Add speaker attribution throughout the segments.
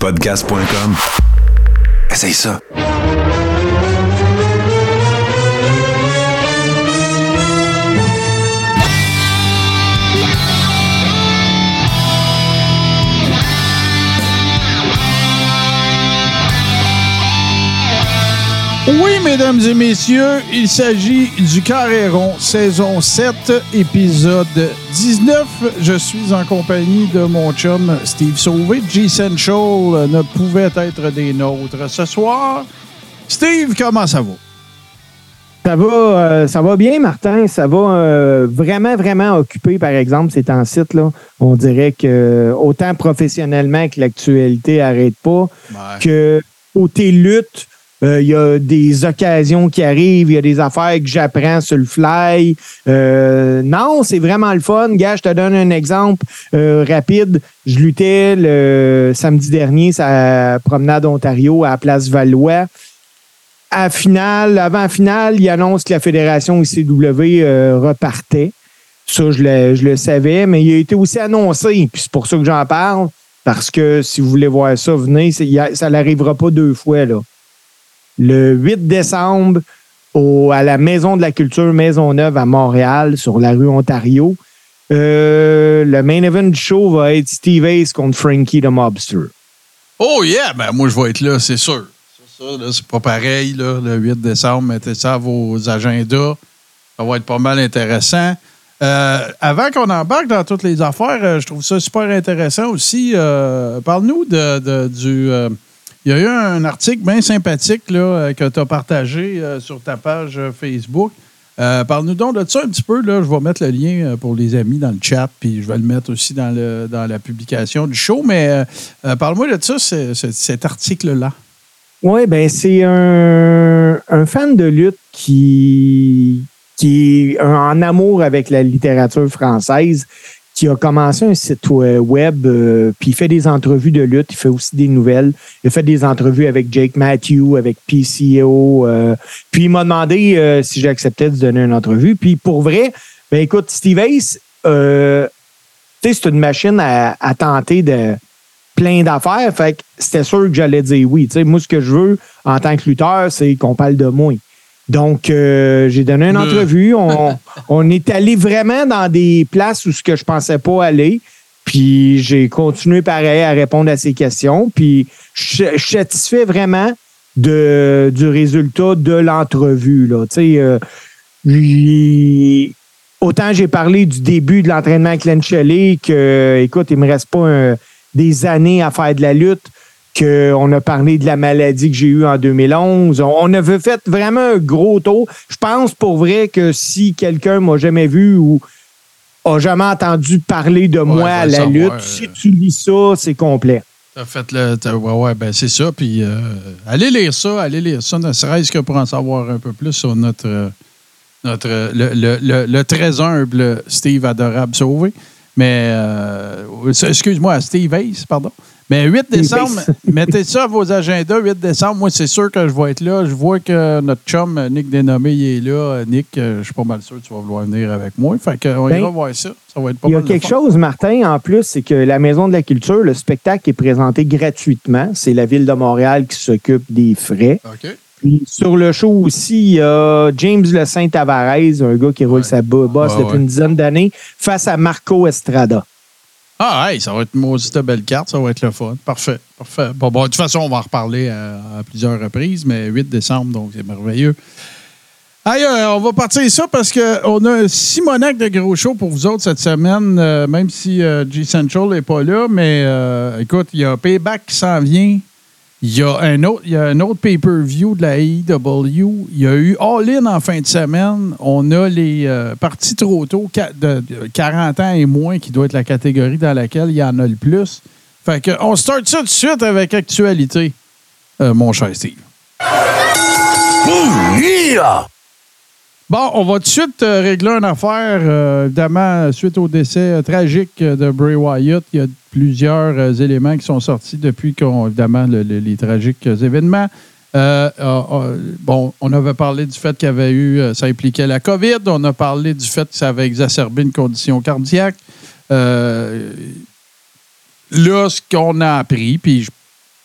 Speaker 1: Podcast.com. Essaye ça.
Speaker 2: Oui, mesdames et messieurs, il s'agit du Carré rond, saison 7, épisode 19. Je suis en compagnie de mon chum Steve Sauvé. G-Central ne pouvait être des nôtres ce soir. Steve, comment ça va?
Speaker 3: Ça va bien, Martin. Ça va vraiment occupé, par exemple, ces temps-ci, là. On dirait que autant professionnellement que l'actualité n'arrête pas, que côté lutte, il y a des occasions qui arrivent, il y a des affaires que j'apprends sur le fly. Non, c'est vraiment le fun. Gars, je te donne un exemple rapide. Je luttais le samedi dernier sa promenade Ontario à la Place Valois. Avant finale, il annonce que la fédération ICW repartait. Ça, je le savais, mais il a été aussi annoncé. Puis c'est pour ça que j'en parle, parce que si vous voulez voir ça, venez. Ça n'arrivera pas deux fois, là. Le 8 décembre, à la Maison de la Culture Maisonneuve à Montréal, sur la rue Ontario, le main event du show va être Steve Ace contre Frankie the Mobster.
Speaker 2: Oh yeah! Ben moi, je vais être là, c'est sûr. C'est ça, là, c'est pas pareil, là, le 8 décembre. Mettez ça à vos agendas. Ça va être pas mal intéressant. Avant qu'on embarque dans toutes les affaires, je trouve ça super intéressant aussi. Parle-nous du... Il y a eu un article bien sympathique là, que tu as partagé sur ta page Facebook. Parle-nous donc de ça un petit peu. Là. Je vais mettre le lien pour les amis dans le chat, puis je vais le mettre aussi dans la publication du show. Mais parle-moi de ça, cet article-là.
Speaker 3: Oui, bien, c'est un fan de lutte qui est en amour avec la littérature française, qui a commencé un site web, puis il fait des entrevues de lutte, il fait aussi des nouvelles. Il a fait des entrevues avec Jake Matthews, avec PCO. Puis il m'a demandé si j'acceptais de donner une entrevue. Puis pour vrai, ben écoute, Steve Ace, c'est une machine à tenter de plein d'affaires. Fait que c'était sûr que j'allais dire oui. T'sais, moi, ce que je veux en tant que lutteur, c'est qu'on parle de moi. Donc, j'ai donné une entrevue. On est allé vraiment dans des places où ce que je pensais pas aller. Puis, j'ai continué pareil à répondre à ces questions. Puis, je suis satisfait vraiment du résultat de l'entrevue. Là. Autant j'ai parlé du début de l'entraînement avec Len Shelley que, écoute, il me reste pas des années à faire de la lutte. Qu'on a parlé de la maladie que j'ai eue en 2011. On avait fait vraiment un gros tour. Je pense pour vrai que si quelqu'un m'a jamais vu ou a jamais entendu parler de moi à la lutte, si tu lis ça, c'est complet.
Speaker 2: T'as fait ben c'est ça. Puis allez lire ça, ne serait-ce que pour en savoir un peu plus sur le très humble Steve Adorable Sauvé. Mais, excuse-moi, Steve Ace, pardon. Mais 8 décembre, mettez ça à vos agendas. 8 décembre, moi, c'est sûr que je vais être là. Je vois que notre chum, Nick Dénommé, il est là. Nick, je suis pas mal sûr que tu vas vouloir venir avec moi. Fait qu'on ira voir ça. Ça va être pas mal.
Speaker 3: Il y a quelque chose, Martin, en plus, c'est que la Maison de la Culture, le spectacle est présenté gratuitement. C'est la Ville de Montréal qui s'occupe des frais.
Speaker 2: OK.
Speaker 3: Puis sur le show aussi, il y a James Le Saint-Tavares, un gars qui roule sa bosse depuis une dizaine d'années, face à Marco Estrada.
Speaker 2: Ah, hey, ça va être une maudite belle carte, ça va être le fun. Parfait. Bon, de toute façon, on va en reparler à plusieurs reprises, mais 8 décembre, donc c'est merveilleux. Hey, on va partir ça parce qu'on a un Simonac de gros show pour vous autres cette semaine, même si G-Central n'est pas là, mais écoute, il y a Payback qui s'en vient. Il y a un autre pay-per-view de la AEW. Il y a eu All-In en fin de semaine. On a les parties trop tôt de 40 ans et moins qui doit être la catégorie dans laquelle il y en a le plus. Fait que on start ça tout de suite avec actualité, mon cher Steve. Bon, on va tout de suite régler une affaire. Évidemment, suite au décès tragique de Bray Wyatt, il y a plusieurs éléments qui sont sortis depuis évidemment, les tragiques événements. Bon, on avait parlé du fait qu'il y avait eu, ça impliquait la COVID. On a parlé du fait que ça avait exacerbé une condition cardiaque. Là, ce qu'on a appris, puis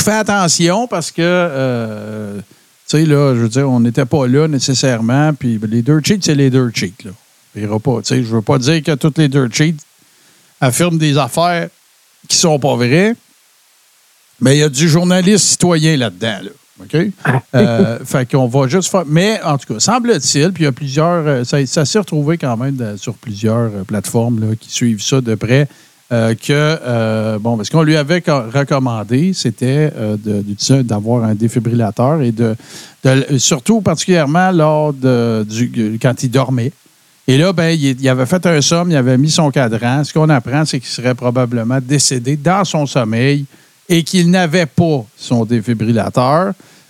Speaker 2: fais attention parce que, tu sais, là, je veux dire, on n'était pas là nécessairement. Puis les dirt sheets, c'est les dirt sheets, là. Il ira pas, tu sais, je veux pas dire que toutes les dirt sheets affirment des affaires qui sont pas vraies, mais il y a du journaliste citoyen là-dedans, là. OK? Fait qu'on va juste faire. Mais en tout cas, semble-t-il, puis il y a plusieurs. Ça s'est retrouvé quand même sur plusieurs plateformes là, qui suivent ça de près. Bon, ce qu'on lui avait recommandé, c'était d'avoir un défibrillateur et surtout particulièrement quand il dormait. Et là, ben, il avait fait un somme, il avait mis son cadran. Ce qu'on apprend, c'est qu'il serait probablement décédé dans son sommeil et qu'il n'avait pas son défibrillateur,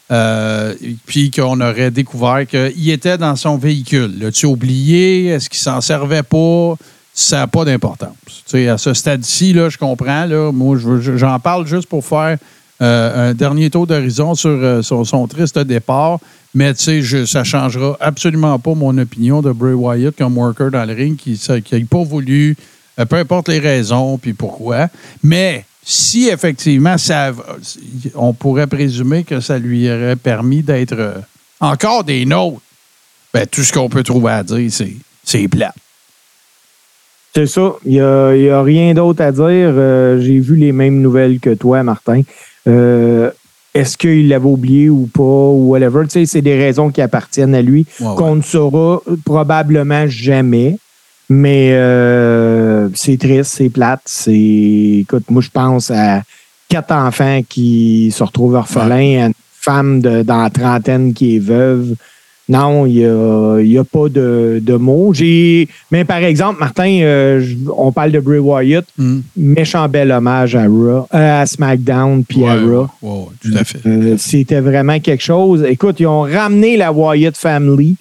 Speaker 2: puis qu'on aurait découvert qu'il était dans son véhicule. L'as-tu oublié? Est-ce qu'il s'en servait pas? Ça n'a pas d'importance. Tu sais, à ce stade-ci, là, je comprends. Là, moi, j'en parle juste pour faire un dernier tour d'horizon sur son triste départ. Mais tu sais, ça ne changera absolument pas mon opinion de Bray Wyatt comme worker dans le ring qui n'a pas voulu, peu importe les raisons puis pourquoi. Mais si effectivement, on pourrait présumer que ça lui aurait permis d'être encore des nôtres, ben, tout ce qu'on peut trouver à dire, c'est plate.
Speaker 3: C'est ça. Il n'y a rien d'autre à dire. J'ai vu les mêmes nouvelles que toi, Martin. Est-ce qu'il l'avait oublié ou pas, ou whatever? Tu sais, c'est des raisons qui appartiennent à lui, qu'on ne saura probablement jamais. Mais c'est triste, c'est plate. Écoute, moi, je pense à 4 enfants qui se retrouvent orphelins, à une femme dans la trentaine qui est veuve. Non, il n'y a pas de mots. Mais par exemple, Martin, on parle de Bray Wyatt, méchant bel hommage à SmackDown puis à Raw.
Speaker 2: Oui, tout à fait.
Speaker 3: C'était vraiment quelque chose. Écoute, ils ont ramené la Wyatt Family.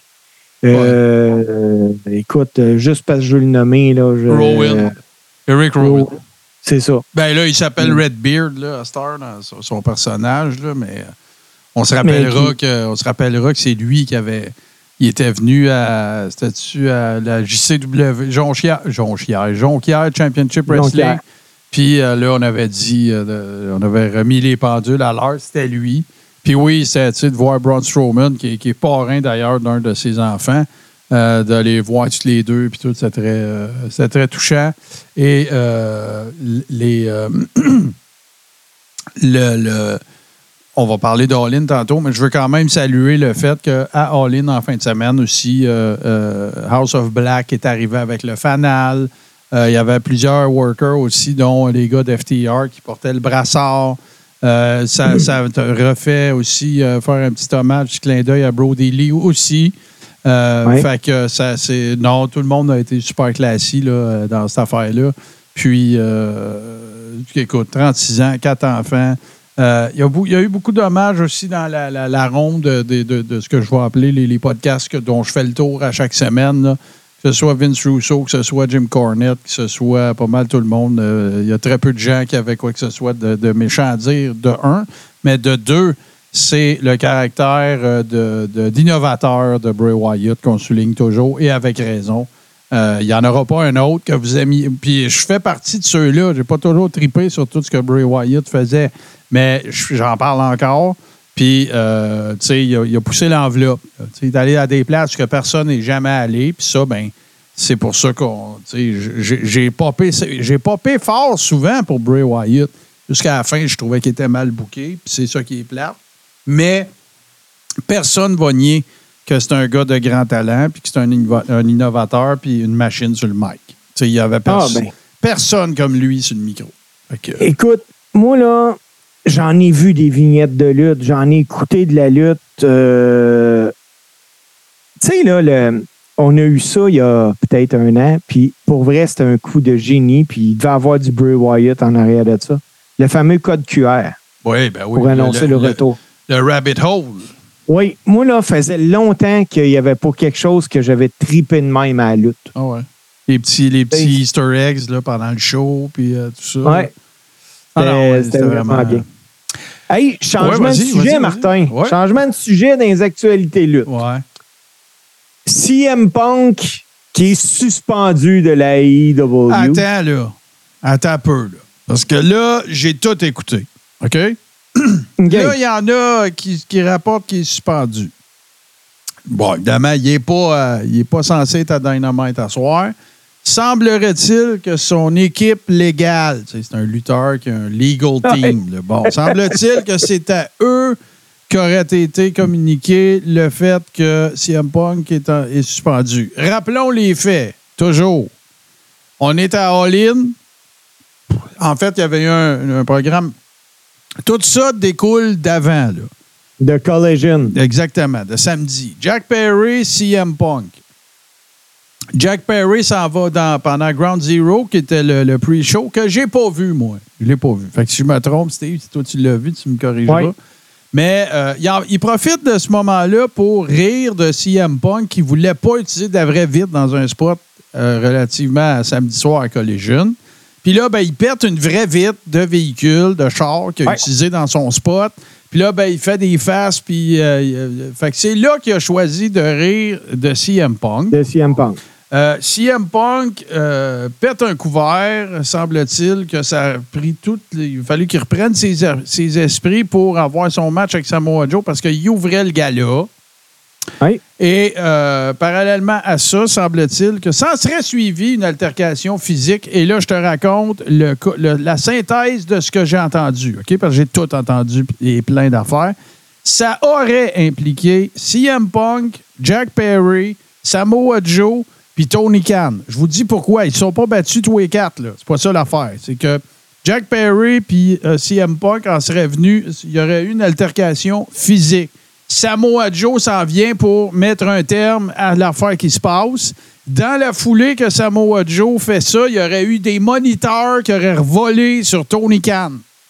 Speaker 3: Écoute, juste parce que je veux le nommer. Là,
Speaker 2: Rowan. Eric Rowan.
Speaker 3: C'est ça.
Speaker 2: Ben là, il s'appelle Redbeard, là, à Star, dans son personnage, là, mais on se rappellera que c'est lui qui il était venu à la JCW, Jonquière Championship Wrestling. Puis là, on avait dit, on avait remis les pendules à l'heure, c'était lui. Puis oui, c'est de voir Braun Strowman, qui est parrain d'ailleurs d'un de ses enfants, de les voir tous les deux, puis tout, c'était très touchant. Et on va parler d'All In tantôt, mais je veux quand même saluer le fait qu'à All In, en fin de semaine aussi, House of Black est arrivé avec le fanal. Il y avait plusieurs workers aussi, dont les gars d'FTR qui portaient le brassard. Ça te refait aussi faire un petit hommage, un petit clin d'œil à Brody Lee aussi. Fait que non, tout le monde a été super classique là, dans cette affaire-là. Puis, écoute, 36 ans, 4 enfants. Il y a eu beaucoup d'hommages aussi dans la ronde de ce que je vais appeler les podcasts dont je fais le tour à chaque semaine, là. Que ce soit Vince Russo, que ce soit Jim Cornette, que ce soit pas mal tout le monde. Il y a très peu de gens qui avaient quoi que ce soit de méchant à dire, de un. Mais de deux, c'est le caractère d'innovateur de Bray Wyatt qu'on souligne toujours, et avec raison. Il n'y en aura pas un autre que vous aimiez. Puis je fais partie de ceux-là. Je n'ai pas toujours trippé sur tout ce que Bray Wyatt faisait, mais j'en parle encore. Puis, tu sais, il a poussé l'enveloppe. Il est allé à des places que personne n'est jamais allé. Puis ça, ben, c'est pour ça qu'on... Tu sais, j'ai popé fort souvent pour Bray Wyatt. Jusqu'à la fin, je trouvais qu'il était mal booké. Puis c'est ça qui est plate. Mais personne ne va nier que c'est un gars de grand talent, puis que c'est un innovateur, puis une machine sur le mic. Tu sais, il n'y avait personne comme lui sur le micro. Okay.
Speaker 3: Écoute, moi, là... J'en ai vu des vignettes de lutte, j'en ai écouté de la lutte. Tu sais, là, on a eu ça il y a peut-être 1 an, puis pour vrai, c'était un coup de génie, puis il devait avoir du Bray Wyatt en arrière de ça. Le fameux code QR.
Speaker 2: Oui, ben oui.
Speaker 3: Pour annoncer le retour.
Speaker 2: Le rabbit hole.
Speaker 3: Oui, moi, là, faisait longtemps qu'il n'y avait pas quelque chose que j'avais trippé de même à la lutte.
Speaker 2: Ah ouais. Les petits Easter eggs là, pendant le show, puis tout ça.
Speaker 3: Oui. C'était vraiment bien. Hey, changement de sujet, Martin.
Speaker 2: Ouais.
Speaker 3: Changement de sujet dans les actualités lutte.
Speaker 2: Ouais.
Speaker 3: CM Punk qui est suspendu de la AEW.
Speaker 2: Attends un peu, là. Parce que là, j'ai tout écouté. OK?
Speaker 3: Okay.
Speaker 2: Là, il y en a qui rapportent qu'il est suspendu. Bon, évidemment, il n'est pas censé être à Dynamite à soir. Semblerait-il que son équipe légale, c'est un lutteur qui a un legal team. Là. Bon, semble-t-il que c'est à eux qu'aurait été communiqué le fait que CM Punk est suspendu. Rappelons les faits, toujours. On est à All-In. En fait, il y avait eu un programme. Tout ça découle d'avant, là.
Speaker 3: De Collision.
Speaker 2: Exactement, de samedi. Jack Perry, CM Punk. Jack Perry s'en va pendant Ground Zero, qui était le pre-show, que j'ai pas vu, moi. Je l'ai pas vu. Fait que si je me trompe, Steve, si toi tu l'as vu, tu me corrigeras.
Speaker 3: Oui.
Speaker 2: Mais il profite de ce moment-là pour rire de CM Punk qui ne voulait pas utiliser de la vraie vitre dans un spot relativement à samedi soir à Collision. Puis là, il pète une vraie vitre de véhicule, de char qu'il a utilisé dans son spot. Puis là, il fait des faces. Puis fait que c'est là qu'il a choisi de rire de CM Punk.
Speaker 3: De CM Punk.
Speaker 2: CM Punk pète un couvert, semble-t-il, que ça a pris il a fallu qu'il reprenne ses esprits pour avoir son match avec Samoa Joe parce qu'il ouvrait le gala.
Speaker 3: Oui.
Speaker 2: Et parallèlement à ça, semble-t-il que ça serait suivi une altercation physique. Et là, je te raconte la synthèse de ce que j'ai entendu, OK? Parce que j'ai tout entendu et plein d'affaires. Ça aurait impliqué CM Punk, Jack Perry, Samoa Joe puis Tony Khan. Je vous dis pourquoi. Ils ne sont pas battus tous les quatre, là. C'est pas ça l'affaire. C'est que Jack Perry puis CM Punk en seraient venus. Il y aurait eu une altercation physique. Samoa Joe s'en vient pour mettre un terme à l'affaire qui se passe. Dans la foulée que Samoa Joe fait ça, il y aurait eu des moniteurs qui auraient volé sur Tony Khan.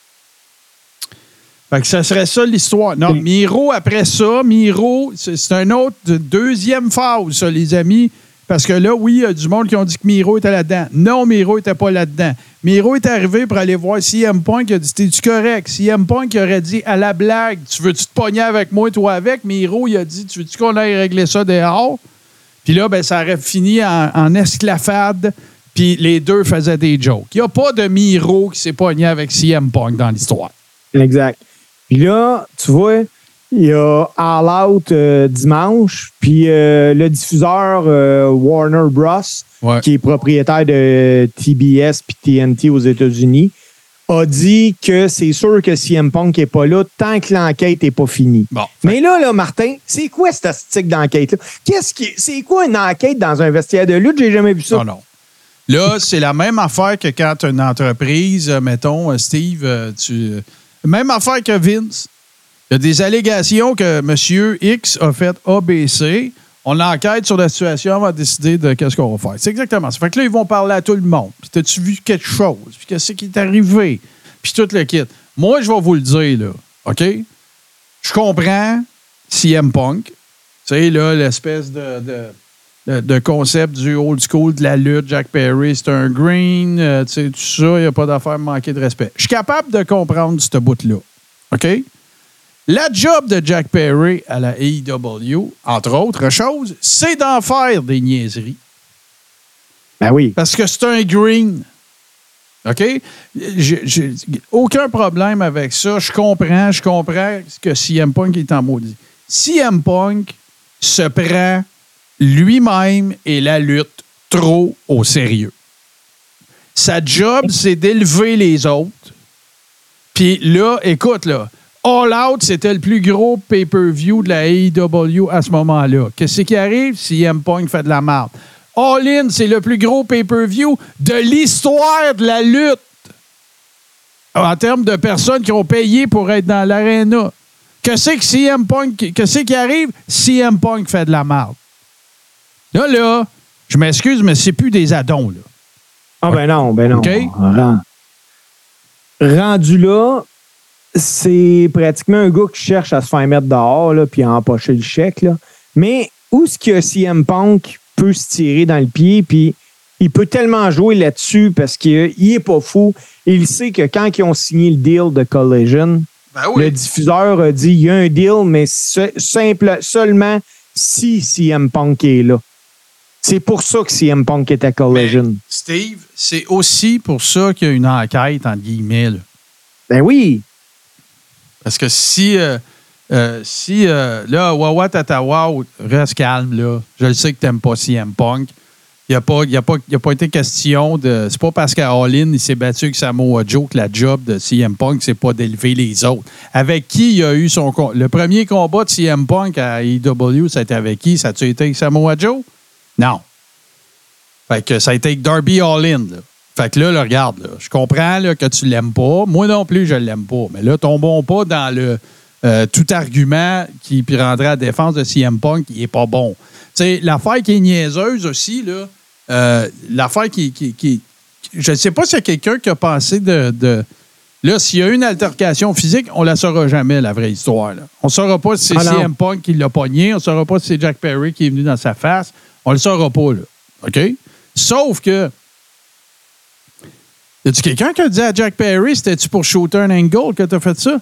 Speaker 2: Fait que ça serait ça l'histoire. Non, Miro, après ça, c'est un autre deuxième phase, ça, les amis. Parce que là, oui, il y a du monde qui ont dit que Miro était là-dedans. Non, Miro n'était pas là-dedans. Miro est arrivé pour aller voir CM Punk. Il a dit, t'es-tu correct? CM Punk il aurait dit, à la blague, tu veux-tu te pogner avec moi, toi avec? Miro, il a dit, tu veux-tu qu'on aille régler ça dehors? Puis là, ça aurait fini en esclafade. Puis les deux faisaient des jokes. Il n'y a pas de Miro qui s'est pogné avec CM Punk dans l'histoire.
Speaker 3: Exact. Puis là, tu vois, il y a All Out dimanche, puis le diffuseur Warner Bros., qui est propriétaire de TBS puis TNT aux États-Unis, a dit que c'est sûr que CM Punk n'est pas là tant que l'enquête n'est pas finie.
Speaker 2: Bon.
Speaker 3: Mais là, Martin, c'est quoi cette statistique d'enquête-là? C'est quoi une enquête dans un vestiaire de lutte? J'ai jamais vu ça.
Speaker 2: Non. Là, c'est la même affaire que quand une entreprise, mettons, Steve, même affaire que Vince. Il y a des allégations que M. X a fait ABC. On enquête sur la situation, on va décider de qu'est-ce qu'on va faire. C'est exactement ça. Fait que là, ils vont parler à tout le monde. Puis, t'as-tu vu quelque chose? Puis, qu'est-ce qui est arrivé? Puis, tout le kit. Moi, je vais vous le dire, là. OK? Je comprends CM Punk. Tu sais, là, l'espèce de concept du old school de la lutte. Jack Perry, c'est un green. Tu sais, tout ça, il n'y a pas d'affaire à manquer de respect. Je suis capable de comprendre ce bout-là. OK? La job de Jack Perry à la AEW, entre autres choses, c'est d'en faire des niaiseries.
Speaker 3: Ben oui.
Speaker 2: Parce que c'est un green. OK? J'ai aucun problème avec ça. Je comprends que CM Punk est en maudit. CM Punk se prend lui-même et la lutte trop au sérieux. Sa job, c'est d'élever les autres. Puis là, écoute, là, All Out, c'était le plus gros pay-per-view de la AEW à ce moment-là. Qu'est-ce qui arrive? CM Punk fait de la merde. All In, c'est le plus gros pay-per-view de l'histoire de la lutte. En termes de personnes qui ont payé pour être dans l'aréna. Qu'est-ce qui arrive? CM Punk fait de la merde. Là, je m'excuse, mais c'est plus des addons, là.
Speaker 3: Ah, ben non.
Speaker 2: OK?
Speaker 3: Rendu là, c'est pratiquement un gars qui cherche à se faire mettre dehors là, puis à empocher le chèque. Là. Mais où est-ce que CM Punk peut se tirer dans le pied puis il peut tellement jouer là-dessus parce qu'il n'est pas fou. Il sait que quand ils ont signé le deal de Collision, le diffuseur a dit il y a un deal, mais seulement si CM Punk est là. C'est pour ça que CM Punk est à Collision.
Speaker 2: Mais, Steve, c'est aussi pour ça qu'il y a une enquête, entre guillemets. Là.
Speaker 3: Ben oui.
Speaker 2: Parce que si là, Wawa Tatawa, reste calme, là. Je le sais que tu n'aimes pas CM Punk. Il n'a pas été question de. C'est pas parce qu'à All-In, il s'est battu avec Samoa Joe que la job de CM Punk, c'est pas d'élever les autres. Avec qui il a eu son. Le premier combat de CM Punk à AEW, ça a été avec qui? Ça a-tu été avec Samoa Joe? Non. Fait que ça a été avec Darby All-In, là. Fait que là, regarde, là, je comprends là, que tu l'aimes pas. Moi non plus, je l'aime pas. Mais là, tombons pas dans le tout argument qui rendrait la défense de CM Punk, il est pas bon. Tu sais, l'affaire qui est niaiseuse aussi, là, l'affaire qui je ne sais pas s'il y a quelqu'un qui a pensé de là, s'il y a eu une altercation physique, on ne la saura jamais, la vraie histoire. Là. On ne saura pas si c'est CM Punk qui l'a pogné, on ne saura pas si c'est Jack Perry qui est venu dans sa face. On ne le saura pas, là. OK? Sauf que y a-tu quelqu'un qui a dit à Jack Perry, c'était-tu pour shooter un angle que tu as fait ça?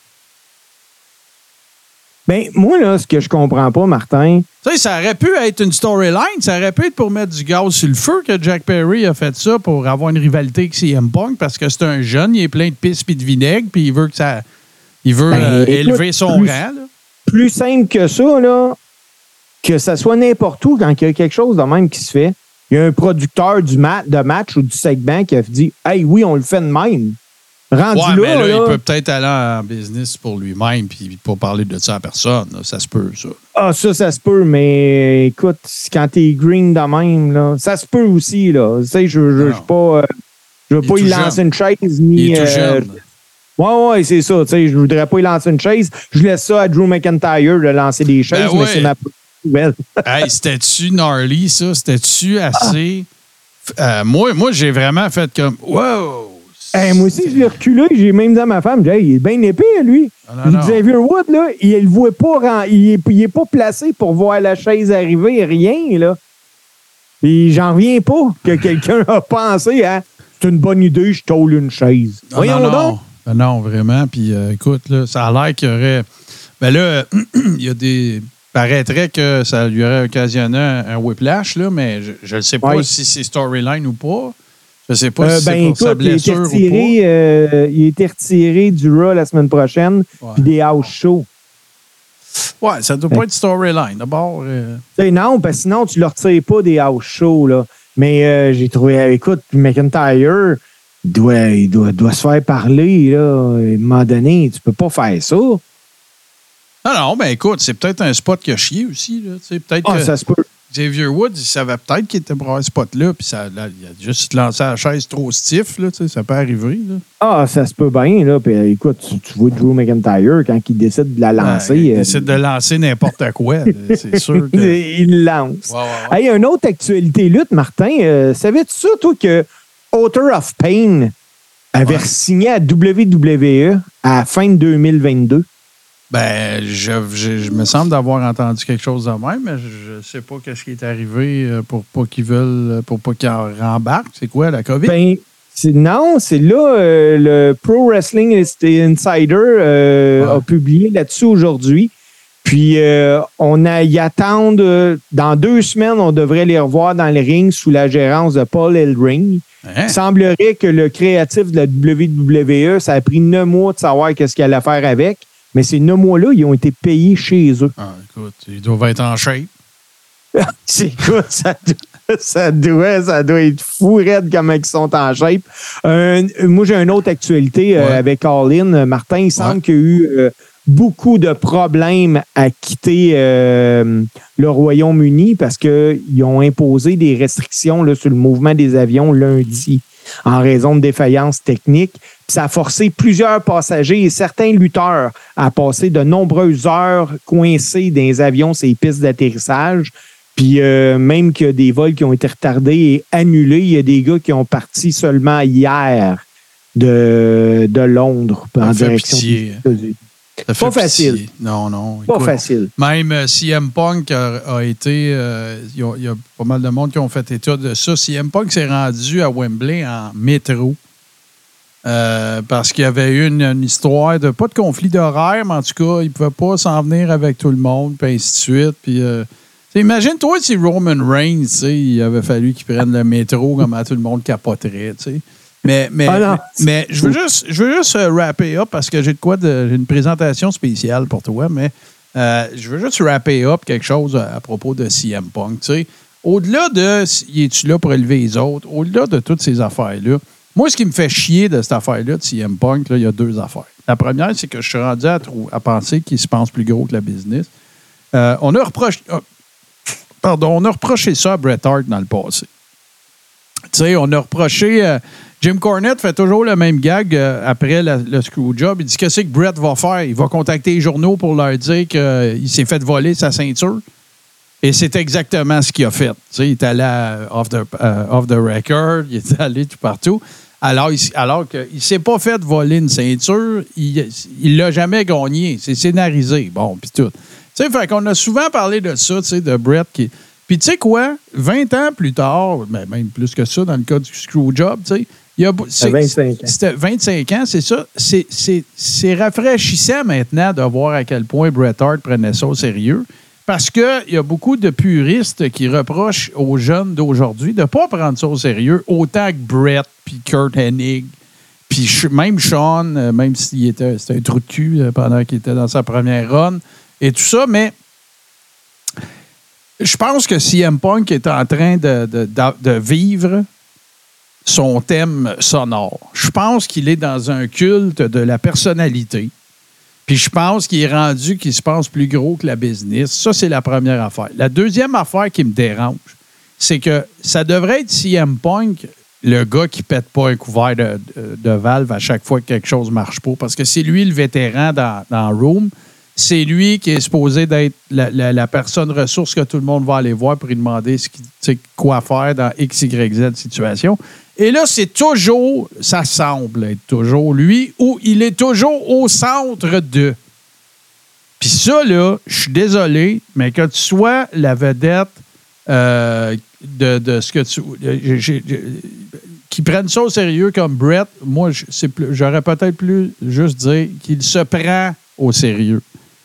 Speaker 3: Ben, moi, là, ce que je comprends pas, Martin.
Speaker 2: Tu sais, ça aurait pu être une storyline, ça aurait pu être pour mettre du gaz sur le feu que Jack Perry a fait ça pour avoir une rivalité avec CM Punk parce que c'est un jeune, il est plein de pisse et de vinaigre, puis il veut que ça. Il veut élever son rang. Là.
Speaker 3: Plus simple que ça, là, que ça soit n'importe où quand il y a quelque chose de même qui se fait. Il y a un producteur de match ou du segment qui a dit hey, oui, on le fait de même. Rendu
Speaker 2: mais là, il peut peut-être aller en business pour lui-même puis pas parler de ça à personne. Là. Ça se peut, ça.
Speaker 3: Ah, ça se peut, mais écoute, quand t'es green de même, là, ça se peut aussi. Là. Tu sais, je veux pas y lancer une chaise ni.
Speaker 2: Il est tout jeune.
Speaker 3: Ouais, c'est ça. Tu sais, je voudrais pas y lancer une chaise. Je laisse ça à Drew McIntyre de lancer des chaises, mais c'est ma nouvelle.
Speaker 2: Hey, c'était-tu gnarly, ça? C'était-tu assez. Moi, j'ai vraiment fait comme wow!
Speaker 3: Hey, moi aussi, je l'ai reculé. J'ai même dit à ma femme, hey, il est bien épais, lui. Xavier Wood, là, il voit pas, il est pas placé pour voir la chaise arriver, rien, là. Puis j'en reviens pas que quelqu'un a pensé à c'est une bonne idée, je tôle une chaise. Voyons donc.
Speaker 2: Non, vraiment. Puis écoute, là, ça a l'air qu'il y aurait. Ben là, il y a des. Paraîtrait que ça lui aurait occasionné un whiplash, là, mais je ne sais pas si c'est storyline ou pas. Je ne sais pas si c'est pour sa blessure ou pas.
Speaker 3: Il a été retiré du Raw la semaine prochaine, puis des house shows.
Speaker 2: Ouais, ça ne doit pas être storyline. D'abord.
Speaker 3: Non, parce que sinon, tu ne le retires pas des house shows. Là. Mais j'ai trouvé, écoute, McIntyre, il doit se faire parler. Là. À un moment donné, tu ne peux pas faire ça.
Speaker 2: Non, ben écoute, c'est peut-être un spot qui a chié aussi. Là. Peut-être que
Speaker 3: ça se peut.
Speaker 2: Xavier Woods, il savait peut-être qu'il était pour avoir ce spot-là, puis il a juste lancé la chaise trop stiff. Là, ça peut arriver. Là.
Speaker 3: Ça se peut bien. Là. Puis, écoute, tu vois Drew McIntyre, quand il décide de la lancer.
Speaker 2: Il décide de lancer n'importe quoi. C'est sûr que...
Speaker 3: Il lance.
Speaker 2: Ouais.
Speaker 3: Hey, une autre actualité lutte, Martin. Savais-tu ça, toi, que Author of Pain avait signé à WWE à la fin de 2022?
Speaker 2: Ben, je me semble d'avoir entendu quelque chose de même, mais je ne sais pas ce qui est arrivé pour pas qu'ils en rembarquent. C'est quoi, la COVID?
Speaker 3: Ben, c'est là, le Pro Wrestling Insider a publié là-dessus aujourd'hui. Puis, y attendent, dans 2 semaines, on devrait les revoir dans le ring sous la gérance de Paul Ellering.
Speaker 2: Hein?
Speaker 3: Il semblerait que le créatif de la WWE, ça a pris 9 mois de savoir qu'est-ce qu'il allait faire avec. Mais ces 9 mois-là, ils ont été payés chez eux.
Speaker 2: Ah, écoute, ils doivent être en shape.
Speaker 3: Écoute, ça doit être fou raide comment ils sont en shape. Moi, j'ai une autre actualité avec All-In. Martin, il semble qu'il y a eu beaucoup de problèmes à quitter le Royaume-Uni parce qu'ils ont imposé des restrictions là, sur le mouvement des avions lundi en raison de défaillances techniques. Puis ça a forcé plusieurs passagers et certains lutteurs à passer de nombreuses heures coincés dans les avions, ces pistes d'atterrissage. Puis même qu'il y a des vols qui ont été retardés et annulés. Il y a des gars qui ont parti seulement hier de Londres en direction des États-Unis. Pas facile.
Speaker 2: Non.
Speaker 3: Pas facile.
Speaker 2: Même CM Punk a été... Il y a pas mal de monde qui ont fait état de ça. CM Punk s'est rendu à Wembley en métro parce qu'il y avait eu une histoire de... Pas de conflit d'horaire, mais en tout cas, il ne pouvait pas s'en venir avec tout le monde, puis ainsi de suite. Puis, imagine-toi si Roman Reigns, il avait fallu qu'il prenne le métro comme tout le monde capoterait. T'sais. Mais je veux juste wrapper up parce que j'ai une présentation spéciale pour toi, mais je veux juste wrapper up quelque chose à propos de CM Punk. Tu sais, au-delà de es-tu là pour élever les autres, au-delà de toutes ces affaires-là, moi, ce qui me fait chier de cette affaire-là de CM Punk, il y a deux affaires. La première, c'est que je suis rendu à penser qu'il se pense plus gros que la business. On a reproché ça à Bret Hart dans le passé. Tu sais, on a reproché... Jim Cornette fait toujours le même gag après le Screwjob. Il dit, qu'est-ce que Bret va faire? Il va contacter les journaux pour leur dire qu'il s'est fait voler sa ceinture. Et c'est exactement ce qu'il a fait. Tu sais, il est allé off the record, il est allé tout partout. Alors qu'il ne s'est pas fait voler une ceinture, il ne l'a jamais gagné. C'est scénarisé. Bon, puis tout. Tu sais, fait qu'on a souvent parlé de ça, tu sais, de Bret qui... Puis tu sais quoi? 20 ans plus tard, même plus que ça dans le cas du Screwjob, tu sais, il y a...
Speaker 3: 25 ans.
Speaker 2: C'était 25 ans, c'est ça. C'est rafraîchissant maintenant de voir à quel point Bret Hart prenait ça au sérieux. Parce qu'il y a beaucoup de puristes qui reprochent aux jeunes d'aujourd'hui de ne pas prendre ça au sérieux autant que Bret, puis Kurt Hennig, puis même Sean, même c'était un trou de cul pendant qu'il était dans sa première run, et tout ça. Mais je pense que CM Punk est en train de vivre son thème sonore. Je pense qu'il est dans un culte de la personnalité. Puis je pense qu'il est rendu qu'il se pense plus gros que la business. Ça, c'est la première affaire. La deuxième affaire qui me dérange, c'est que ça devrait être CM Punk, le gars qui pète pas un couvert de valve à chaque fois que quelque chose ne marche pas. Parce que c'est lui le vétéran dans Room. C'est lui qui est supposé d'être la personne ressource que tout le monde va aller voir pour lui demander quoi faire dans X, Y, Z situation. Et là, ça semble être toujours lui, ou il est toujours au centre de. Puis ça, là, je suis désolé, mais que tu sois la vedette de ce que tu... qui prennent ça au sérieux comme Bret, moi, j'aurais peut-être plus juste dire qu'il se prend au sérieux.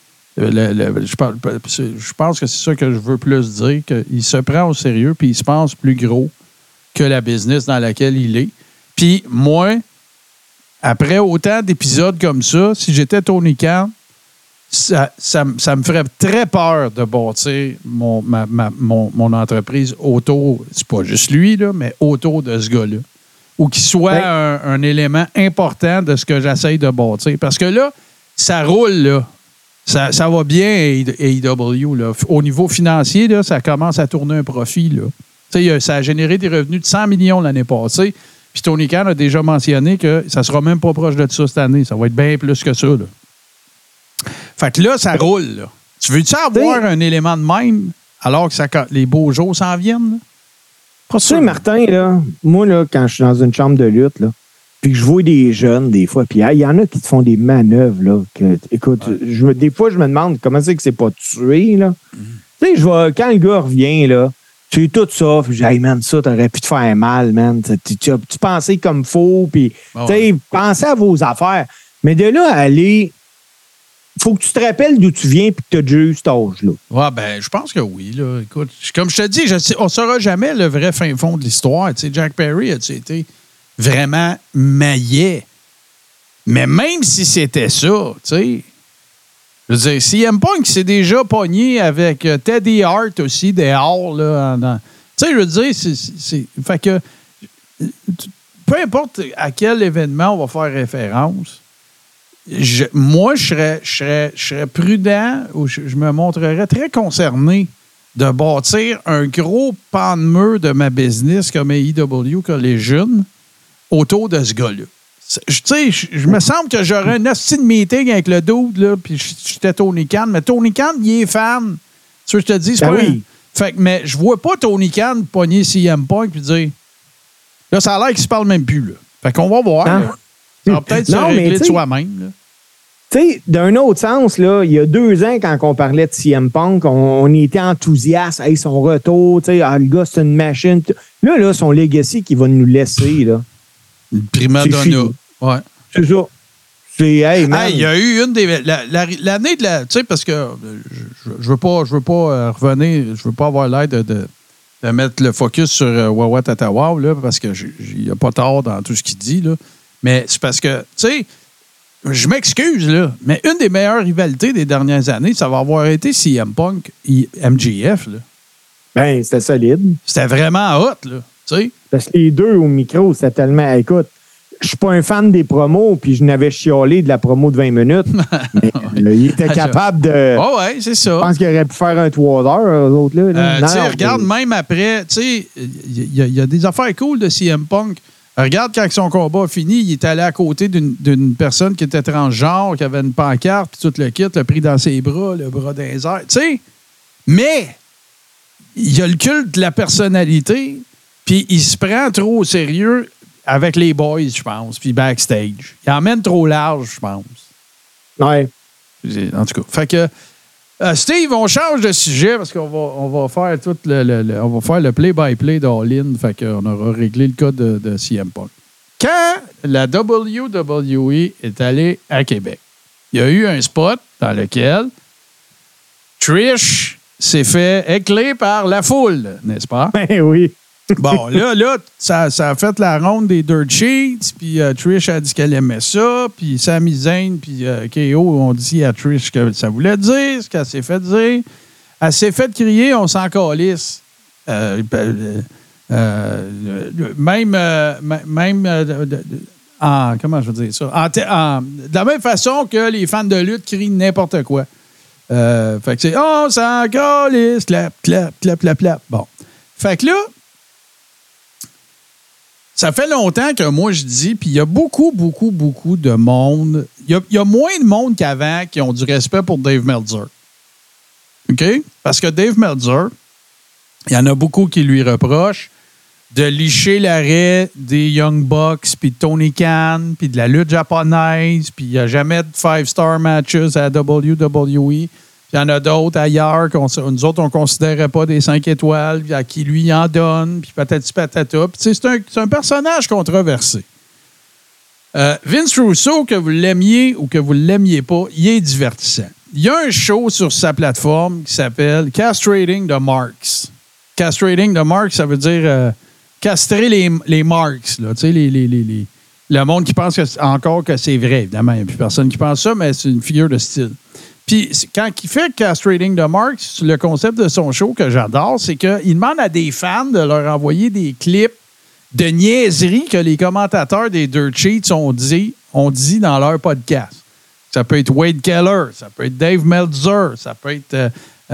Speaker 2: Je pense que c'est ça que je veux plus dire, qu'il se prend au sérieux puis il se pense plus gros que la business dans laquelle il est. Puis moi, après autant d'épisodes comme ça, si j'étais Tony Khan, ça me ferait très peur de bâtir mon entreprise autour, c'est pas juste lui, là, mais autour de ce gars-là. Ou qu'il soit un élément important de ce que j'essaye de bâtir. Parce que là, ça roule, là. Ça va bien, AEW. Là. Au niveau financier, là, ça commence à tourner un profit. Là. Ça a généré des revenus de 100 millions l'année passée. Puis Tony Khan a déjà mentionné que ça ne sera même pas proche de ça cette année. Ça va être bien plus que ça. Là. Fait que là, ça roule. Là. Tu veux-tu avoir un élément de même alors que les beaux jours s'en viennent? Là?
Speaker 3: Tu sais, Martin, là, moi, là, quand je suis dans une chambre de lutte, là, puis que je vois des jeunes, des fois, puis il y en a qui te font des manœuvres, là. Écoute, des fois, je me demande comment c'est que c'est pas tué, là. Tu sais, quand le gars revient, là, tu es tout ça, puis je dis, hey, man, ça, t'aurais pu te faire mal, man. Tu pensais comme faux, puis, tu sais, pensez à vos affaires. Mais de là à aller, faut que tu te rappelles d'où tu viens, puis que tu as déjà eu cet âge-là.
Speaker 2: Ouais, ben, je pense que oui, là. Écoute, comme je te dis, on ne saura jamais le vrai fin fond de l'histoire. Tu sais, Jack Perry a-tu été vraiment maillet. Mais même si c'était ça, tu sais, je veux dire, CM Punk s'est déjà pogné avec Teddy Hart aussi, des Halls, là. Tu sais, je veux dire, c'est... Fait que, peu importe à quel événement on va faire référence, moi, je serais prudent ou je me montrerais très concerné de bâtir un gros pan de mur de ma business comme AEW Collision autour de ce gars-là. Tu sais, je me semble que j'aurais un hostie de meeting avec le dude, là, puis j'étais Tony Khan, mais Tony Khan, il est fan. Tu sais, je te dis, c'est pas...
Speaker 3: oui.
Speaker 2: Fait que, mais je vois pas Tony Khan pogner CM Punk puis dire... Là, ça a l'air qu'il se parle même plus, là. Fait qu'on va voir, là. Ça va peut-être se régler de soi-même, là.
Speaker 3: Tu sais, d'un autre sens, là, il y a 2 ans, quand on parlait de CM Punk, on était enthousiaste. Hey, son retour, tu sais, le gars, c'est une machine. Là, son legacy qui va nous laisser, là.
Speaker 2: Prima donna. Ouais.
Speaker 3: C'est ça. C'est, hey, man.
Speaker 2: Il y a eu une des... L'année de la... Tu sais, parce que je veux pas revenir, je veux pas avoir l'air de de mettre le focus sur Wawa Tatawa, là, parce que il n'y a pas tort dans tout ce qu'il dit, là. Mais c'est parce que, tu sais, je m'excuse, là, mais une des meilleures rivalités des dernières années, ça va avoir été CM Punk et MJF, là.
Speaker 3: Ben, c'était solide.
Speaker 2: C'était vraiment hot, là, tu sais.
Speaker 3: Parce que les deux au micro, c'était tellement... Écoute, je suis pas un fan des promos, puis je n'avais chiolé de la promo de 20 minutes. Mais il était capable de...
Speaker 2: Oh ouais, c'est ça.
Speaker 3: Je pense qu'il aurait pu faire un 3 heures, eux autres, là.
Speaker 2: Tu sais, regarde, même après, tu sais, il y a des affaires cool de CM Punk. Regarde, quand son combat a fini, il est allé à côté d'une personne qui était transgenre, qui avait une pancarte, puis tout le kit, le pris dans ses bras, le bras des airs. Tu sais, mais il y a le culte de la personnalité, puis il se prend trop au sérieux avec les boys, je pense, puis backstage. Il emmène trop large, je pense.
Speaker 3: Ouais.
Speaker 2: En tout cas, fait que Steve, on change de sujet parce qu'on va faire tout on va faire le play-by-play d'All-In, fait qu'on aura réglé le cas de CM Punk. Quand la WWE est allée à Québec, il y a eu un spot dans lequel Trish s'est fait écler par la foule, n'est-ce pas?
Speaker 3: Ben oui.
Speaker 2: Bon, là, ça a fait la ronde des dirt sheets, puis Trish a dit qu'elle aimait ça, puis Sami Zayn, puis KO ont dit à Trish que ça voulait dire, ce qu'elle s'est fait dire. Elle s'est fait crier, on s'en calisse. Même comment je veux dire ça? De la même façon que les fans de lutte crient n'importe quoi. Fait que c'est « on s'en calisse », clap, clap, clap, clap, clap. Bon. Fait que là, ça fait longtemps que moi, je dis, puis il y a beaucoup, beaucoup, beaucoup de monde. Il y a moins de monde qu'avant qui ont du respect pour Dave Meltzer. OK? Parce que Dave Meltzer, il y en a beaucoup qui lui reprochent de licher l'arrêt des Young Bucks, puis de Tony Khan, puis de la lutte japonaise, puis il n'y a jamais de 5-star matches à la WWE. Il y en a d'autres ailleurs nous autres, on ne considérait pas des 5 étoiles, à qui lui il en donne, puis patati patata. Puis, c'est un personnage controversé. Vince Russo, que vous l'aimiez ou que vous ne l'aimiez pas, il est divertissant. Il y a un show sur sa plateforme qui s'appelle Castrating the Marks. Castrating the Marks, ça veut dire castrer les marks. Là, le monde qui pense encore que c'est vrai, évidemment. Il n'y a plus personne qui pense ça, mais c'est une figure de style. Puis, quand il fait Castrating the Marks, le concept de son show que j'adore, c'est qu'il demande à des fans de leur envoyer des clips de niaiseries que les commentateurs des Dirt Sheets ont dit dans leur podcast. Ça peut être Wade Keller, ça peut être Dave Meltzer, ça peut être...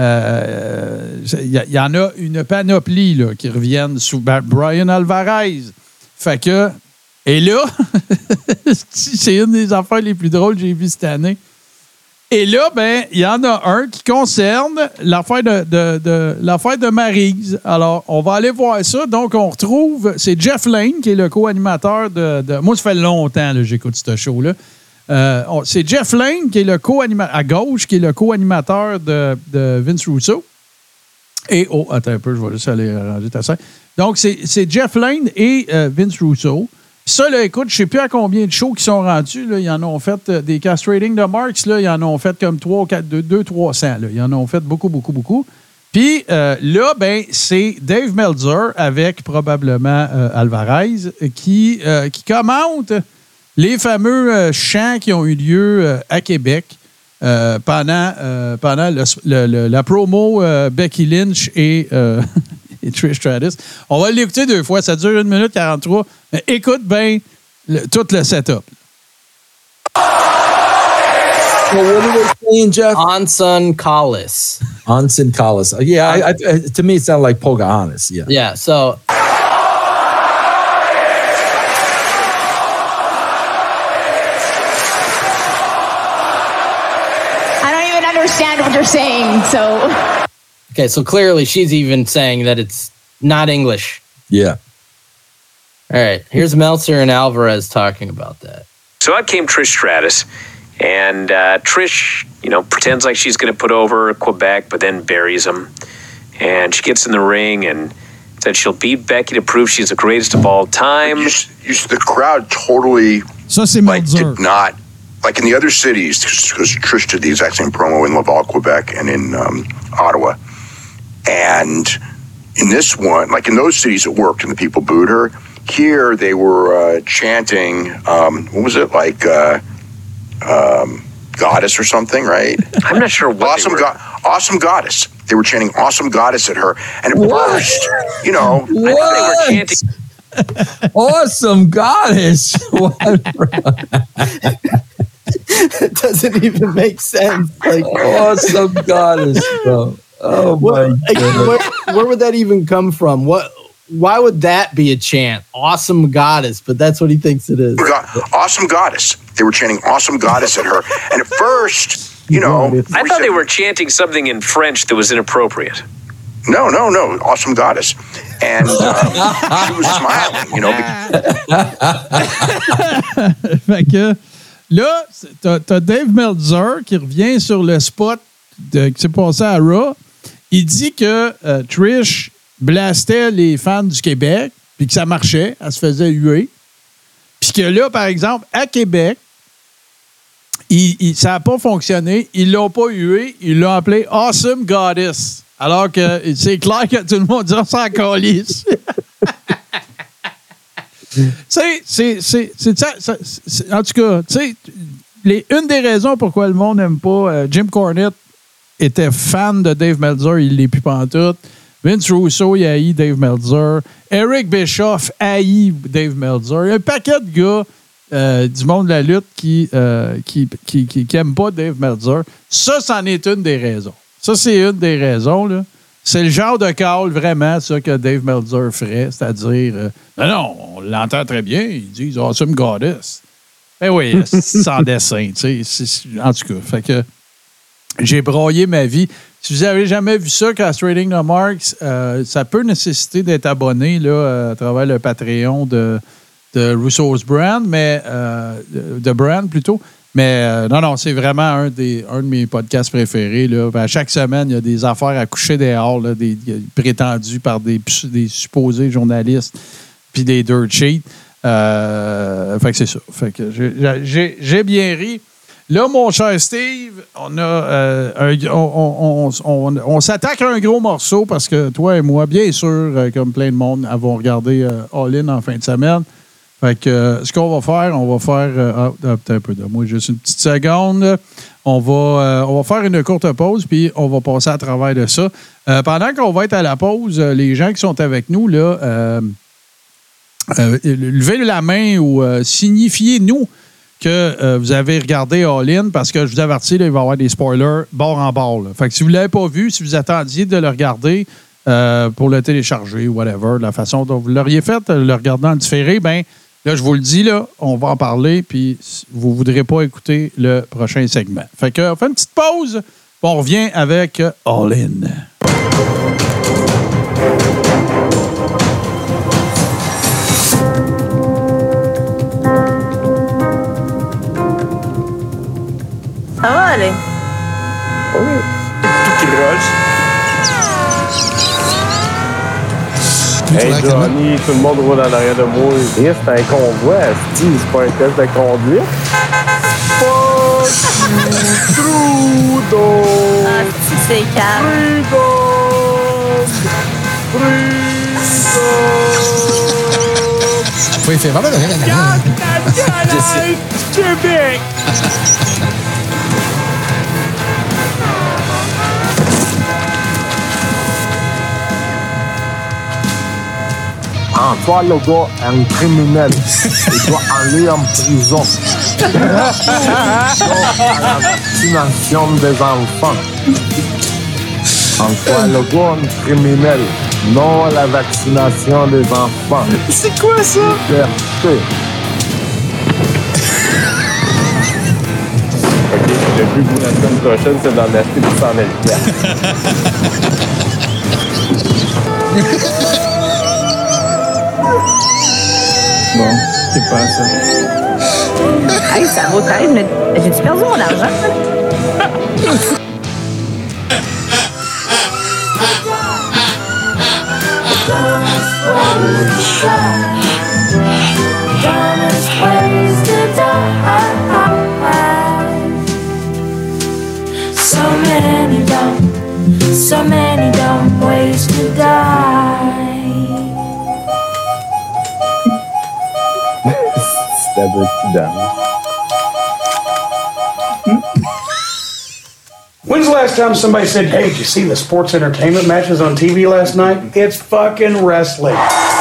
Speaker 2: y en a une panoplie là, qui reviennent sous Brian Alvarez. Fait que... Et là, c'est une des affaires les plus drôles que j'ai vues cette année. Et là, ben, il y en a un qui concerne l'affaire de Maryse. Alors, on va aller voir ça. Donc, on retrouve... C'est Jeff Lane qui est le co-animateur de moi, ça fait longtemps que j'écoute ce show-là. C'est Jeff Lane qui est le co-animateur... À gauche, qui est le co-animateur de Vince Russo. Et... Oh, attends un peu, je vais juste aller arranger ta scène. Donc, c'est Jeff Lane et Vince Russo. Ça, là, écoute, je ne sais plus à combien de shows qui sont rendus. Là. Ils en ont fait des Castrating the Marks. Là, ils en ont fait comme 200-300. Ils en ont fait beaucoup, beaucoup, beaucoup. Puis là, ben, c'est Dave Meltzer avec probablement Alvarez qui commente les fameux chants qui ont eu lieu à Québec pendant la promo Becky Lynch et Trish Stratus. On va l'écouter 2 fois. Ça dure 1 minute 43. Mais écoute bien tout le setup.
Speaker 4: Well, what are they saying, Jeff?
Speaker 5: Anson Collis.
Speaker 4: Anson Collis. Yeah, to me it sounded like Pocahontas. Yeah.
Speaker 5: Yeah, so...
Speaker 6: I don't even understand what you're saying, so...
Speaker 5: Okay, so clearly she's even saying that it's not English.
Speaker 4: Yeah.
Speaker 5: All right, here's Meltzer and Alvarez talking about that.
Speaker 7: So out came Trish Stratus, and Trish, pretends like she's going to put over Quebec, but then buries him. And she gets in the ring and said she'll beat Becky to prove she's the greatest of all time.
Speaker 1: The crowd totally
Speaker 2: Ça, c'est Meltzer.
Speaker 1: did not, like in the other cities, because Trish did the exact same promo in Laval, Quebec, and in Ottawa. And in this one, like in those cities, it worked and the people booed her. Here, they were chanting, what was it, like goddess or something, right?
Speaker 7: I'm not sure what
Speaker 1: Awesome goddess. They were chanting awesome goddess at her. And at first, you know.
Speaker 7: I think they were chanting.
Speaker 4: Awesome goddess.
Speaker 5: It doesn't even make sense. Like,
Speaker 4: Awesome goddess, bro. Oh my God.
Speaker 5: where would that even come from? Why would that be a chant? Awesome goddess, but that's what he thinks it is.
Speaker 1: Awesome goddess. They were chanting awesome goddess at her. And at first, you know.
Speaker 7: I thought they were chanting something in French that was inappropriate.
Speaker 1: No. Awesome goddess. And she was smiling, you know.
Speaker 2: Fait que là, t'as Dave Meltzer qui revient sur le spot qui s'est passé à Raw. Il dit que Trish blastait les fans du Québec, puis que ça marchait, elle se faisait huer. Puis que là, par exemple, à Québec, ça n'a pas fonctionné. Ils l'ont pas hué. Ils l'ont appelé Awesome Goddess. Alors que c'est clair que tout le monde dit ça en calisse. En tout cas, une des raisons pourquoi le monde n'aime pas Jim Cornette était fan de Dave Meltzer, il l'est plus pantoute. Vince Russo, il haït Dave Meltzer. Eric Bischoff haït Dave Meltzer. Il y a un paquet de gars du monde de la lutte qui n'aiment pas Dave Meltzer. Ça, c'en est une des raisons. Ça, c'est une des raisons, là. C'est le genre de call, vraiment, ça, que Dave Meltzer ferait. C'est-à-dire, non, on l'entend très bien. Ils disent Awesome Goddess. Ben oui, c'est sans dessin, tu sais. En tout cas, fait que j'ai broyé ma vie. Si vous n'avez jamais vu ça, Castrating the Marks, ça peut nécessiter d'être abonné là, à travers le Patreon de Russo's Brand, mais de Brand plutôt. Mais non, c'est vraiment un de mes podcasts préférés. Là. À chaque semaine, il y a des affaires à coucher dehors, là, prétendues par des supposés journalistes, puis des dirt sheets. Fait que c'est ça. Fait que j'ai bien ri. Là, mon cher Steve, on s'attaque à un gros morceau parce que toi et moi, bien sûr, comme plein de monde, avons regardé All In en fin de semaine. Fait que ce qu'on va faire, peut-être un peu de moi, juste une petite seconde. On va faire une courte pause, puis on va passer à travers de ça. Pendant qu'on va être à la pause, les gens qui sont avec nous, là, levez la main ou signifiez-nous que vous avez regardé All In, parce que je vous avertis, là, il va y avoir des spoilers bord en bord. Là. Fait que si vous ne l'avez pas vu, si vous attendiez de le regarder pour le télécharger ou whatever, la façon dont vous l'auriez fait, le regardant en différé, ben là, je vous le dis, là, on va en parler, puis vous ne voudrez pas écouter le prochain segment. Fait que, on fait une petite pause, puis on revient avec All In.
Speaker 6: Ça va aller.
Speaker 3: Oui. Hey Johnny, tout le monde roule en arrière de moi. C'est un convoi, c'est pas un test de conduite. Trudeau!
Speaker 6: Ah, c'est calme.
Speaker 8: Faut y faire vraiment
Speaker 3: Québec! Antoine Legault est un criminel. Il doit aller en prison. La vaccination des enfants. Antoine Legault est un criminel. Non à la vaccination des enfants.
Speaker 8: C'est quoi ça?
Speaker 3: Liberté. OK, le but pour la semaine prochaine, c'est d'en acheter pour 100 000 $. Bon, c'est pas ça.
Speaker 6: Hey, ça vaut quand même. J'ai-tu perdu mon argent?
Speaker 9: So many dumb
Speaker 8: So many dumb ways to die.
Speaker 4: Stabber to down.
Speaker 9: When's the last time somebody said, hey, did you see the sports entertainment matches on TV last night? It's fucking wrestling.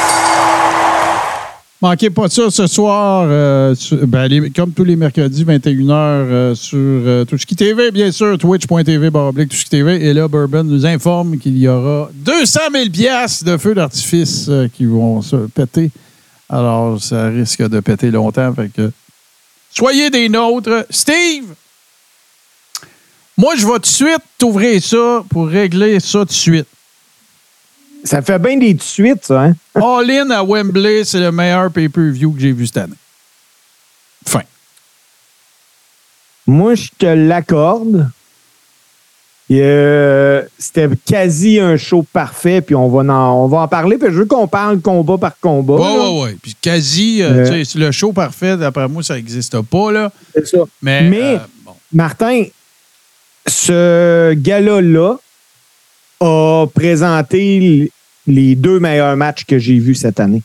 Speaker 2: Manquez pas de ça ce soir, comme tous les mercredis, 21h sur Touchki TV, bien sûr, twitch.tv/Touchki TV. Et là, Bourbon nous informe qu'il y aura 200 000 piastres de feux d'artifice qui vont se péter. Alors, ça risque de péter longtemps. Fait que soyez des nôtres. Steve! Moi, je vais tout de suite t'ouvrir ça pour régler ça tout de suite.
Speaker 3: Ça fait bien des tout de suite, ça, hein?
Speaker 2: All-in à Wembley, c'est le meilleur pay-per-view que j'ai vu cette année. Fin.
Speaker 3: Moi, je te l'accorde. C'était quasi un show parfait, puis on va en parler. Puis je veux qu'on parle combat par combat.
Speaker 2: Oui. Puis quasi, tu sais, le show parfait, d'après moi, ça n'existe pas, là.
Speaker 3: C'est ça. Mais
Speaker 2: bon.
Speaker 3: Martin, ce gars-là a présenté les 2 meilleurs matchs que j'ai vus cette année.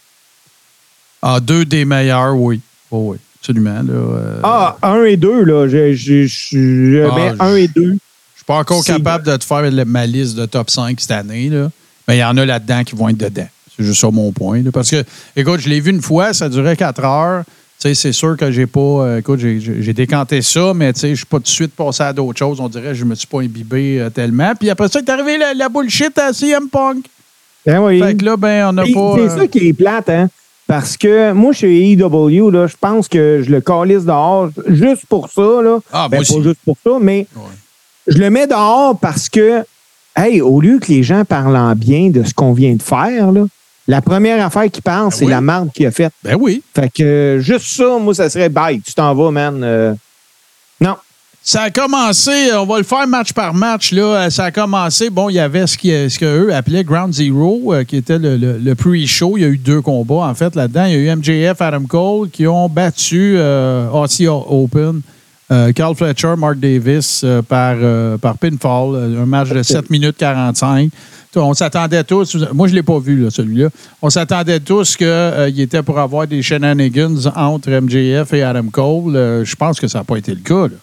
Speaker 2: Ah, 2 des meilleurs, oui. Oh, oui, absolument. Là,
Speaker 3: 1 et 2, là. Je mets 1 et 2.
Speaker 2: Je suis pas encore capable de te faire ma liste de top 5 cette année, là. Mais il y en a là-dedans qui vont être dedans. C'est juste ça mon point. Là. Parce que, écoute, je l'ai vu une fois, ça durait 4 heures. Tu sais, c'est sûr que j'ai pas... écoute, j'ai décanté ça, mais tu sais, je suis pas tout de suite passé à d'autres choses. On dirait que je me suis pas imbibé tellement. Puis après ça, est arrivé la bullshit à CM Punk.
Speaker 3: Ben oui.
Speaker 2: Fait que là, on n'a pas...
Speaker 3: C'est ça qui est plate, hein? Parce que moi, chez AEW, là, je pense que je le calisse dehors juste pour ça, là.
Speaker 2: Ah,
Speaker 3: ben,
Speaker 2: moi aussi.
Speaker 3: pas juste pour ça, mais je le mets dehors parce que, hey, au lieu que les gens parlent en bien de ce qu'on vient de faire, là, la première affaire qu'ils pensent, c'est la marde qu'il a faite.
Speaker 2: Ben oui.
Speaker 3: Fait que juste ça, moi, ça serait bye. Tu t'en vas, man. Non.
Speaker 2: Ça a commencé, on va le faire match par match, là. Ça a commencé, bon, il y avait ce qu'eux appelaient Ground Zero, qui était le pre-show. Il y a eu 2 combats, en fait, là-dedans. Il y a eu MJF, Adam Cole, qui ont battu Aussie Open, Carl Fletcher, Mark Davis par pinfall. Un match de 7 minutes 45. On s'attendait tous, moi je ne l'ai pas vu, là, celui-là. On s'attendait tous qu'il était pour avoir des shenanigans entre MJF et Adam Cole. Je pense que ça n'a pas été le cas, là.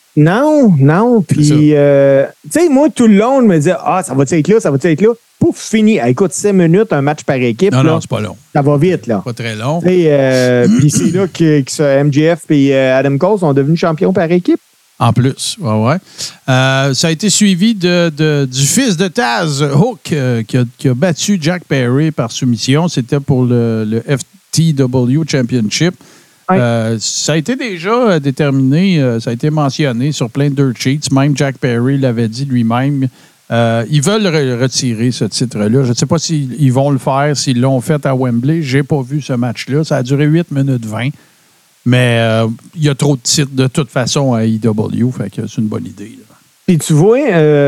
Speaker 3: Non. Puis, tu sais, moi, tout le long, je me disais, ça va être là, ça va être là. Pouf, fini. Écoute, 7 minutes, un match par équipe.
Speaker 2: Non, c'est pas long.
Speaker 3: Ça va vite, là.
Speaker 2: Pas très long.
Speaker 3: Puis c'est là que MJF et Adam Cole sont devenus champions par équipe.
Speaker 2: En plus, ouais. Ça a été suivi du fils de Taz, Hook, qui a battu Jack Perry par soumission. C'était pour le FTW Championship. Ouais. Ça a été déjà déterminé, ça a été mentionné sur plein de dirt sheets. Même Jack Perry l'avait dit lui-même. Ils veulent retirer ce titre-là. Je ne sais pas s'ils vont le faire, s'ils l'ont fait à Wembley. Je n'ai pas vu ce match-là. Ça a duré 8 minutes 20. Mais il y a trop de titres de toute façon à AEW, fait que c'est une bonne idée.
Speaker 3: Puis tu vois,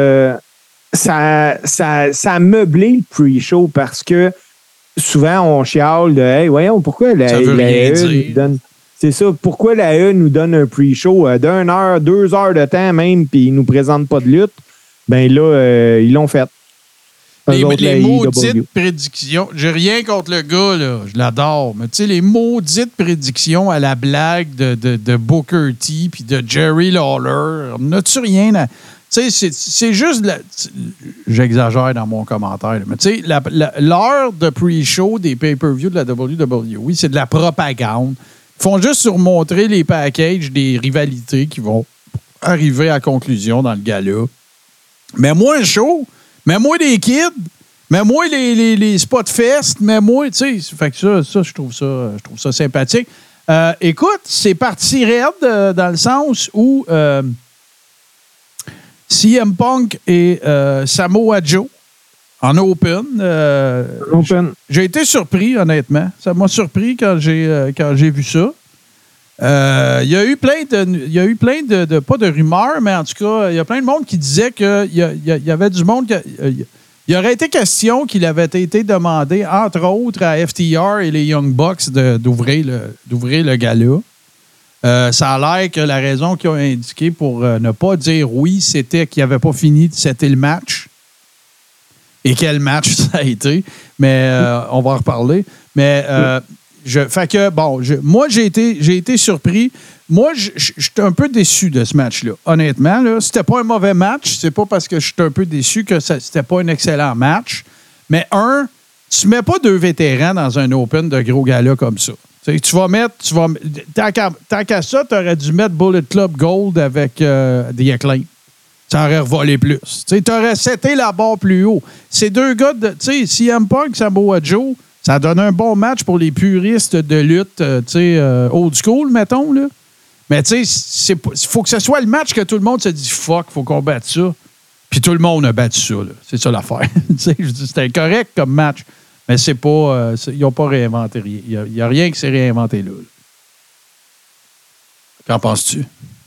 Speaker 3: ça a meublé le pre-show parce que souvent on chiale de hey, voyons, pourquoi la nous donne. C'est ça, pourquoi la E nous donne un pre-show d'1 heure, 2 heures de temps même, puis ils nous présentent pas de lutte. Ben là, ils l'ont fait.
Speaker 2: Les maudites prédictions. J'ai rien contre le gars, là. Je l'adore. Mais tu sais, les maudites prédictions à la blague de Booker T puis de Jerry Lawler. N'as-tu rien à. Tu sais, c'est juste. J'exagère dans mon commentaire. Là. Mais tu sais, l'heure de pre-show des pay-per-view de la WWE, c'est de la propagande. Ils font juste surmontrer les packages des rivalités qui vont arriver à conclusion dans le gala. Mais moi, un show. Mets-moi des kids, mets-moi les spot fest, mets-moi, tu sais. Fait que ça, je trouve ça sympathique. Écoute, c'est parti raide dans le sens où CM Punk et Samoa Joe en Open. J'ai été surpris, honnêtement. Ça m'a surpris quand j'ai vu ça. Il y a eu plein de pas de rumeurs, mais en tout cas, il y a plein de monde qui disait qu'il y avait du monde il aurait été question qu'il avait été demandé, entre autres, à FTR et les Young Bucks d'ouvrir le gala. Ça a l'air que la raison qu'ils ont indiqué pour ne pas dire oui, c'était qu'ils n'avaient pas fini de setter le match. Et quel match ça a été. Mais on va en reparler. Mais moi, j'ai été surpris. Moi, je suis un peu déçu de ce match-là. Honnêtement, là, c'était pas un mauvais match. C'est pas parce que je suis un peu déçu que c'était pas un excellent match. Mais tu mets pas 2 vétérans dans un Open de gros gala comme ça. Tant qu'à ça, tu aurais dû mettre Bullet Club Gold avec The Acclaim. Ça aurait revolé plus. Tu aurais seté la barre plus haut. Ces 2 gars, CM Punk, Samoa Joe, ça donne un bon match pour les puristes de lutte old school, mettons. Là. Mais il faut que ce soit le match que tout le monde se dit « fuck, faut qu'on batte ça ». Puis tout le monde a battu ça. Là. C'est ça l'affaire. C'était correct comme match. Mais c'est pas. Ils n'ont pas réinventé rien. Il n'y a rien qui s'est réinventé là. Qu'en penses-tu?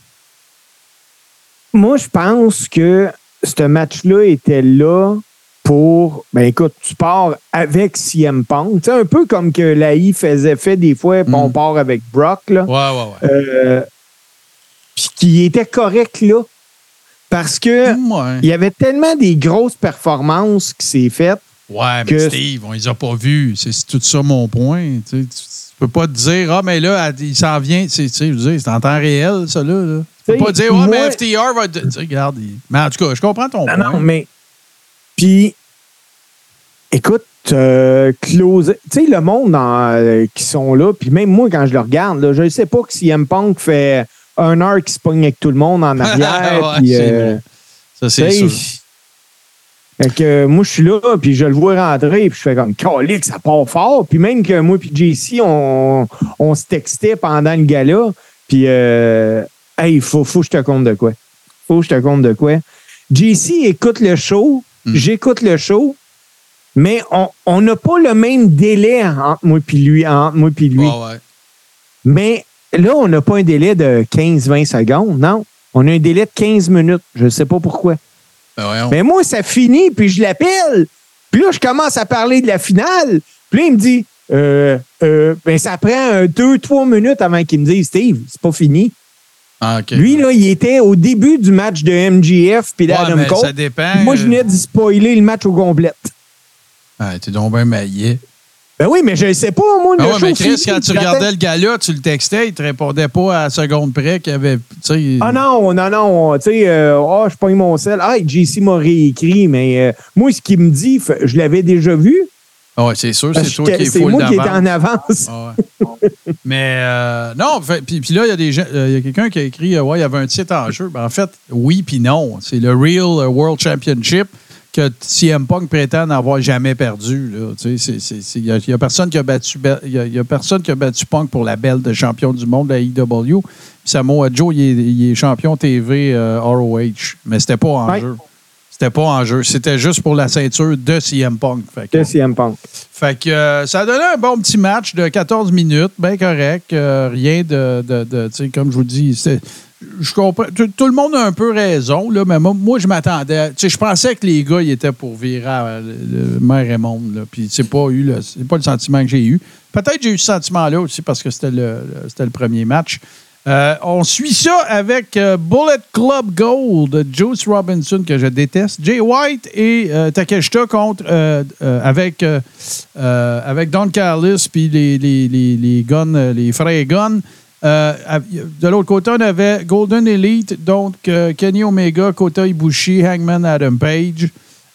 Speaker 3: Moi, je pense que ce match-là était là pour. Ben écoute, tu pars avec CM Punk. Tu sais, un peu comme que l'AI fait des fois, on part avec Brock. Là.
Speaker 2: Ouais.
Speaker 3: Puis qui était correct là. Parce que il y avait tellement des grosses performances qui s'est faites.
Speaker 2: Ouais, mais Steve, on les a pas vus. C'est tout ça mon point. Tu peux pas te dire, mais là, il s'en vient. C'est en temps réel, ça, là. Tu peux pas dire, mais FTR va. Regarde. Mais en tout cas, je comprends ton point.
Speaker 3: Non, mais. Puis, écoute, close. Tu sais, le monde qui sont là, puis même moi, quand je le regarde, là, je ne sais pas que CM Punk fait 1 heure qui se pogne avec tout le monde en arrière. Puis,
Speaker 2: ça, c'est sûr.
Speaker 3: Fait que moi, je suis là, puis je le vois rentrer, puis je fais comme, calique, ça part fort. Puis même que moi puis JC, on se textait pendant le gala, puis hey, faut que je te compte de quoi. JC écoute le show, j'écoute le show, mais on n'a pas le même délai entre moi puis lui.
Speaker 2: Ouais.
Speaker 3: Mais là, on n'a pas un délai de 15-20 secondes, non. On a un délai de 15 minutes. Je ne sais pas pourquoi. Mais moi, ça finit, puis je l'appelle. Puis là, je commence à parler de la finale. Puis là, il me dit, ben, ça prend 2-3 minutes avant qu'il me dise, Steve, c'est pas fini.
Speaker 2: Ah, okay.
Speaker 3: Lui, là, il était au début du match de MJF puis d'Adam Cole.
Speaker 2: Ça dépend.
Speaker 3: Moi, je venais de spoiler le match au complet.
Speaker 2: Ah, t'es donc bien maillé.
Speaker 3: Ben oui, mais je ne sais pas, moi.
Speaker 2: Mais Chris, quand tu regardais le gars-là, tu le textais, il te répondait pas à la seconde près qu'il y avait.
Speaker 3: Ah non. Tu sais, je pogne mon sel. Ah, JC m'a réécrit, mais moi, ce qu'il me dit, je l'avais déjà vu.
Speaker 2: Ah oui, c'est sûr, c'est toi qui est full
Speaker 3: C'est moi qui
Speaker 2: d'avance.
Speaker 3: étais en avance.
Speaker 2: Ah ouais. Mais non, puis là, il y a des gens, il y a quelqu'un qui a écrit, il y avait un titre en jeu. Ben, en fait, oui puis non. C'est le Real World Championship que CM Punk prétend n'avoir jamais perdu. Il y a personne qui a battu Punk pour la belle de champion du monde de la EW. Puis Samoa Joe, il est champion TV ROH. Mais c'était pas en jeu. C'était pas en jeu. C'était juste pour la ceinture de CM Punk.
Speaker 3: CM Punk.
Speaker 2: Fait que ça a donné un bon petit match de 14 minutes, bien correct. Rien de tu sais, comme je vous dis, je comprends. Tout le monde a un peu raison, là, mais moi je m'attendais. Tu sais, je pensais que les gars, ils étaient pour virer le Mère et Monde, là. Puis c'est pas le sentiment que j'ai eu. Peut-être que j'ai eu ce sentiment-là aussi parce que c'était le premier match. On suit ça avec Bullet Club Gold, Juice Robinson, que je déteste, Jay White et Takeshita contre avec Don Callis puis les Guns, les frères Guns. De l'autre côté, on avait Golden Elite, donc Kenny Omega, Kota Ibushi, Hangman Adam Page.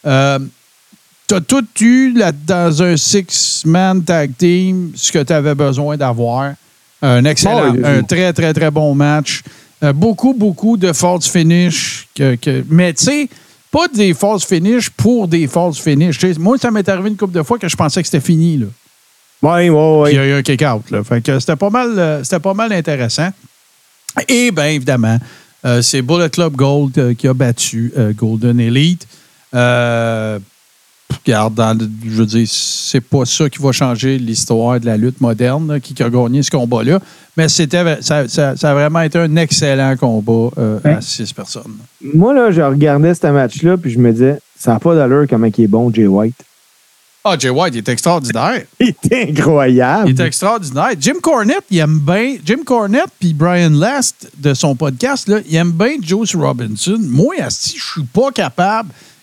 Speaker 2: T'as tout eu dans un 6-man tag team ce que tu avais besoin d'avoir. Un excellent, un très, très, très bon match. Beaucoup de false finish. Mais tu sais, pas des false finish pour des false finish. Moi, ça m'est arrivé une couple de fois que je pensais que c'était fini. Là.
Speaker 3: Oui.
Speaker 2: Puis il y a eu un kick-out. Là. Fait que c'était pas mal intéressant. Et bien, évidemment, c'est Bullet Club Gold qui a battu Golden Elite. Regarde, je veux dire, c'est pas ça qui va changer l'histoire de la lutte moderne, là, qui a gagné ce combat-là. Mais ça a vraiment été un excellent combat à 6 personnes.
Speaker 3: Moi, là, je regardais ce match-là, puis je me disais, ça n'a pas d'allure comment il est bon, Jay White.
Speaker 2: Ah, Jay White, il est extraordinaire.
Speaker 3: Il est incroyable.
Speaker 2: Il est extraordinaire. Jim Cornette, il aime bien. Jim Cornette puis Brian Last, de son podcast, là, il aime bien Juice Robinson. Moi, asti, je suis pas capable.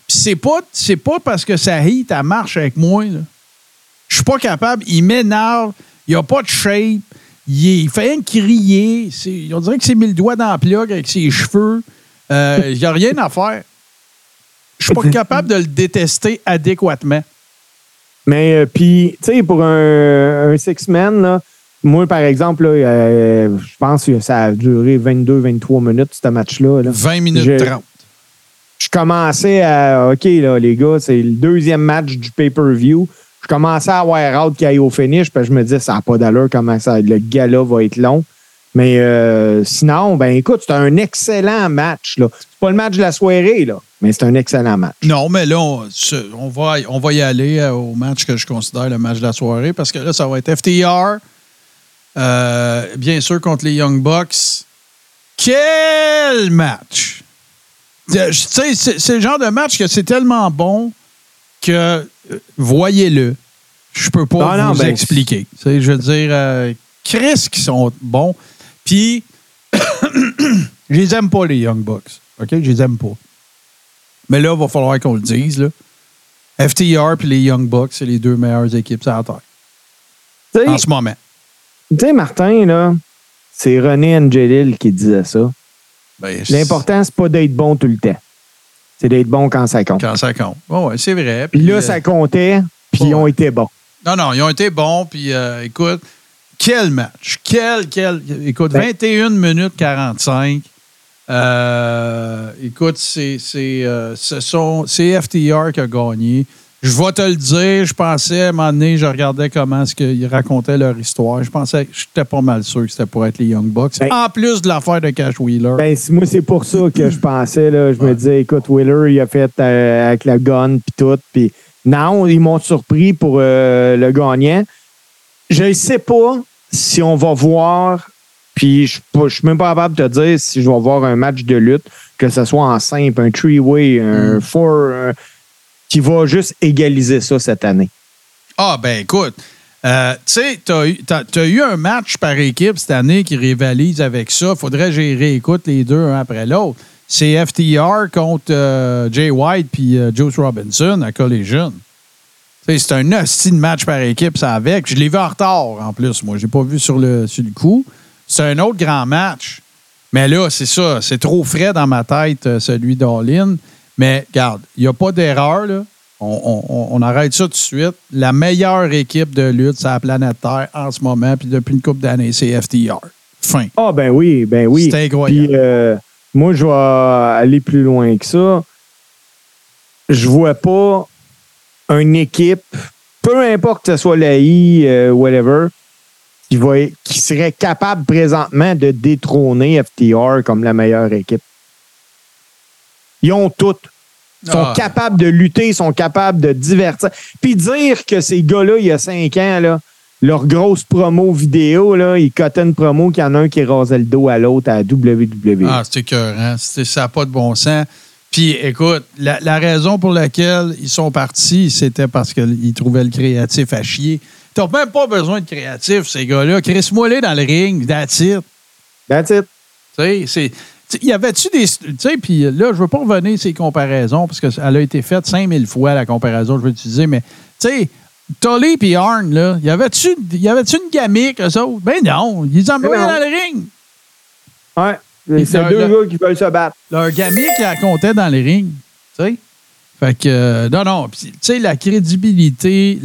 Speaker 2: Puis c'est pas parce que ça hit, elle marche avec moi. Là. Je suis pas capable. Il m'énerve. Il a pas de shape. Il fait rien que crier. On dirait qu'il s'est mis le doigt dans le plug avec ses cheveux. Il n'y a rien à faire. Je suis pas capable de le détester adéquatement.
Speaker 3: Mais puis, tu sais, pour un six-man, là, moi, par exemple, là, je pense que ça a duré 22-23 minutes, ce match-là. Là.
Speaker 2: 20 minutes 30.
Speaker 3: Je commençais à... OK, là, les gars, c'est le deuxième match du pay-per-view. Je commençais à avoir hâte qu'il aille au finish, parce que je me disais, ça n'a pas d'allure comment ça, le gala va être long. Mais sinon, ben écoute, c'est un excellent match. Là. C'est pas le match de la soirée, là, mais c'est un excellent match.
Speaker 2: Non, mais là, on va y aller au match que je considère le match de la soirée, parce que là, ça va être FTR, bien sûr, contre les Young Bucks. Quel match! Tu sais, c'est le genre de match que c'est tellement bon que voyez-le. Je peux pas vous expliquer. Je veux dire, Chris qui sont bons. Puis, je les aime pas, les Young Bucks. OK? Je les aime pas. Mais là, il va falloir qu'on le dise. Là. FTR et les Young Bucks, c'est les deux meilleures équipes sur la Terre. T'sais, en ce moment.
Speaker 3: Tu sais, Martin, là, c'est René Angelil qui disait ça.
Speaker 2: Ben,
Speaker 3: l'important, c'est pas d'être bon tout le temps. C'est d'être bon quand ça compte.
Speaker 2: Quand ça compte. Oh, ouais, c'est vrai.
Speaker 3: Puis là, ça comptait, puis ils ont été bons.
Speaker 2: Non, ils ont été bons. Puis écoute, quel match. Écoute, 21 minutes 45. Écoute, c'est FTR qui a gagné. Je vais te le dire, je pensais, à un moment donné, je regardais comment est-ce qu'ils racontaient leur histoire. Je pensais, j'étais pas mal sûr que c'était pour être les Young Bucks. En plus de l'affaire de Cash Wheeler.
Speaker 3: Ben, moi, c'est pour ça que je pensais, là, je me disais, écoute, Wheeler, il a fait avec la gun puis tout. Puis non, ils m'ont surpris pour le gagnant. Je ne sais pas si on va voir, puis je ne suis même pas capable de te dire si je vais voir un match de lutte, que ce soit en simple, un three-way, un four, qui va juste égaliser ça cette année.
Speaker 2: Ah, ben écoute, tu sais, t'as eu un match par équipe cette année qui rivalise avec ça. Faudrait que j'y réécoute les deux un après l'autre. C'est FTR contre Jay White puis Juice Robinson à Collision. C'est un hostie de match par équipe, ça avec. Je l'ai vu en retard, en plus. Moi, je l'ai pas vu sur le coup. C'est un autre grand match. Mais là, c'est ça. C'est trop frais dans ma tête, celui d'All-In. Mais, regarde, il n'y a pas d'erreur, là. On arrête ça tout de suite. La meilleure équipe de lutte sur la planète Terre en ce moment, puis depuis une couple d'années, c'est FTR. Fin.
Speaker 3: Ah, ben oui.
Speaker 2: C'est incroyable.
Speaker 3: Puis, moi, je vais aller plus loin que ça. Je vois pas une équipe, peu importe que ce soit la I, whatever, qui serait capable présentement de détrôner FTR comme la meilleure équipe. Ils ont toutes. Ils sont capables de lutter, ils sont capables de divertir. Puis dire que ces gars-là, il y a 5 ans, là, leur grosse promo vidéo, là, ils cotaient une promo qu'il y en a un qui rasait le dos à l'autre à la WWE.
Speaker 2: Ah, c'est écœurant. Ça n'a pas de bon sens. Puis, écoute, la raison pour laquelle ils sont partis, c'était parce qu'ils trouvaient le créatif à chier. T'as même pas besoin de créatif, ces gars-là. Chris Mollet dans le ring, that's it.
Speaker 3: That's it.
Speaker 2: Tu sais, y avait-tu des... Tu sais, puis là, je veux pas revenir sur ces comparaisons, parce qu'elle a été faite 5000 fois, la comparaison, je veux utiliser, mais, tu sais, Tully et Arn, là, y avait-tu une gamique, eux autres? Ben non, ils envoyaient dans le ring.
Speaker 3: Ouais. C'est deux gars qui veulent se battre.
Speaker 2: Leur gamique, ils racontaient dans les rings. Tu sais? Fait que, non. Tu sais, la crédibilité,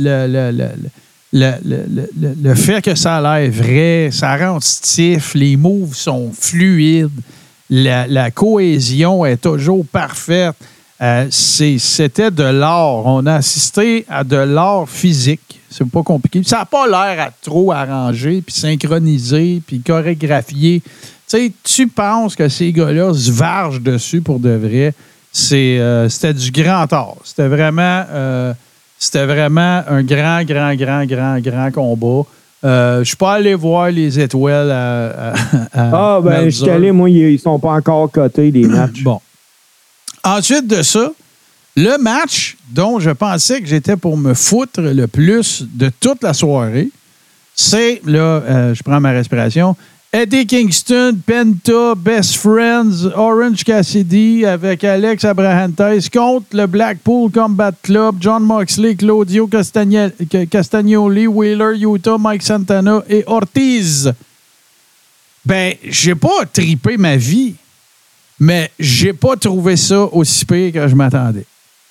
Speaker 2: le fait que ça a l'air vrai, ça rend stiff, les moves sont fluides, la cohésion est toujours parfaite. C'était de l'art. On a assisté à de l'art physique. C'est pas compliqué. Ça n'a pas l'air à trop arranger, puis synchronisé, puis chorégraphié. Tu sais, tu penses que ces gars-là se vargent dessus pour de vrai. C'était du grand art. C'était vraiment un grand combat. Je suis pas allé voir les étoiles à
Speaker 3: je suis allé, moi, ils sont pas encore cotés, les matchs.
Speaker 2: Bon. Ensuite de ça, le match dont je pensais que j'étais pour me foutre le plus de toute la soirée, c'est, là, je prends ma respiration, Eddie Kingston, Penta, Best Friends, Orange Cassidy avec Alex Abrahantes contre le Blackpool Combat Club, John Moxley, Claudio Castagnoli, Wheeler Yuta, Mike Santana et Ortiz. Ben, j'ai pas tripé ma vie, mais j'ai pas trouvé ça aussi pire que je m'attendais.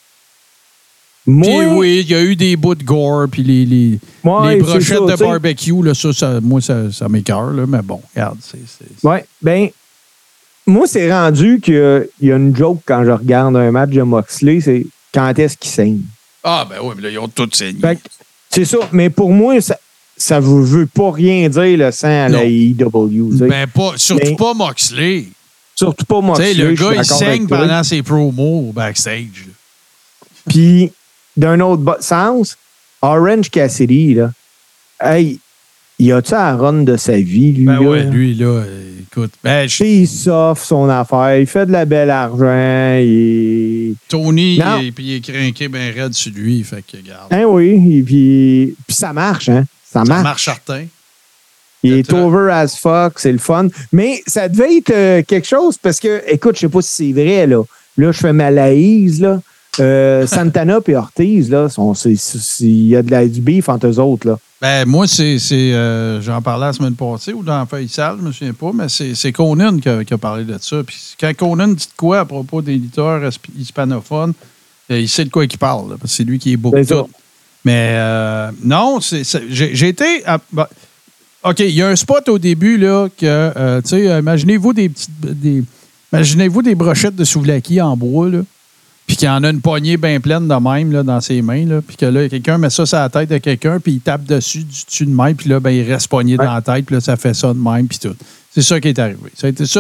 Speaker 2: Puis oui, il y a eu des bouts de gore, puis les brochettes de barbecue, là, moi, ça m'écoeure, là, mais bon, regarde.
Speaker 3: Ouais, ben, moi, c'est rendu qu'il y a une joke quand je regarde un match de Moxley, c'est quand est-ce qu'il saigne.
Speaker 2: Ah, ben oui, mais là, ils ont tous saigné.
Speaker 3: C'est ça, mais pour moi, ça ne veut pas rien dire, le sang à la AEW.
Speaker 2: Ben, surtout pas Moxley.
Speaker 3: Surtout pas Moxley.
Speaker 2: Le gars, il saigne pendant ses promos au backstage.
Speaker 3: Puis, d'un autre sens, Orange Cassidy, là, hey, il a-tu la run de sa vie, lui?
Speaker 2: Ben
Speaker 3: là?
Speaker 2: ouais, lui, là, écoute. Ben,
Speaker 3: il s'offre son affaire, il fait de la belle argent.
Speaker 2: Tony, puis il est crinqué bien raide sur lui, fait que, regarde.
Speaker 3: Hein, oui, et puis ça marche, hein? Ça marche
Speaker 2: certain.
Speaker 3: Il est over as fuck, c'est le fun. Mais ça devait être quelque chose parce que, écoute, je sais pas si c'est vrai, là. Là, je fais ma laïse, là. Santana et Ortiz, là, il y a du beef entre eux autres, là.
Speaker 2: Ben, moi, j'en parlais la semaine passée ou dans Feuille Sale, je me souviens pas, mais c'est Conan qui a parlé de ça. Puis quand Conan dit de quoi à propos des lutteurs hispanophones, il sait de quoi il parle, là, parce que c'est lui qui est beau. Mais non, j'ai été... OK, il y a un spot au début, là, que, tu sais, imaginez-vous imaginez-vous des brochettes de souvlaki en bois, là, puis qu'il y en a une poignée bien pleine de même, là, dans ses mains, là, puis que là, quelqu'un met ça sur la tête de quelqu'un, puis il tape dessus de même, puis là, ben, il reste poigné dans la tête, puis là, ça fait ça de même, puis tout. C'est ça qui est arrivé. Ça a été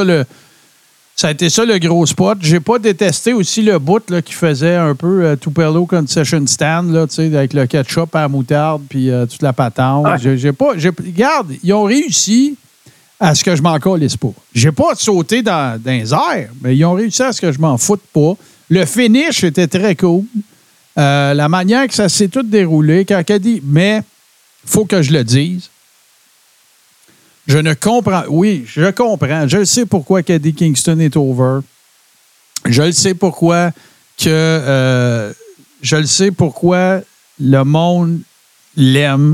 Speaker 2: ça le gros spot. J'ai pas détesté aussi le bout là, qui faisait un peu Tupelo Concession Stand, là, avec le ketchup à la moutarde puis toute la patente. Ouais. Regarde, ils ont réussi à ce que je m'en calisse pas. J'ai pas sauté dans les airs, mais ils ont réussi à ce que je m'en foute pas. Le finish était très cool. La manière que ça s'est tout déroulé, quand elle dit, mais faut que je le dise. Je ne comprends. Oui, je comprends. Je le sais pourquoi Eddie Kingston est over. Je le sais pourquoi je le sais pourquoi le monde l'aime.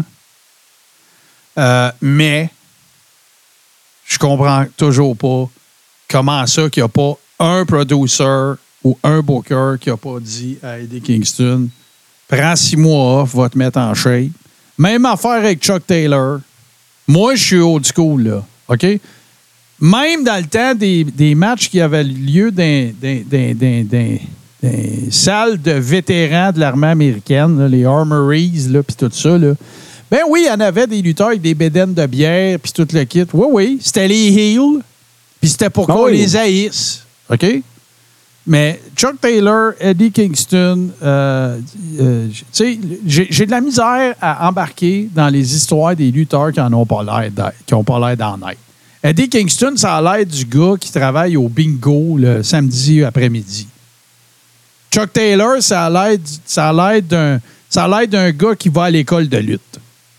Speaker 2: Mais je comprends toujours pas comment ça qu'il n'y a pas un producer ou un booker qui n'a pas dit à Eddie Kingston, prends 6 mois off, va te mettre en shape. Même affaire avec Chuck Taylor. Moi, je suis old school, là. OK? Même dans le temps des matchs qui avaient lieu dans salles de vétérans de l'armée américaine, là, les armories, puis tout ça, là. Ben oui, il y en avait des lutteurs avec des bédaines de bière, puis tout le kit. Oui, c'était les heels, puis c'était pour qu'on les haïsse. OK? Mais Chuck Taylor, Eddie Kingston, tu sais, j'ai de la misère à embarquer dans les histoires des lutteurs qui n'ont pas l'air d'en être. Eddie Kingston, ça a l'air du gars qui travaille au bingo le samedi après-midi. Chuck Taylor, ça a l'air d'un gars qui va à l'école de lutte.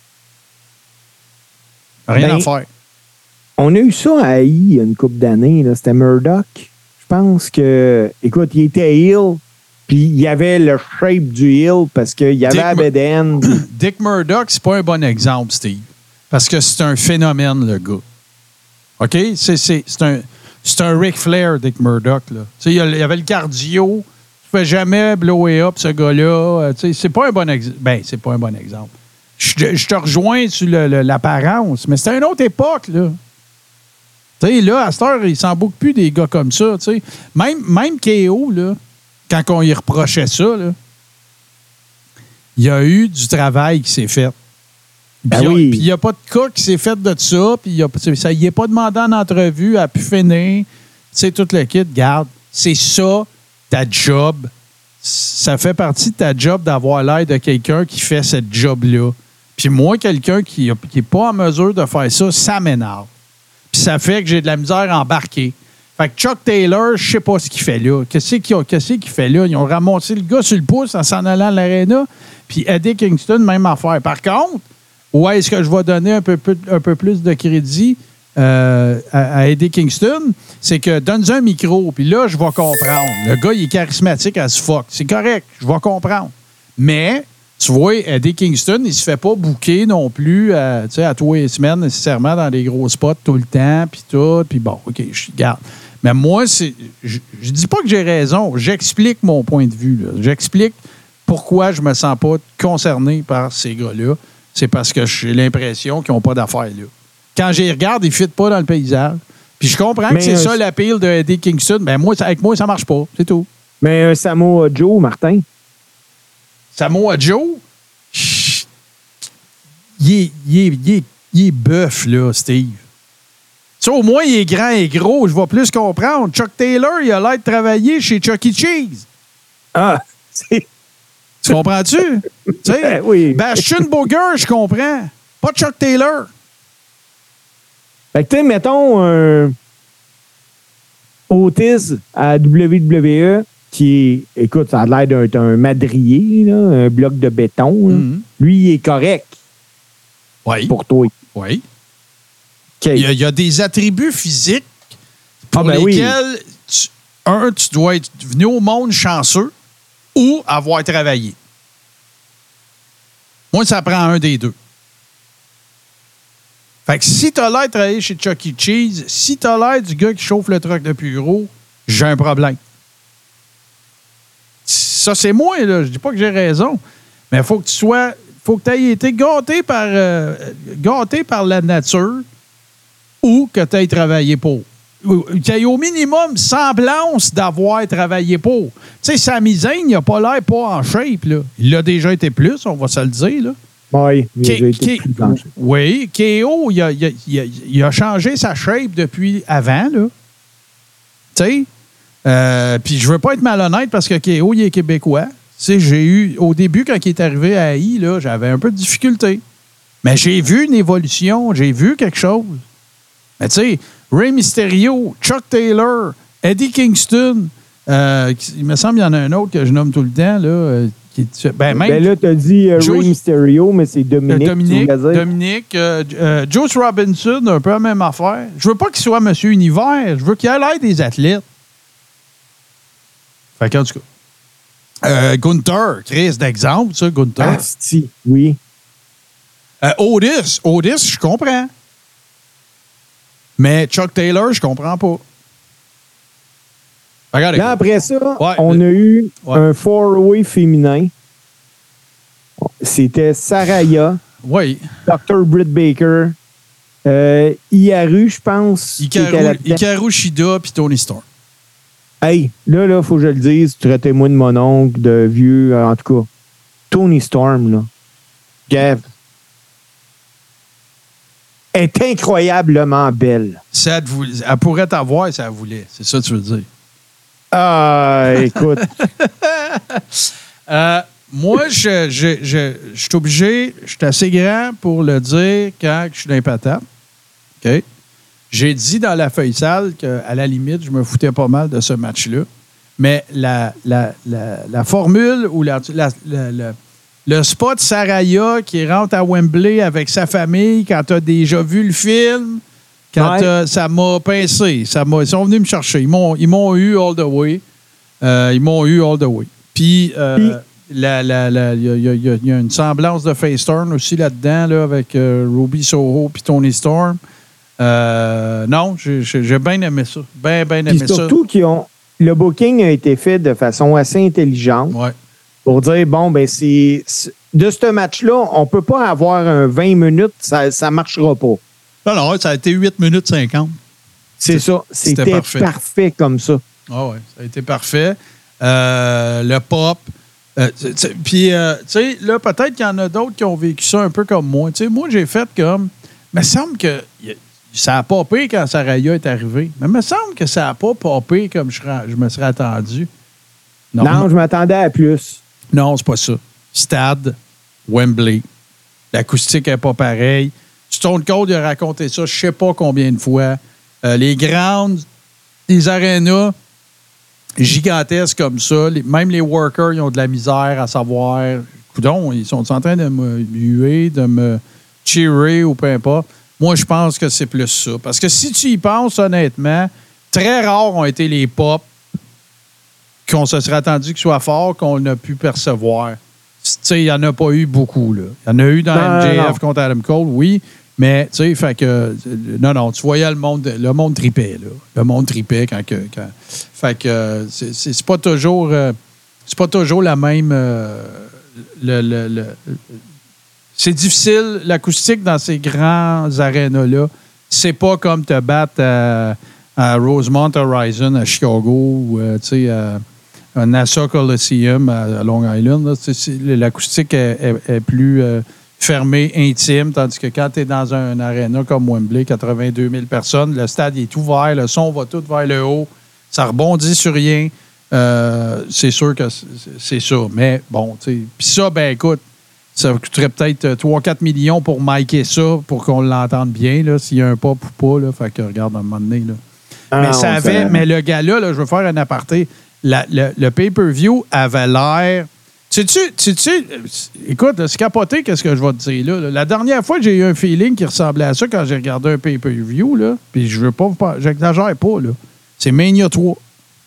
Speaker 2: Rien à faire.
Speaker 3: On a eu ça à AI il y a une couple d'années. Là. C'était Murdoch. Je pense que, écoute, il était heel, puis il y avait le shape du heel parce qu'il y avait la bedaine.
Speaker 2: Dick Murdoch, c'est pas un bon exemple, Steve. Parce que c'est un phénomène, le gars. OK? C'est un Ric Flair, Dick Murdoch. Là. Il y avait le cardio. Tu ne fais jamais blower up ce gars-là. C'est pas un bon exemple. Ben, c'est pas un bon exemple. Je te rejoins sur l'apparence, mais c'était une autre époque, là. Tu sais, là, à cette heure, il s'en boucle plus des gars comme ça, tu sais. Même KO, là, quand on y reprochait ça, là, il y a eu du travail qui s'est fait. Puis il n'y a pas de cas qui s'est fait de ça, puis ça y est pas demandé en entrevue, à pu finir. Tu sais, tout le kit, garde, c'est ça, ta job. Ça fait partie de ta job d'avoir l'air de quelqu'un qui fait cette job-là. Puis moi, quelqu'un qui n'est pas en mesure de faire ça, ça m'énerve. Puis ça fait que j'ai de la misère à embarquer. Fait que Chuck Taylor, je sais pas ce qu'il fait là. Qu'est-ce qu'il fait là? Ils ont ramassé le gars sur le pouce en s'en allant à l'aréna. Puis Eddie Kingston, même affaire. Par contre, où est-ce que je vais donner un peu plus de crédit? à Eddie Kingston, c'est que donne-lui un micro, puis là, je vais comprendre. Le gars, il est charismatique as fuck. C'est correct, je vais comprendre. Mais, tu vois, Eddie Kingston, il se fait pas booker non plus à tous les semaines, nécessairement, dans des gros spots tout le temps, puis tout. Puis bon, OK, je garde. Mais moi, je dis pas que j'ai raison. J'explique mon point de vue. Là. J'explique pourquoi je me sens pas concerné par ces gars-là. C'est parce que j'ai l'impression qu'ils n'ont pas d'affaires là. Quand j'y regarde, ils ne fitent pas dans le paysage. Puis je comprends que c'est ça l'appeal de Eddie Kingston. Ben moi, avec moi, ça marche pas. C'est tout.
Speaker 3: Mais un Samoa Joe, Martin.
Speaker 2: Samoa Joe, il est bœuf, là, Steve. Tu sais, au moins, il est grand et gros. Je vais plus comprendre. Chuck Taylor, il a l'air de travailler chez Chuck E. Cheese.
Speaker 3: Ah, c'est...
Speaker 2: Tu comprends-tu? Tu sais,
Speaker 3: oui.
Speaker 2: Bastion Booger, je comprends. Pas Chuck Taylor.
Speaker 3: Fait que, tu sais, mettons un Otis à WWE qui est, écoute, ça a l'air d'un madrier, là, un bloc de béton. Là.
Speaker 2: Mm-hmm.
Speaker 3: Lui, il est correct.
Speaker 2: Oui.
Speaker 3: Pour toi.
Speaker 2: Oui.
Speaker 3: Okay.
Speaker 2: Il y a des attributs physiques pour lesquels, tu dois être venu au monde chanceux ou avoir travaillé. Moi, ça prend un des deux. Fait que si t'as l'air de travailler chez Chuck E. Cheese, si t'as l'air du gars qui chauffe le truck de bureau, j'ai un problème. Ça, c'est moi, là. Je dis pas que j'ai raison. Mais il faut que tu aies été gâté par la nature ou que tu aies travaillé pour. Qu'il y ait au minimum semblance d'avoir travaillé pour. Tu sais, Sami Zayn, il n'a pas l'air pas en shape, là. Il a déjà été plus, on va se le dire, là.
Speaker 3: Oui, il a été plus en shape.
Speaker 2: Oui, KO, il a changé sa shape depuis avant, là. Tu sais? Puis je veux pas être malhonnête parce que KO, il est québécois. Tu sais, j'ai eu, au début, quand il est arrivé à AI, là, j'avais un peu de difficulté. Mais j'ai vu une évolution, j'ai vu quelque chose. Mais tu sais, Rey Mysterio, Chuck Taylor, Eddie Kingston, il me semble qu'il y en a un autre que je nomme tout le temps, là.
Speaker 3: Ben là, tu as dit Rey Mysterio, mais c'est Dominique.
Speaker 2: Dominique, Juice Robinson, un peu la même affaire. Je veux pas qu'il soit Monsieur Univers, je veux qu'il ait l'air des athlètes. Fait qu'en tout cas. Gunther, Chris, d'exemple, ça, Gunther.
Speaker 3: Ah, si, oui.
Speaker 2: Otis, je comprends. Mais Chuck Taylor, je comprends pas. Regardez.
Speaker 3: Là, après ça, on a eu un four-way féminin. C'était Saraya.
Speaker 2: Oui.
Speaker 3: Dr. Britt Baker. Hikaru, je pense.
Speaker 2: Hikaru Shida puis Tony Storm.
Speaker 3: Hey, là, faut que je le dise, traitez-moi de mon oncle, de vieux, en tout cas. Tony Storm, là. Gav. Est incroyablement belle.
Speaker 2: Elle pourrait t'avoir si elle voulait. C'est ça que tu veux dire.
Speaker 3: Ah, écoute.
Speaker 2: Moi, je suis obligé, je suis assez grand pour le dire quand je suis dans les patates. OK? J'ai dit dans la feuille sale qu'à la limite, je me foutais pas mal de ce match-là. Mais la formule ou le spot Saraya qui rentre à Wembley avec sa famille quand tu as déjà vu le film, ça m'a pincé. Ils sont venus me chercher. Ils m'ont eu all the way. Puis, il y a une semblance de face turn aussi là-dedans là, avec Ruby Soho puis Tony Storm. Non, j'ai bien aimé ça. Bien aimé ça.
Speaker 3: Surtout le booking a été fait de façon assez intelligente.
Speaker 2: Ouais.
Speaker 3: Pour dire, bon, ben de ce match-là, on ne peut pas avoir un 20 minutes, ça ne marchera pas.
Speaker 2: Non, ça a été 8 minutes 50.
Speaker 3: C'est ça. C'était parfait comme ça.
Speaker 2: Ah oui, ça a été parfait. Le pop. Puis, tu sais, là, peut-être qu'il y en a d'autres qui ont vécu ça un peu comme moi. Tu sais, moi, j'ai fait comme... Il me semble que ça a popé quand Saraya est arrivé. Mais il me semble que ça n'a pas popé comme je me serais attendu.
Speaker 3: Non, je m'attendais à plus.
Speaker 2: Non, c'est pas ça. Stade, Wembley. L'acoustique n'est pas pareille. Stone Cold a raconté ça je ne sais pas combien de fois. Les grounds, les arénas gigantesques comme ça, même les workers, ils ont de la misère à savoir. Coudon, ils sont en train de me huer, de me cheerer ou peu importe. Moi, je pense que c'est plus ça. Parce que si tu y penses, honnêtement, très rares ont été les pop qu'on se serait attendu qu'ils soient forts, qu'on a pu percevoir. Tu sais, il n'y en a pas eu beaucoup, là. Il y en a eu dans MJF contre Adam Cole, oui, mais, tu sais, fait que... Non, tu voyais le monde tripait, là. Le monde tripait quand... Fait que c'est pas toujours... c'est pas toujours la même... c'est difficile. L'acoustique dans ces grands arénas-là, c'est pas comme te battre à Rosemont Horizon, à Chicago, ou, tu sais, à Nassau Coliseum, à Long Island. Là, l'acoustique est plus fermée, intime, tandis que quand tu es dans un aréna comme Wembley, 82 000 personnes, le stade est ouvert, le son va tout vers le haut, ça rebondit sur rien. C'est sûr que c'est ça. Mais bon, tu sais. Puis ça, ben écoute, ça coûterait peut-être 3-4 millions pour micer ça, pour qu'on l'entende bien, là, s'il y a un pop ou pas. Là, fait que regarde, à un moment donné. Là. Mais le gars-là, là, je veux faire un aparté. Le pay-per-view avait l'air. Écoute, c'est capoté, qu'est-ce que je vais te dire là. La dernière fois, j'ai eu un feeling qui ressemblait à ça quand j'ai regardé un pay-per-view, là. Puis je veux pas, j'exagère pas, là. C'est Mania 3.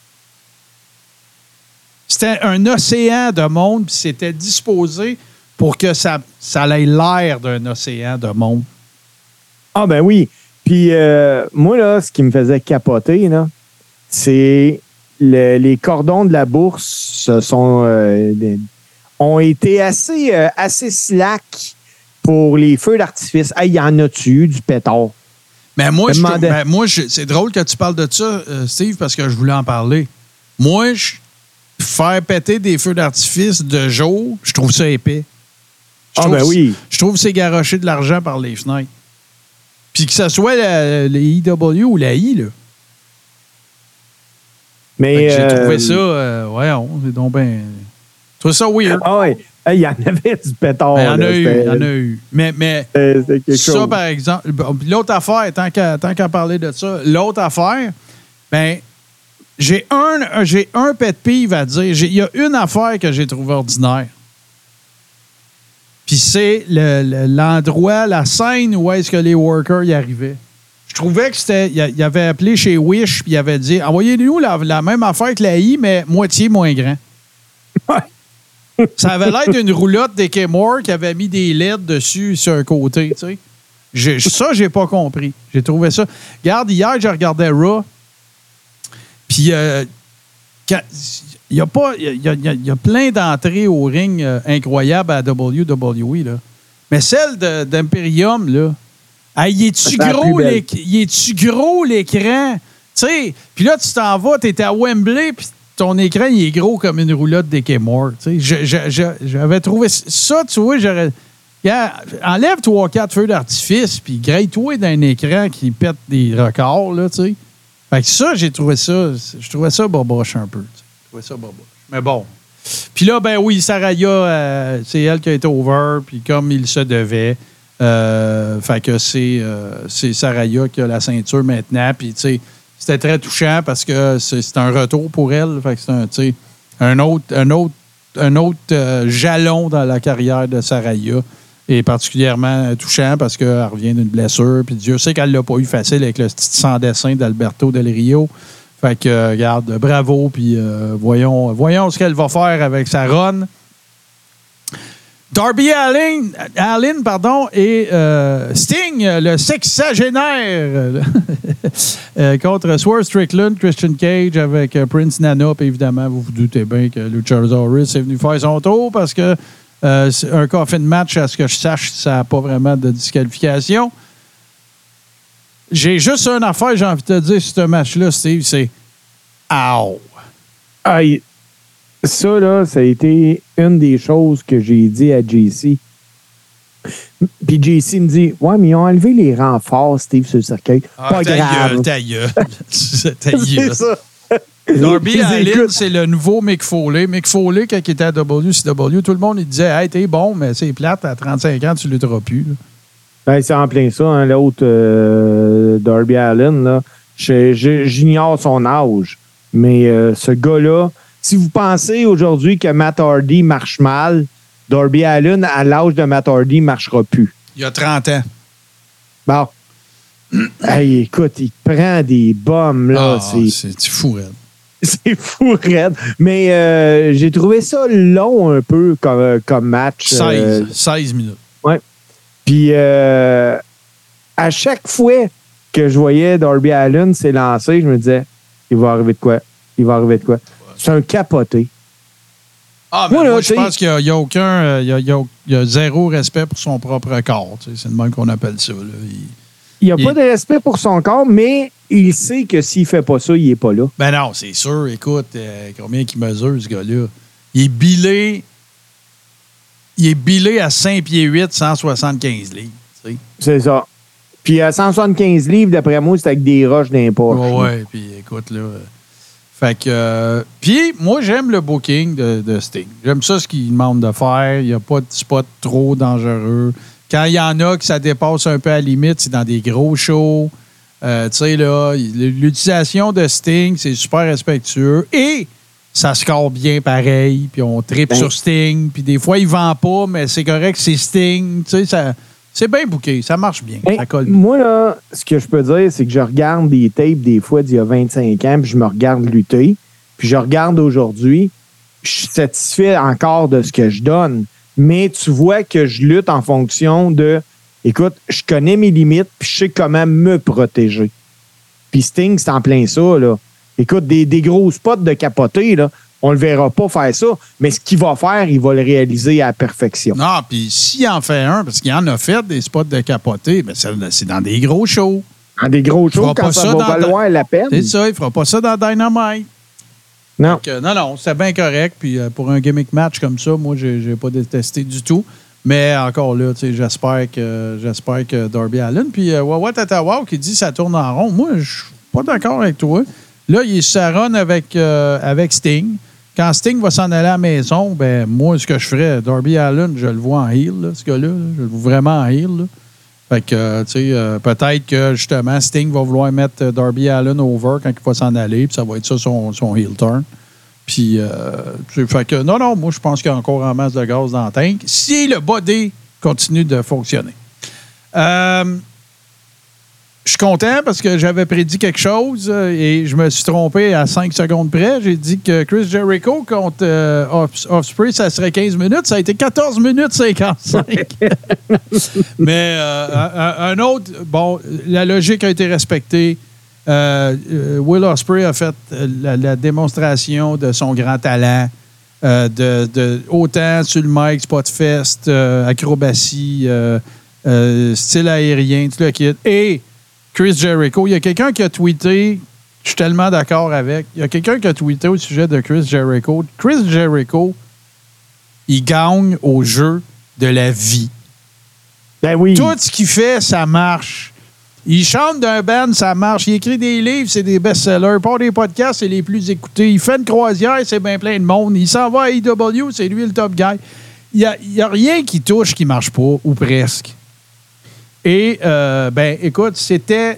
Speaker 2: C'était un océan de monde, puis c'était disposé pour que ça ait l'air d'un océan de monde.
Speaker 3: Ah, ben oui. Puis, moi, là, ce qui me faisait capoter, là, c'est les cordons de la bourse ont été assez slack pour les feux d'artifice. Hey, y en a-tu eu du pétard?
Speaker 2: Mais moi, c'est drôle que tu parles de ça, Steve, parce que je voulais en parler. Moi, faire péter des feux d'artifice de jour, je trouve ça épais. Je trouve que c'est garocher de l'argent par les fenêtres. Puis que ce soit les IW ou la I, là.
Speaker 3: Mais
Speaker 2: j'ai trouvé ça, c'est donc bien... Je trouve ça weird.
Speaker 3: Ah ouais, il y en avait du pétard.
Speaker 2: Il y en a eu. Mais ça,
Speaker 3: chose.
Speaker 2: par exemple... L'autre affaire, tant qu'à parler de ça, l'autre affaire, ben j'ai un pet peeve à dire. Il y a une affaire que j'ai trouvée ordinaire. Puis c'est l'endroit, la scène où est-ce que les workers y arrivaient. Je trouvais que c'était... Il avait appelé chez Wish, puis il avait dit « Envoyez-nous la même affaire que la I, mais moitié moins grand. » Ça avait l'air d'une roulotte d'Eke Moore qui avait mis des LED dessus sur un côté, tu sais. Ça, j'ai pas compris. J'ai trouvé ça... Regarde, hier, je regardais Raw, puis il y a plein d'entrées au ring incroyables à WWE, là. Mais celle d'Imperium, là, il est-tu gros l'écran? Tu sais, puis là, tu t'en vas, t'es à Wembley, puis ton écran, il est gros comme une roulotte d'Eke Moore. Tu sais, j'avais trouvé ça, tu vois, enlève 3-4 feux d'artifice, puis grille-toi d'un écran qui pète des records, là, tu sais. Fait que ça, je trouvais ça boboche un peu. Je trouvais ça boboche. Mais bon. Puis là, ben oui, Saraya, c'est elle qui a été over, puis comme il se devait. Fait que c'est Saraya qui a la ceinture maintenant. Puis, tu sais, c'était très touchant parce que c'est un retour pour elle. Fait que c'est un autre jalon dans la carrière de Saraya. Et particulièrement touchant parce qu'elle revient d'une blessure. Puis Dieu sait qu'elle l'a pas eu facile avec le petit sans-dessin d'Alberto Del Rio. Fait que, regarde, bravo. Puis voyons ce qu'elle va faire avec sa run. Darby Allin, et Sting, le sexagénaire, contre Swerve Strickland, Christian Cage avec Prince Nana. Puis évidemment, vous vous doutez bien que Luchasaurus est venu faire son tour parce que c'est un coffin match, à ce que je sache, ça n'a pas vraiment de disqualification. J'ai juste une affaire, j'ai envie de te dire, sur ce match-là, Steve, c'est « Ow! »
Speaker 3: Aïe. Ça, là, ça a été une des choses que j'ai dit à JC. Puis JC me dit « Ouais, mais ils ont enlevé les renforts, Steve, sur le cercueil. Pas grave. »
Speaker 2: Ta gueule. C'est ça. Darby Allin, c'est le nouveau Mick Foley. Mick Foley, quand il était à WCW, tout le monde il disait « Hey, t'es bon, mais c'est plate, à 35 ans, tu ne lutteras plus. »
Speaker 3: Ben, c'est en plein ça, hein, l'autre Darby Allin, là. J'ignore son âge, mais ce gars-là, si vous pensez aujourd'hui que Matt Hardy marche mal, Darby Allin, à l'âge de Matt Hardy, ne marchera plus.
Speaker 2: Il y a 30 ans.
Speaker 3: Bon, Hey, écoute, il prend des bombes, là.
Speaker 2: C'est fou, raide.
Speaker 3: C'est fou, raide. Mais j'ai trouvé ça long un peu comme match.
Speaker 2: 16 minutes.
Speaker 3: Ouais. Puis, à chaque fois que je voyais Darby Allin s'élancer, je me disais, il va arriver de quoi? Il va arriver de quoi? C'est un capoté.
Speaker 2: Ah, ben moi, je pense qu'il n'y a aucun. Il y a zéro respect pour son propre corps. Tu sais, c'est le même qu'on appelle ça. Là.
Speaker 3: Il n'y a pas de respect pour son corps, mais il sait que s'il ne fait pas ça, il n'est pas là.
Speaker 2: Ben non, c'est sûr. Écoute, combien il mesure, ce gars-là? Il est billé à 5 pieds 8, 175 livres. Tu sais.
Speaker 3: C'est ça. Puis à 175 livres, d'après moi, c'est avec des roches dans les poches.
Speaker 2: Ouais, puis écoute, là. Fait que. Puis, moi, j'aime le booking de Sting. J'aime ça, ce qu'il demande de faire. Il n'y a pas de spot trop dangereux. Quand il y en a que ça dépasse un peu à la limite, c'est dans des gros shows. Tu sais, là, l'utilisation de Sting, c'est super respectueux. Et ça score bien pareil. Puis on tripe sur Sting. Puis des fois, il ne vend pas, mais c'est correct, c'est Sting. Tu sais, ça. C'est bien booké, ça marche bien. Ça colle bien.
Speaker 3: Moi, là, ce que je peux dire, c'est que je regarde des tapes des fois d'il y a 25 ans, puis je me regarde lutter, puis je regarde aujourd'hui, je suis satisfait encore de ce que je donne. Mais tu vois que je lutte en fonction de, écoute, je connais mes limites, puis je sais comment me protéger. Puis Sting, c'est en plein ça, là. Écoute, des gros spots de capoter, là, on le verra pas faire ça, mais ce qu'il va faire, il va le réaliser à la perfection.
Speaker 2: Non, puis s'il en fait un, parce qu'il en a fait des spots de capoter, ben c'est dans des gros shows.
Speaker 3: Dans des gros shows, quand ça va valoir la peine.
Speaker 2: C'est ça, il fera pas ça dans Dynamite.
Speaker 3: Non.
Speaker 2: Donc, non, c'est bien correct. Puis pour un gimmick match comme ça, moi, j'ai pas détesté du tout. Mais encore là, tu sais, j'espère que Darby Allin. Puis Wawa Tatawa qui dit ça tourne en rond. Moi, je suis pas d'accord avec toi. Là, il s'arronne avec Sting. Quand Sting va s'en aller à la maison, ben moi, ce que je ferais, Darby Allin, je le vois en heel, là, ce gars-là. Je le vois vraiment en heel. Là. Fait que, tu sais, peut-être que, justement, Sting va vouloir mettre Darby Allin over quand il va s'en aller, puis ça va être ça son heel turn. Puis, fait que, non, moi, je pense qu'il y a encore en masse de gaz dans le tank. Si le body continue de fonctionner. Je suis content parce que j'avais prédit quelque chose et je me suis trompé à 5 secondes près. J'ai dit que Chris Jericho contre Ospreay, ça serait 15 minutes. Ça a été 14 minutes 55. Mais un autre, bon, la logique a été respectée. Will Ospreay a fait la démonstration de son grand talent. Autant sur le mic, Spotfest, acrobatie, style aérien, tout le kit. Et Chris Jericho, il y a quelqu'un qui a tweeté, je suis tellement d'accord avec, il y a quelqu'un qui a tweeté au sujet de Chris Jericho. Chris Jericho, il gagne au jeu de la vie.
Speaker 3: Ben oui.
Speaker 2: Tout ce qu'il fait, ça marche. Il chante d'un band, ça marche. Il écrit des livres, c'est des best-sellers. Il part des podcasts, c'est les plus écoutés. Il fait une croisière, c'est bien plein de monde. Il s'en va à AEW, c'est lui le top guy. Il n'y a rien qui touche qui ne marche pas, ou presque. Et, ben, écoute, c'était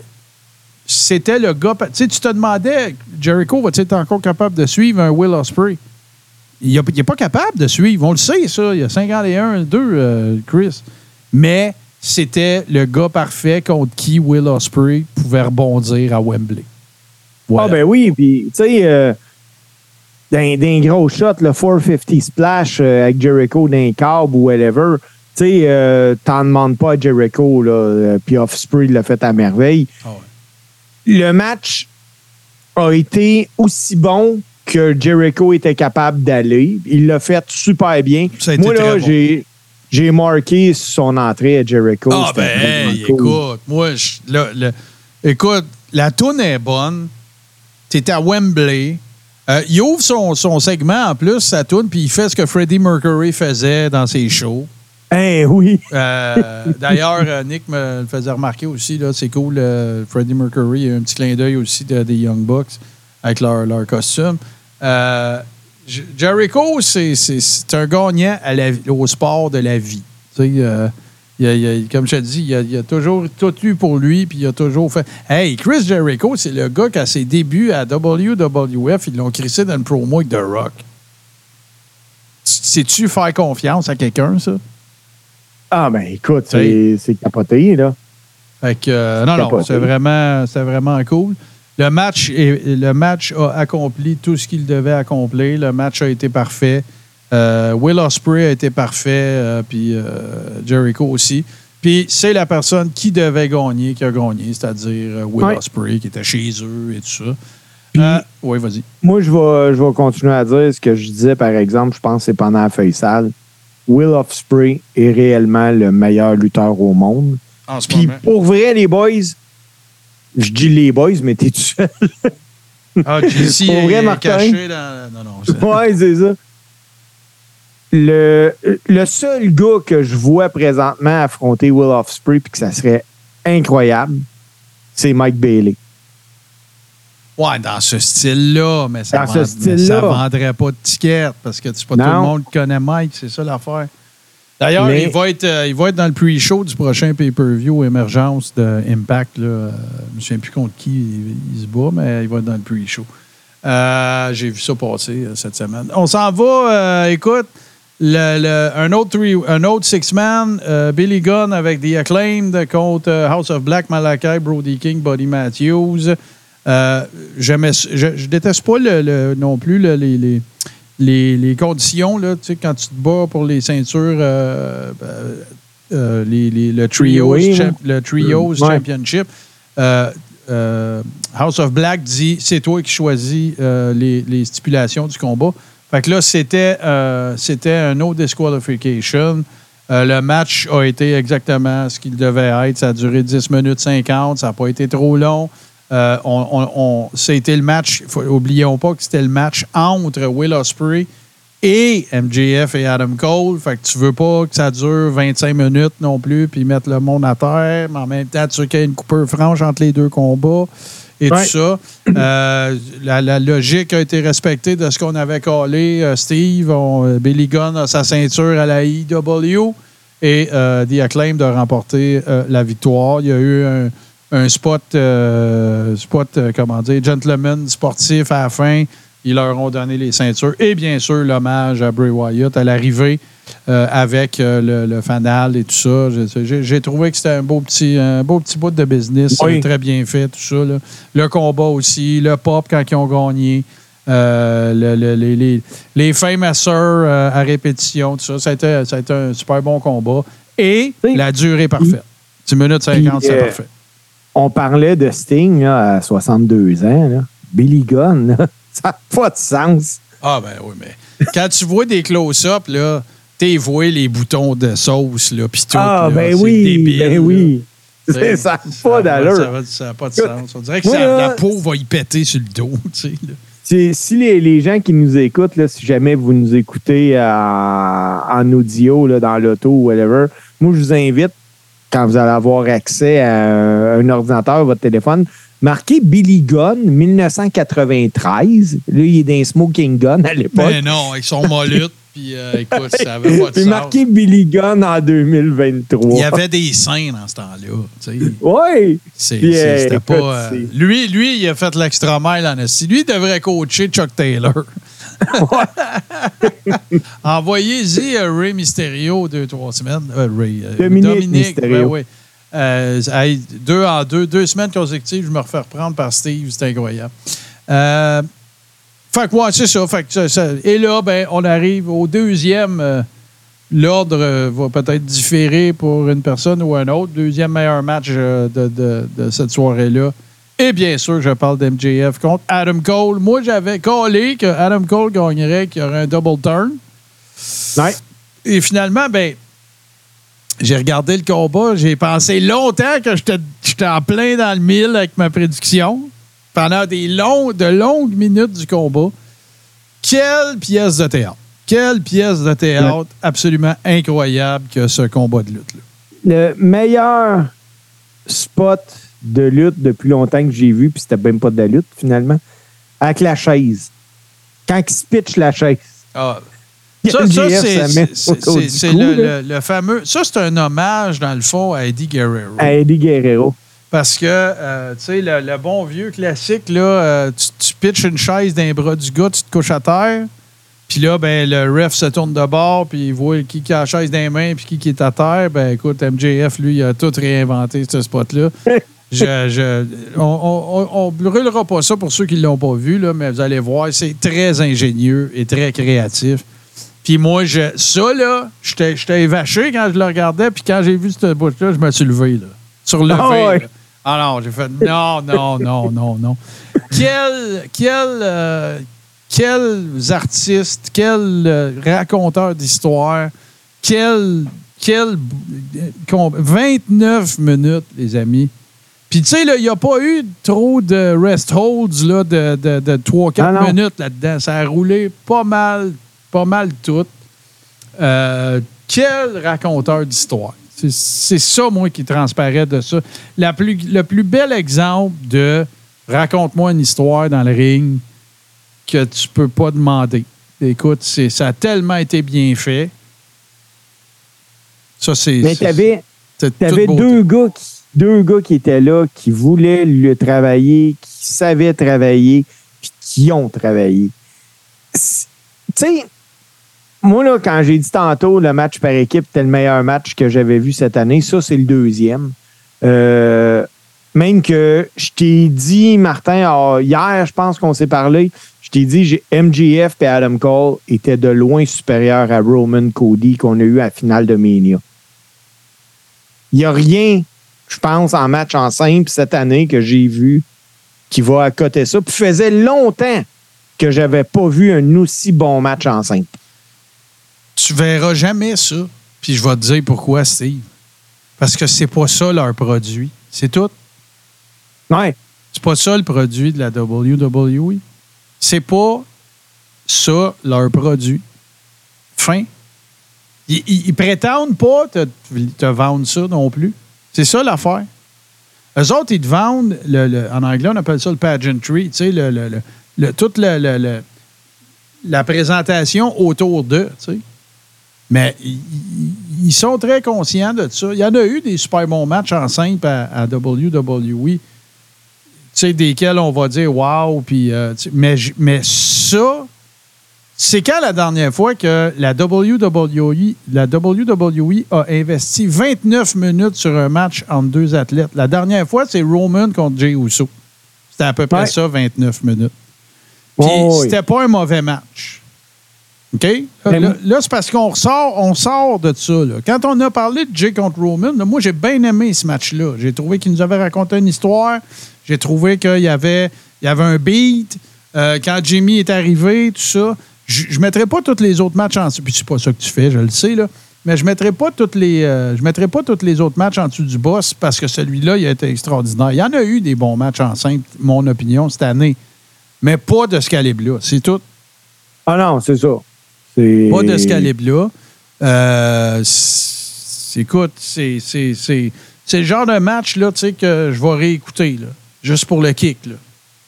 Speaker 2: le gars... Tu sais, tu te demandais, Jericho va-t-il être encore capable de suivre un Will Ospreay? Il n'est pas capable de suivre. On le sait, ça. Il y a 51-2, Chris. Mais c'était le gars parfait contre qui Will Ospreay pouvait rebondir à Wembley. Voilà.
Speaker 3: Ah, ben oui. Puis, tu sais, d'un gros shot, le 450 splash avec Jericho d'un câble ou whatever... Tu sais, t'en demandes pas à Jericho, là, puis Ospreay l'a fait à merveille.
Speaker 2: Oh ouais.
Speaker 3: Le match a été aussi bon que Jericho était capable d'aller. Il l'a fait super bien. Moi, là, j'ai marqué son entrée à Jericho.
Speaker 2: Ah, ben, hey, cool. Écoute, moi, écoute, la toune est bonne. T'es à Wembley. Il ouvre son segment en plus, sa toune, puis il fait ce que Freddie Mercury faisait dans ses shows.
Speaker 3: Eh oui.
Speaker 2: D'ailleurs, Nick me le faisait remarquer aussi. Là, c'est cool. Freddie Mercury, il y a un petit clin d'œil aussi des Young Bucks avec leur costume. Jericho, c'est un gagnant au sport de la vie. Tu sais, comme je te dis, il a toujours tout eu pour lui, puis il a toujours fait. Hey, Chris Jericho, c'est le gars qui, à ses débuts à WWF, ils l'ont crissé dans une promo avec The Rock. Sais-tu faire confiance à quelqu'un, ça?
Speaker 3: Ah, ben écoute, c'est capoté, là.
Speaker 2: Fait que, non,
Speaker 3: Capoté.
Speaker 2: c'était vraiment cool. Le match a accompli tout ce qu'il devait accomplir. Le match a été parfait. Will Ospreay a été parfait, puis Jericho aussi. Puis c'est la personne qui devait gagner, qui a gagné, c'est-à-dire Will Ospreay, qui était chez eux et tout ça. Oui, vas-y.
Speaker 3: Moi, je vais continuer à dire ce que je disais, par exemple, je pense que c'est pendant la Faisal. Will Ospreay est réellement le meilleur lutteur au monde.
Speaker 2: En ce
Speaker 3: Puis
Speaker 2: moment.
Speaker 3: pour vrai, les boys, je dis les boys, mais t'es tout seul.
Speaker 2: JC
Speaker 3: Pour vrai,
Speaker 2: est
Speaker 3: Martin?
Speaker 2: caché dans... Non.
Speaker 3: Ouais, c'est ça. Le seul gars que je vois présentement affronter Will Ospreay puis que ça serait incroyable, c'est Mike Bailey.
Speaker 2: Ouais, dans ce style-là, mais ça
Speaker 3: Dans ce
Speaker 2: ne
Speaker 3: style-là.
Speaker 2: vendrait pas de tickets parce que c'est pas tout le
Speaker 3: Non.
Speaker 2: monde qui connaît Mike, c'est ça l'affaire. D'ailleurs,
Speaker 3: Mais-
Speaker 2: il va être dans le pre-show du prochain pay-per-view Émergence de Impact. Là. Je me souviens plus contre qui il se bat, mais il va être dans le pre-show. J'ai vu ça passer cette semaine. On s'en va, écoute, un autre six-man, Billy Gunn avec The Acclaimed contre House of Black, Malakai, Brody King, Buddy Matthews. Je déteste pas non plus les conditions, là, tu sais, quand tu te bats pour les ceintures, le Trios,
Speaker 3: Oui,
Speaker 2: le Trios
Speaker 3: Ouais.
Speaker 2: Championship. House of Black dit c'est toi qui choisis les stipulations du combat. Fait que là, c'était un no disqualification. Le match a été exactement ce qu'il devait être. Ça a duré 10 minutes 50. Ça n'a pas été trop long. C'était le match, oublions pas que c'était le match entre Will Ospreay et MJF et Adam Cole. Fait que tu veux pas que ça dure 25 minutes non plus puis mettre le monde à terre, mais en même temps, tu veux qu'il y ait une coupure franche entre les deux combats et tout ça. La logique a été respectée de ce qu'on avait callé, Steve. Billy Gunn a sa ceinture à la EW et The Acclaimed a remporté la victoire. Il y a eu un spot, comment dire, gentleman sportif à la fin. Ils leur ont donné les ceintures. Et bien sûr, l'hommage à Bray Wyatt à l'arrivée avec le fanal et tout ça. J'ai trouvé que c'était un beau petit bout de business.
Speaker 3: Oui.
Speaker 2: Très bien fait, tout ça. Là. Le combat aussi, le pop quand ils ont gagné. Les famous à répétition, tout ça. Ça a été un super bon combat. Et
Speaker 3: Oui.
Speaker 2: la durée parfaite. 10 minutes 50,
Speaker 3: Puis,
Speaker 2: c'est parfait.
Speaker 3: On parlait de Sting là, à 62 ans. Là. Billy Gunn, là, ça n'a pas de sens.
Speaker 2: Ah, ben oui, mais quand tu vois des close-up, là, t'es vois les boutons de sauce, là, pis tout.
Speaker 3: Ah,
Speaker 2: là,
Speaker 3: ben
Speaker 2: c'est
Speaker 3: oui,
Speaker 2: débile,
Speaker 3: ben
Speaker 2: là.
Speaker 3: oui.
Speaker 2: T'sais,
Speaker 3: Ça n'a pas d'allure.
Speaker 2: Ça n'a pas de sens. On dirait que
Speaker 3: Moi,
Speaker 2: la
Speaker 3: là,
Speaker 2: peau va y péter sur le dos, tu sais. là.
Speaker 3: Si les gens qui nous écoutent, là, si jamais vous nous écoutez en audio là, dans l'auto ou whatever, moi, je vous invite, quand vous allez avoir accès à un ordinateur, votre téléphone, marquez Billy Gunn 1993. Là, il est dans Smoking Gun à l'époque.
Speaker 2: Ben non, avec son molute, puis écoute, ça n'avait pas de
Speaker 3: Puis
Speaker 2: sens.
Speaker 3: marquez Billy Gunn en 2023.
Speaker 2: Il y avait des seins dans ce temps-là, tu sais.
Speaker 3: Oui! Puis,
Speaker 2: C'était
Speaker 3: écoute,
Speaker 2: pas...
Speaker 3: c'est-
Speaker 2: lui, il a fait l'extra-mile en esti. Lui, il devrait coacher Chuck Taylor. Envoyez-y Ray Mysterio 2-3 semaines.
Speaker 3: Dominique Mysterio.
Speaker 2: Ben oui. Hey, 2 semaines consécutives, je me refais reprendre par Steve. C'est incroyable. Fait que, ouais, c'est ça. Fait que et là, ben, on arrive au deuxième. L'ordre va peut-être différer pour une personne ou un autre. Deuxième meilleur match de cette soirée-là. Et bien sûr, je parle d'MJF contre Adam Cole. Moi, j'avais callé que Adam Cole gagnerait, qu'il y aurait un double turn.
Speaker 3: Ouais.
Speaker 2: Et finalement, ben, j'ai regardé le combat. J'ai pensé longtemps que j'étais en plein dans le mille avec ma prédiction. Pendant de longues minutes du combat. Quelle pièce de théâtre. Quelle pièce de théâtre absolument incroyable que ce combat de lutte-là.
Speaker 3: Le meilleur spot de lutte depuis longtemps que j'ai vu, puis c'était même pas de la lutte finalement, avec la chaise. Quand il se pitch la chaise.
Speaker 2: Ah.
Speaker 3: Ça,
Speaker 2: C'est le fameux... Ça, c'est un hommage, dans le fond, à Eddie Guerrero.
Speaker 3: À Eddie Guerrero.
Speaker 2: Parce que, tu sais, le bon vieux classique, là, tu pitches une chaise d'un bras du gars, tu te couches à terre, Puis là, ben, le ref se tourne de bord, puis il voit qui a la chaise dans les mains, puis qui est à terre. Ben, écoute, MJF, lui, il a tout réinventé, ce spot-là. On ne brûlera pas ça pour ceux qui ne l'ont pas vu, là, mais vous allez voir, c'est très ingénieux et très créatif. Puis moi, ça, là, j'étais évaché quand je le regardais, puis quand j'ai vu ce bout-là, je me suis levé, là. Surlevé.
Speaker 3: Ah ouais.
Speaker 2: Là. Ah non, j'ai fait non. Quels artistes, quels raconteurs d'histoire, 29 minutes, les amis. Puis, tu sais, il n'y a pas eu trop de rest holds là, de 3-4 minutes là-dedans. Ça a roulé pas mal tout. Quel raconteur d'histoire. C'est ça, moi, qui transparaît de ça. Le plus bel exemple de raconte-moi une histoire dans le ring que tu peux pas demander. Écoute, ça a tellement été bien fait. Ça, c'est...
Speaker 3: Mais t'avais deux gars qui étaient là, qui voulaient le travailler, qui savaient travailler, puis qui ont travaillé. Tu sais, moi, là, quand j'ai dit tantôt le match par équipe était le meilleur match que j'avais vu cette année, ça, c'est le deuxième. Même que je t'ai dit, Martin, hier, je pense qu'on s'est parlé, je t'ai dit, MJF et Adam Cole étaient de loin supérieurs à Roman Cody qu'on a eu à la finale de Mania. Il n'y a rien, je pense, en match en simple cette année que j'ai vu qui va accoter ça. Puis faisait longtemps que j'avais pas vu un aussi bon match en simple.
Speaker 2: Tu verras jamais ça. Puis je vais te dire pourquoi, Steve. Parce que c'est pas ça leur produit. C'est tout.
Speaker 3: Ouais.
Speaker 2: C'est pas ça le produit de la WWE. C'est pas ça leur produit. Fin. Ils prétendent pas te vendre ça non plus. C'est ça l'affaire. Eux autres, ils te vendent, en anglais, on appelle ça le pageantry, tu sais, toute la présentation autour d'eux, tu sais. Mais ils sont très conscients de ça. Il y en a eu des super bons matchs en simple à WWE, tu sais, desquels on va dire « wow », puis, mais ça, c'est quand la dernière fois que la WWE a investi 29 minutes sur un match entre deux athlètes? La dernière fois, c'est Roman contre Jey Uso. C'était à peu près ça, 29 minutes. Puis c'était pas un mauvais match. OK? Là, c'est parce qu'on sort de ça. Là. Quand on a parlé de Jey contre Roman, là, moi, j'ai bien aimé ce match-là. J'ai trouvé qu'il nous avait raconté une histoire. J'ai trouvé qu'il y avait un beat. Quand Jimmy est arrivé, tout ça. Je ne mettrai pas tous les autres matchs en dessous. Puis c'est pas ça que tu fais, je le sais, là. Mais je ne mettrai pas tous les autres matchs en dessous du boss parce que celui-là, il a été extraordinaire. Il y en a eu des bons matchs en simple, mon opinion, cette année. Mais pas de ce calibre-là. C'est tout.
Speaker 3: Ah non, c'est ça.
Speaker 2: Pas de ce calibre-là. Écoute, c'est le genre de match là, que je vais réécouter, là, juste pour le kick. Là.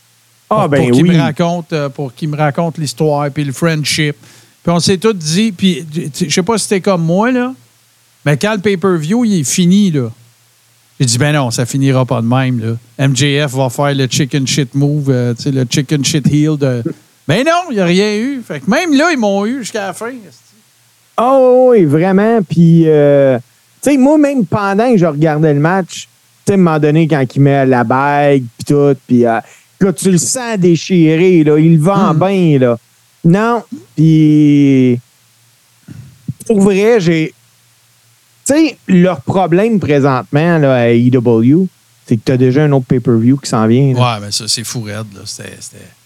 Speaker 2: Pour qu'il me raconte l'histoire, puis le friendship. Puis on s'est tous dit, puis je sais pas si c'était comme moi, là, mais quand le pay-per-view il est fini, là, j'ai dit, ben non, ça finira pas de même. Là. MJF va faire le chicken shit move, le chicken shit heel de... Mais non, il n'y a rien eu. Fait que même là, ils m'ont eu jusqu'à la fin.
Speaker 3: Oh oui, vraiment. Puis, tu sais, moi, même pendant que je regardais le match, tu sais, à un moment donné, quand il met la bague, puis tout, puis là, tu le sens déchiré, là. Il le vend bien, là. Non, puis... Pour vrai, j'ai... Tu sais, leur problème présentement, là, à AEW, c'est que tu as déjà un autre pay-per-view qui s'en vient. Là.
Speaker 2: Ouais, mais ça, c'est fou raide, là. C'était...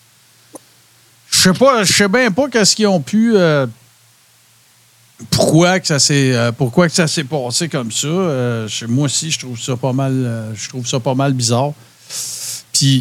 Speaker 2: Je sais bien pas qu'est-ce qu'ils ont pu... Pourquoi que ça s'est passé comme ça. Moi aussi, je trouve ça pas mal bizarre. Puis,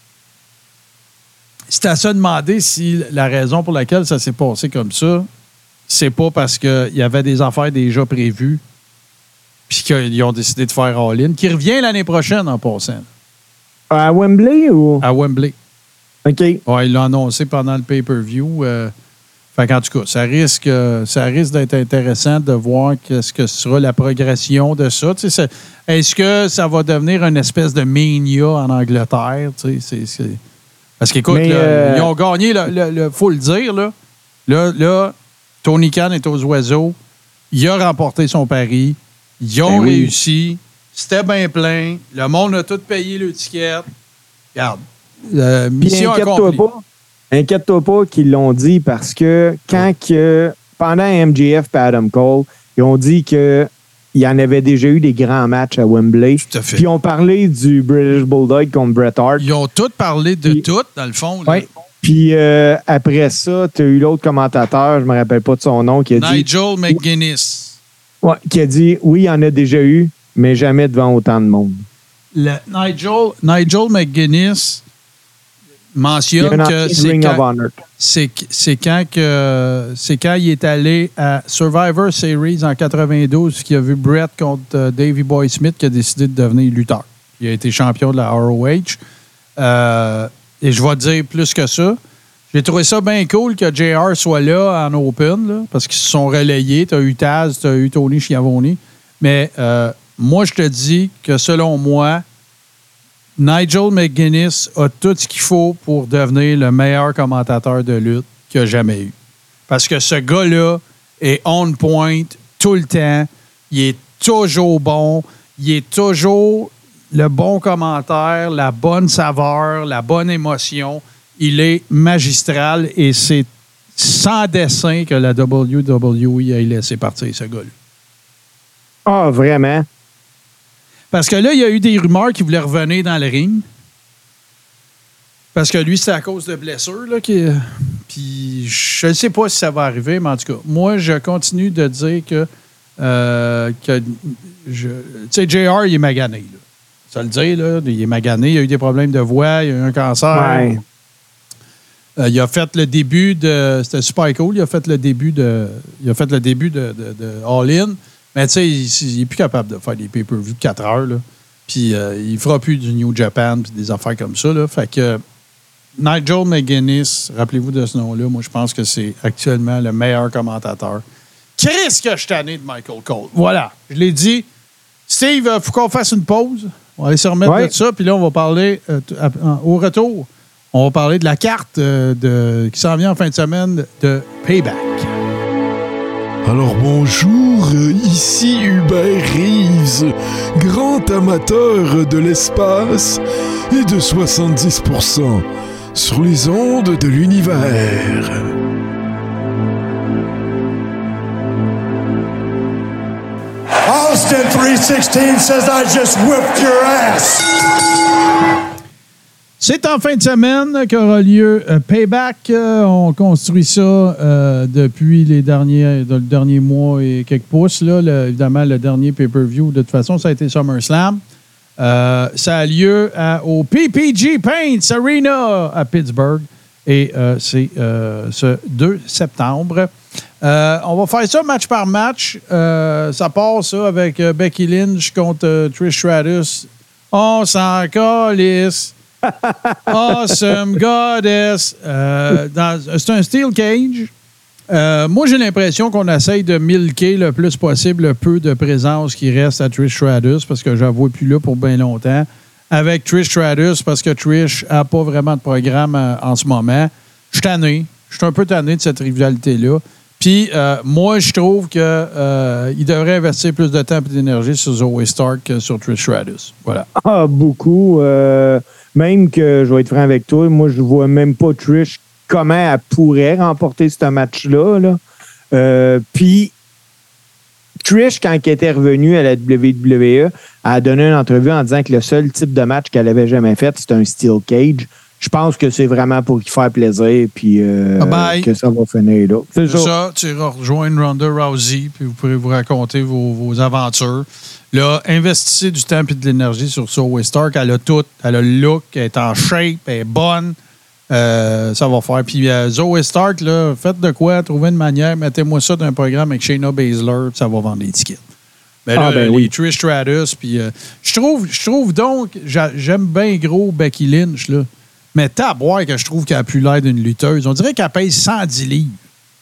Speaker 2: c'est à se demander si la raison pour laquelle ça s'est passé comme ça, c'est pas parce qu'il y avait des affaires déjà prévues puis qu'ils ont décidé de faire all-in, qui revient l'année prochaine en passant.
Speaker 3: À Wembley ou?
Speaker 2: À Wembley.
Speaker 3: OK.
Speaker 2: Ouais, ils l'ont annoncé pendant le pay-per-view. Fait qu'en tout cas, ça risque d'être intéressant de voir qu'est-ce que sera la progression de ça. Est-ce que ça va devenir une espèce de mania en Angleterre? Parce qu'écoute, ils ont gagné, faut le dire, là, Là, Tony Khan est aux oiseaux. Il a remporté son pari. Ils ont réussi. C'était bien plein. Le monde a tout payé le ticket. Regarde. Mission accomplie.
Speaker 3: Inquiète-toi pas qu'ils l'ont dit parce que pendant MJF et Adam Cole, ils ont dit qu'il y en avait déjà eu des grands matchs à Wembley.
Speaker 2: Tout à fait.
Speaker 3: Puis ils ont parlé du British Bulldog contre Bret Hart.
Speaker 2: Ils ont tous parlé de tout, dans le fond.
Speaker 3: Oui. Puis après ça, tu as eu l'autre commentateur, je ne me rappelle pas de son nom, qui a dit...
Speaker 2: Nigel McGuinness.
Speaker 3: Ouais, qui a dit, oui, il y en a déjà eu, mais jamais devant autant de monde.
Speaker 2: Nigel McGuinness mentionne que c'est quand il est allé à Survivor Series en 92 qu'il a vu Brett contre Davey Boy Smith qui a décidé de devenir lutteur. Il a été champion de la ROH. Et je vais te dire plus que ça. J'ai trouvé ça bien cool que JR soit là en Open, là, parce qu'ils se sont relayés. Tu as eu Taz, tu as eu Tony Schiavone. Mais moi, je te dis que selon moi, Nigel McGuinness a tout ce qu'il faut pour devenir le meilleur commentateur de lutte qu'il a jamais eu. Parce que ce gars-là est on point tout le temps. Il est toujours bon. Il est toujours le bon commentaire, la bonne saveur, la bonne émotion. Il est magistral et c'est sans dessein que la WWE a laissé partir ce gars-là.
Speaker 3: Ah, vraiment?
Speaker 2: Parce que là, il y a eu des rumeurs qu'il voulait revenir dans le ring. Parce que lui, c'était à cause de blessures. Là, puis je ne sais pas si ça va arriver, mais en tout cas, moi, je continue de dire que tu sais, JR, il est magané. Là. Ça le dit, là, il est magané. Il a eu des problèmes de voix, il a eu un cancer.
Speaker 3: Ouais.
Speaker 2: Il a fait le début de... C'était super cool. Il a fait le début de All In. Mais tu sais, il est plus capable de faire des pay-per-view de 4 heures. Là. Puis il fera plus du New Japan puis des affaires comme ça. Là. Fait que Nigel McGuinness, rappelez-vous de ce nom-là, moi je pense que c'est actuellement le meilleur commentateur. Qu'est-ce que je suis tanné de Michael Cole? Voilà, je l'ai dit. Steve, il faut qu'on fasse une pause. On va aller se remettre de ça. Puis là, on va parler, au retour, on va parler de la carte qui s'en vient en fin de semaine de Payback.
Speaker 10: Alors bonjour, ici Hubert Reeves, grand amateur de l'espace et de 70% sur les ondes de l'univers.
Speaker 11: Austin 316 says I just whipped your ass.
Speaker 2: C'est en fin de semaine qu'aura lieu Payback. On construit ça depuis le dernier mois et quelques pouces. Là. Évidemment, le dernier pay-per-view, de toute façon, ça a été SummerSlam. Ça a lieu au PPG Paints Arena à Pittsburgh. Et c'est ce 2 septembre. On va faire ça match par match. Ça part ça avec Becky Lynch contre Trish Stratus. On s'en calisse. Awesome Goddess. C'est un steel cage. Moi, j'ai l'impression qu'on essaye de milquer le plus possible le peu de présence qui reste à Trish Stratus parce que je la vois plus là pour bien longtemps. Avec Trish Stratus parce que Trish n'a pas vraiment de programme en ce moment. Je suis tanné. Je suis un peu tanné de cette rivalité-là. Puis, moi, je trouve qu'il devrait investir plus de temps et d'énergie sur Zoe Stark que sur Trish Stratus. Voilà.
Speaker 3: Ah, beaucoup. Même que, je vais être franc avec toi, moi, je vois même pas Trish comment elle pourrait remporter ce match-là. Là. Puis, Trish, quand elle était revenue à la WWE, a donné une entrevue en disant que le seul type de match qu'elle avait jamais fait, c'était un steel cage. Je pense que c'est vraiment pour y faire plaisir puis que ça va finir là.
Speaker 2: C'est ça. Tu vas rejoindre Ronda Rousey puis vous pourrez vous raconter vos aventures. Là, investissez du temps et de l'énergie sur Zoe Stark. Elle a tout. Elle a le look, elle est en shape, elle est bonne. Ça va faire. Puis Zoe Stark, là, faites de quoi, trouvez une manière, mettez-moi ça dans un programme avec Shayna Baszler, ça va vendre des tickets. Mais là, les Trish Stratus, puis je trouve donc, j'aime bien gros Becky Lynch, là. Mais taboire que je trouve qu'elle a plus l'air d'une lutteuse. On dirait qu'elle pèse 110 livres.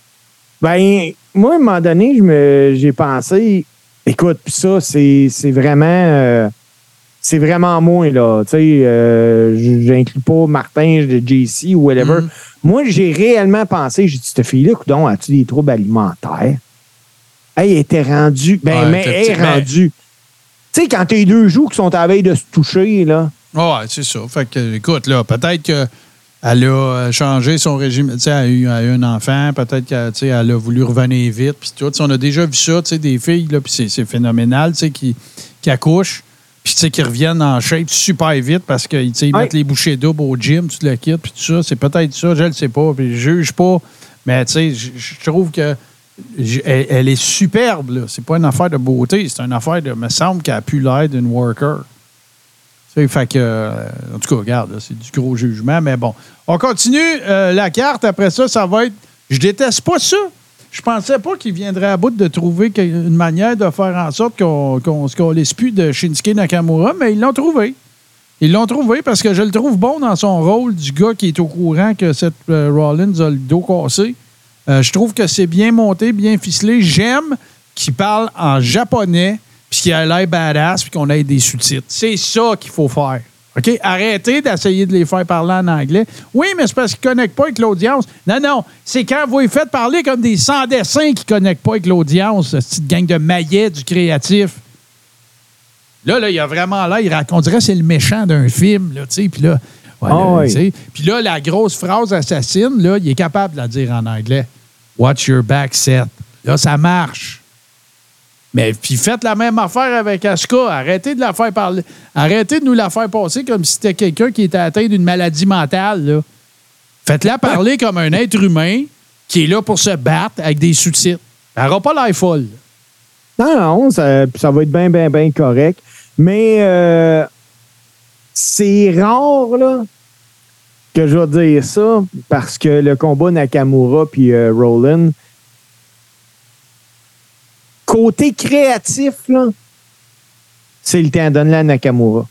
Speaker 3: Ben, moi, à un moment donné, j'ai pensé, écoute, puis ça, c'est vraiment moi, là. Tu sais, j'inclus pas Martin, JC ou whatever. Moi, j'ai réellement pensé, j'ai dit, cette fille-là, coudonc, as-tu des troubles alimentaires? Elle était rendue. Ben,
Speaker 2: Ouais,
Speaker 3: mais elle est
Speaker 2: effectivement.
Speaker 3: rendue. Tu sais, quand t'as les deux joues qui sont à la veille de se toucher, là.
Speaker 2: Ouais, c'est ça. Fait que, écoute, là, peut-être qu'elle a changé son régime. Tu sais, elle a eu un enfant. Peut-être qu'elle a voulu revenir vite. Puis tout. On a déjà vu ça, tu sais, des filles, là, puis c'est phénoménal, tu sais, qui accouchent. Puis, tu sais, qui reviennent en shape super vite parce qu'ils mettent les bouchées doubles au gym, tu le quittes, puis tout ça. C'est peut-être ça, je le sais pas. Puis, je juge pas. Mais, tu sais, je trouve que elle est superbe, là. C'est pas une affaire de beauté. C'est une affaire de. Me semble qu'elle a pu l'air d'une worker. Tu sais, fait que. En tout cas, regarde, là, c'est du gros jugement. Mais bon. On continue la carte. Après ça, ça va être. Je déteste pas ça. Je pensais pas qu'il viendrait à bout de trouver une manière de faire en sorte qu'on laisse plus de Shinsuke Nakamura, mais ils l'ont trouvé. Ils l'ont trouvé parce que je le trouve bon dans son rôle du gars qui est au courant que Seth Rollins a le dos cassé. Je trouve que c'est bien monté, bien ficelé. J'aime qu'il parle en japonais, puis qu'il a l'air badass, puis qu'on ait des sous-titres. C'est ça qu'il faut faire. OK? Arrêtez d'essayer de les faire parler en anglais. Oui, mais c'est parce qu'ils ne connectent pas avec l'audience. Non. C'est quand vous les faites parler comme des sans-dessins qui ne connectent pas avec l'audience, cette petite gang de maillets du créatif. Là, il a vraiment l'air, on dirait que c'est le méchant d'un film, là, tu sais, puis là, tu sais. Puis là, la grosse phrase assassine, là, il est capable de la dire en anglais. Watch your back, Seth. Là, ça marche. Mais puis faites la même affaire avec Asuka. Arrêtez de la faire parler. Arrêtez de nous la faire passer comme si c'était quelqu'un qui était atteint d'une maladie mentale, là. Faites-la parler comme un être humain qui est là pour se battre avec des sous-titres. Elle n'aura pas l'air folle.
Speaker 3: Non, ça va être bien correct. Mais c'est rare, là, que je vais dire ça, parce que le combat Nakamura puis Rollins, côté créatif, là, c'est le temps. Donne-la à Nakamura.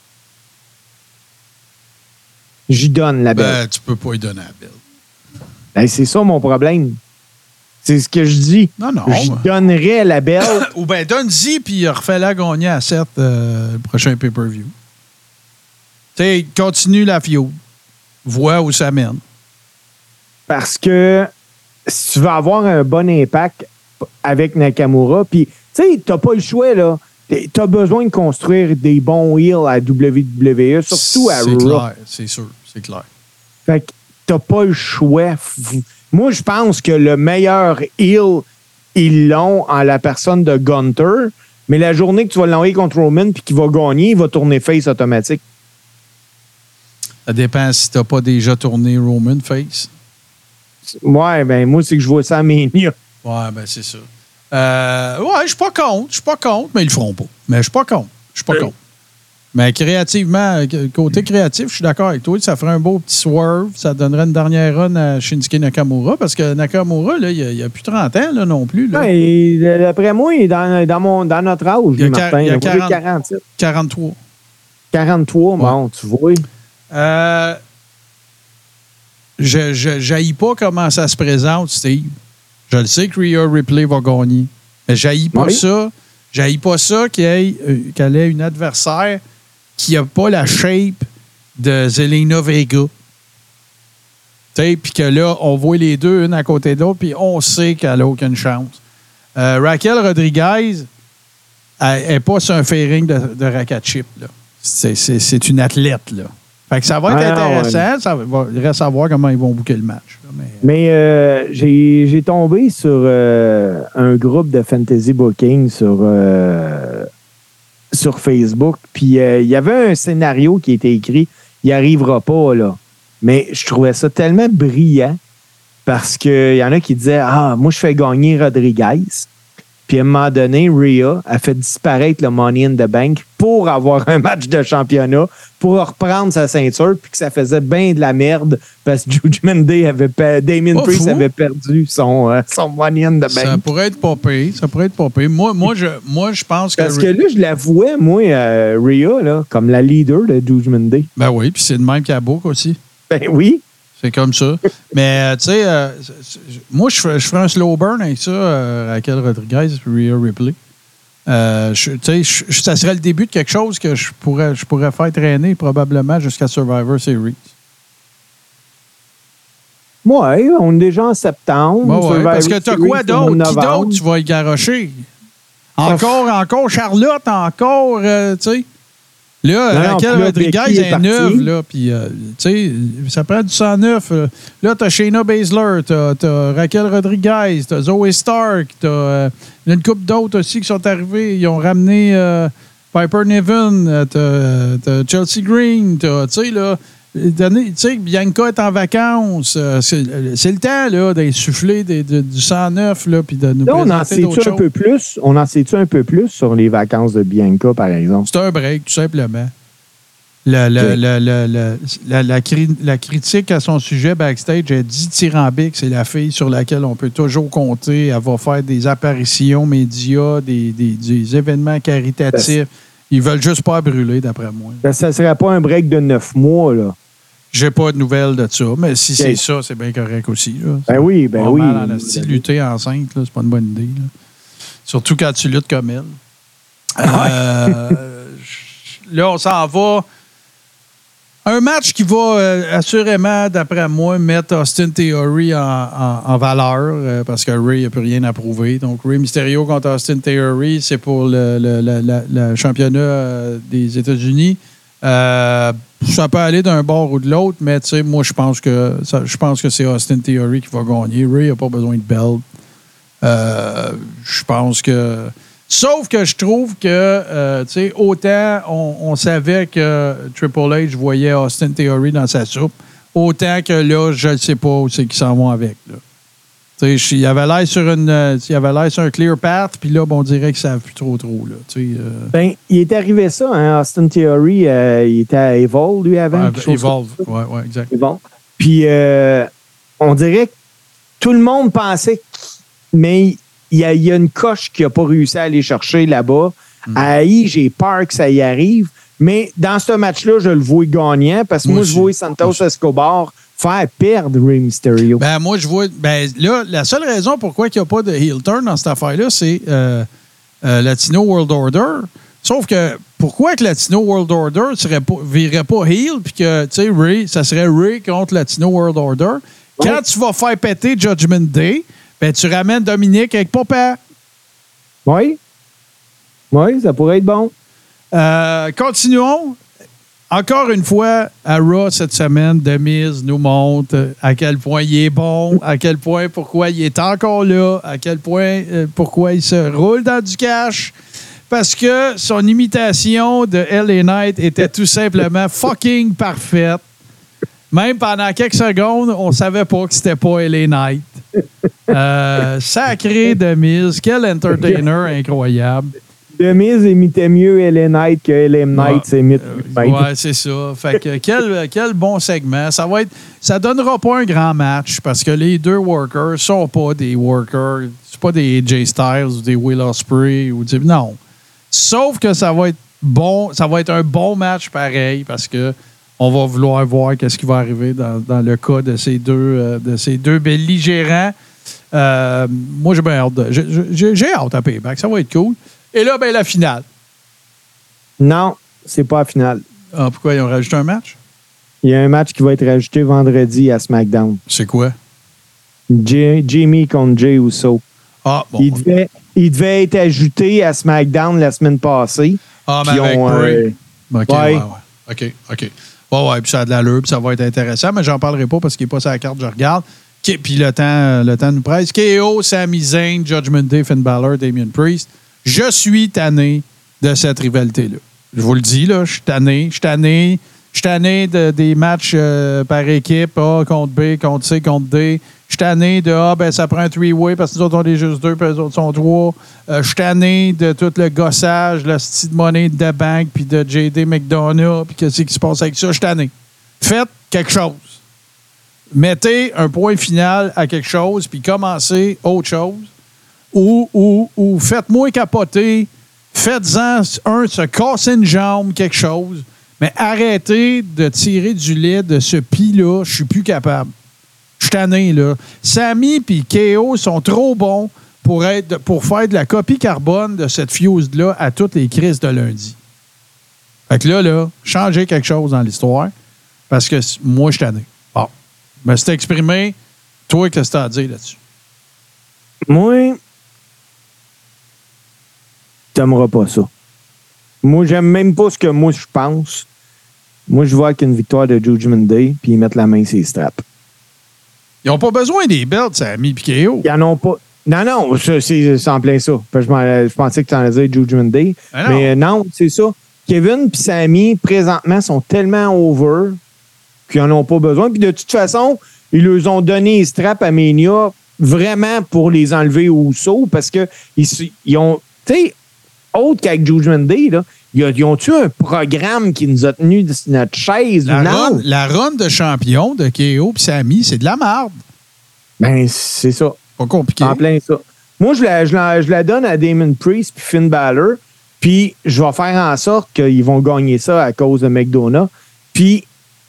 Speaker 3: J'y donne la belle.
Speaker 2: Ben, tu peux pas y donner la belle.
Speaker 3: Ben, c'est ça mon problème. C'est ce que je dis.
Speaker 2: Non.
Speaker 3: Je donnerais la belle.
Speaker 2: Ou bien, donne-y, puis refais-la gagner à 7 le prochain pay-per-view. Tu sais, continue la feud. Vois où ça mène.
Speaker 3: Parce que si tu veux avoir un bon impact avec Nakamura, puis, tu sais, t'as pas le choix, là. T'as besoin de construire des bons heels à WWE, surtout à Raw.
Speaker 2: C'est clair, c'est sûr, c'est clair.
Speaker 3: Fait que t'as pas le choix. Moi, je pense que le meilleur heel, ils l'ont en la personne de Gunter, mais la journée que tu vas l'envoyer contre Roman puis qu'il va gagner, il va tourner face automatique.
Speaker 2: Ça dépend si t'as pas déjà tourné Roman face.
Speaker 3: Ouais, ben moi, c'est que je vois ça à Mania.
Speaker 2: Ouais, ben c'est ça. Ouais, je suis pas contre, mais ils le feront pas. Mais je suis pas contre. Mais créativement, côté créatif, je suis d'accord avec toi. Ça ferait un beau petit swerve. Ça donnerait une dernière run à Shinsuke Nakamura parce que Nakamura, là, il a plus 30 ans là, non plus. Là.
Speaker 3: Ouais, d'après moi, il est dans notre âge,
Speaker 2: il y a
Speaker 3: Martin.
Speaker 2: Il y a
Speaker 3: 47.
Speaker 2: 43.
Speaker 3: 43, ouais. Bon, tu vois.
Speaker 2: Je n'haïs pas comment ça se présente, Steve. Je le sais que Rhea Ripley va gagner. Mais j'haïs pas ça. J'haïs pas ça qu'elle ait une adversaire qui n'a pas la shape de Zelina Vega. Puis que là, on voit les deux, une à côté de l'autre, puis on sait qu'elle n'a aucune chance. Raquel Rodriguez, elle n'est pas sur un fairing de racket chip. Là. C'est une athlète, là. Fait que ça va être intéressant. Ça va reste à voir comment ils vont booker le match. Là,
Speaker 3: mais j'ai tombé sur un groupe de fantasy booking sur Facebook. Puis il y avait un scénario qui était écrit. Il n'y arrivera pas, là. Mais je trouvais ça tellement brillant parce qu'il y en a qui disaient moi, je fais gagner Rodriguez. Puis à un moment donné, Rhea a fait disparaître le Money in the Bank pour avoir un match de championnat, pour reprendre sa ceinture, puis que ça faisait bien de la merde parce que Judgment Day Damien Priest avait perdu son Money in the Bank.
Speaker 2: Ça pourrait être pas pire. Moi, je pense que...
Speaker 3: Parce que là, je la vouais, moi, Rhea, là, comme la leader de Judgment Day.
Speaker 2: Ben oui, puis c'est le même qu'à Book aussi.
Speaker 3: Ben oui.
Speaker 2: C'est comme ça. Mais, tu sais, moi, je ferais un slow burn avec ça, Raquel Rodriguez et Rhea Ripley. Tu sais, ça serait le début de quelque chose que je pourrais faire traîner probablement jusqu'à Survivor Series.
Speaker 3: Ouais, on est déjà en septembre.
Speaker 2: Bon, ouais, parce que t'as quoi d'autre? Qui
Speaker 3: novembre.
Speaker 2: d'autre tu vas y garocher? Encore Charlotte, encore, tu sais. Là,
Speaker 3: Non,
Speaker 2: Raquel
Speaker 3: puis là,
Speaker 2: Rodriguez
Speaker 3: Becky est
Speaker 2: est
Speaker 3: partie.
Speaker 2: neuve, là, puis, tu sais, ça prend du sang neuf. Là, t'as Shayna Baszler, t'as Raquel Rodriguez, t'as Zoe Stark, t'as une couple d'autres aussi qui sont arrivés. Ils ont ramené Piper Niven, t'as Chelsea Green, tu sais, là. Tu sais, Bianca est en vacances. C'est le temps, là, d'insuffler du sang neuf, là, puis de nous
Speaker 3: Là, on en
Speaker 2: présenter d'autres
Speaker 3: sait-tu un
Speaker 2: choses.
Speaker 3: peu plus? On en sait-tu un peu plus sur les vacances de Bianca, par exemple?
Speaker 2: C'est un break, tout simplement. La critique à son sujet backstage est dithyrambique. C'est la fille sur laquelle on peut toujours compter. Elle va faire des apparitions médias, des événements caritatifs. Ils veulent juste pas brûler, d'après moi.
Speaker 3: Ça ne serait pas un break de 9 mois, là.
Speaker 2: J'ai pas de nouvelles de ça, mais si c'est ça, c'est bien correct aussi. Là.
Speaker 3: Ben oui, ben oui.
Speaker 2: Mal en asti, lutter enceinte, là, c'est pas une bonne idée. Là. Surtout quand tu luttes comme elle. Là, on s'en va. Un match qui va assurément, d'après moi, mettre Austin Theory en valeur parce que Ray n'a plus rien à prouver. Donc, Ray Mysterio contre Austin Theory, c'est pour le championnat des États-Unis. Ça peut aller d'un bord ou de l'autre, mais tu sais, moi, je pense que c'est Austin Theory qui va gagner. Ray n'a pas besoin de belt. Je pense que... Sauf que je trouve que, tu sais, autant on savait que Triple H voyait Austin Theory dans sa soupe, autant que là, je ne sais pas où c'est qu'ils s'en vont avec. Là. Tu sais, il avait l'air sur un clear path, puis là, bon, on dirait qu'ils ne savent plus trop. Là, tu sais,
Speaker 3: Ben, il est arrivé ça, hein, Austin Theory, il était à Evolve, lui, avant.
Speaker 2: Evolve, oui, exact.
Speaker 3: Evolve. Puis, on dirait que tout le monde pensait mais il y a une coche qui n'a pas réussi à aller chercher là-bas. À AI, j'ai peur que ça y arrive. Mais dans ce match-là, je le vois gagnant parce que moi je vois Santos Escobar faire perdre Rey Mysterio.
Speaker 2: Ben, moi, je vois. Ben, là, la seule raison pourquoi il n'y a pas de heel turn dans cette affaire-là, c'est Latino World Order. Sauf que pourquoi que Latino World Order ne virerait pas heel puis que, tu sais, Ray, ça serait Ray contre Latino World Order? Ouais. Quand tu vas faire péter Judgment Day, ben, tu ramènes Dominique avec Papa.
Speaker 3: Oui. Oui, ça pourrait être bon.
Speaker 2: Continuons. Encore une fois, à Raw cette semaine, The Miz nous montre à quel point il est bon, à quel point pourquoi il est encore là, à quel point pourquoi il se roule dans du cash. Parce que son imitation de LA Knight était tout simplement fucking parfaite. Même pendant quelques secondes, on ne savait pas que c'était pas LA Knight. Sacré The Miz, quel entertainer incroyable.
Speaker 3: The Miz imitait mieux LA Knight que LA Knight s'imite.
Speaker 2: Oui, c'est ça. Fait que quel bon segment. Ça donnera pas un grand match parce que les deux workers sont pas des workers. C'est pas des AJ Styles ou des Will Ospreay ou non. Sauf que ça va être bon. Ça va être un bon match pareil parce que on va vouloir voir qu'est-ce qui va arriver dans le cas de ces deux belligérants. Moi, j'ai bien hâte. J'ai hâte à Payback. Ça va être cool. Et là, ben la finale.
Speaker 3: Non, c'est pas la finale.
Speaker 2: Ah, pourquoi ils ont rajouté un match?
Speaker 3: Il y a un match qui va être rajouté vendredi à SmackDown.
Speaker 2: C'est quoi?
Speaker 3: Jimmy contre Jey Uso.
Speaker 2: Ah, bon.
Speaker 3: Il devait être ajouté à SmackDown la semaine passée.
Speaker 2: Ah, mais avec Bray. OK, ouais. OK. Ouais, puis ça a de l'allure, puis ça va être intéressant, mais j'en parlerai pas parce qu'il n'est pas sur la carte, je regarde. Puis le temps nous presse. KO, Sami Zayn, Judgment Day, Finn Balor, Damien Priest. Je suis tanné de cette rivalité-là. Je vous le dis, là, je suis tanné. Je suis tanné des matchs par équipe, A contre B, contre C, contre D. Je suis tanné de ça prend un three-way parce que nous autres, on est juste deux, puis les autres sont trois. Je suis tanné de tout le gossage, le style de monnaie de banque, puis de J.D. McDonough, puis qu'est-ce qui se passe avec ça. Je suis tanné. Faites quelque chose. Mettez un point final à quelque chose, puis commencez autre chose. Ou faites-moi capoter, faites-en se casser une jambe, quelque chose, mais arrêtez de tirer du lait de ce pis-là, je suis plus capable. Je suis tanné, là. Sami et KO sont trop bons pour faire de la copie carbone de cette fuse-là à toutes les crises de lundi. Fait que là, changez quelque chose dans l'histoire, parce que moi, je suis tanné. Bon, je me suis exprimé. Toi, qu'est-ce que tu as à dire là-dessus?
Speaker 3: Moi, t'aimeras pas ça. Moi, j'aime même pas ce que moi je pense. Moi, je vois qu'une victoire de Judgment Day, puis ils mettent la main sur les straps.
Speaker 2: Ils n'ont pas besoin des belts, Sami et KO.
Speaker 3: Ils en ont pas. Non, c'est en plein ça. Je pensais que tu en allais dire Judgment Day.
Speaker 2: Ah non.
Speaker 3: Mais non, c'est ça. Kevin et Sami, présentement, sont tellement over qu'ils n'en ont pas besoin. Puis de toute façon, ils leur ont donné les straps à Mania vraiment pour les enlever au saut parce que ils ont, tu sais, autre qu'avec Judgment Day, là, ils ont-tu un programme qui nous a tenu de notre chaise?
Speaker 2: La run de champion de KO et Sami, c'est de la merde.
Speaker 3: Ben, c'est ça.
Speaker 2: Pas compliqué.
Speaker 3: En plein ça. Moi, je la donne à Damon Priest puis Finn Balor, puis je vais faire en sorte qu'ils vont gagner ça à cause de McDonough. Puis,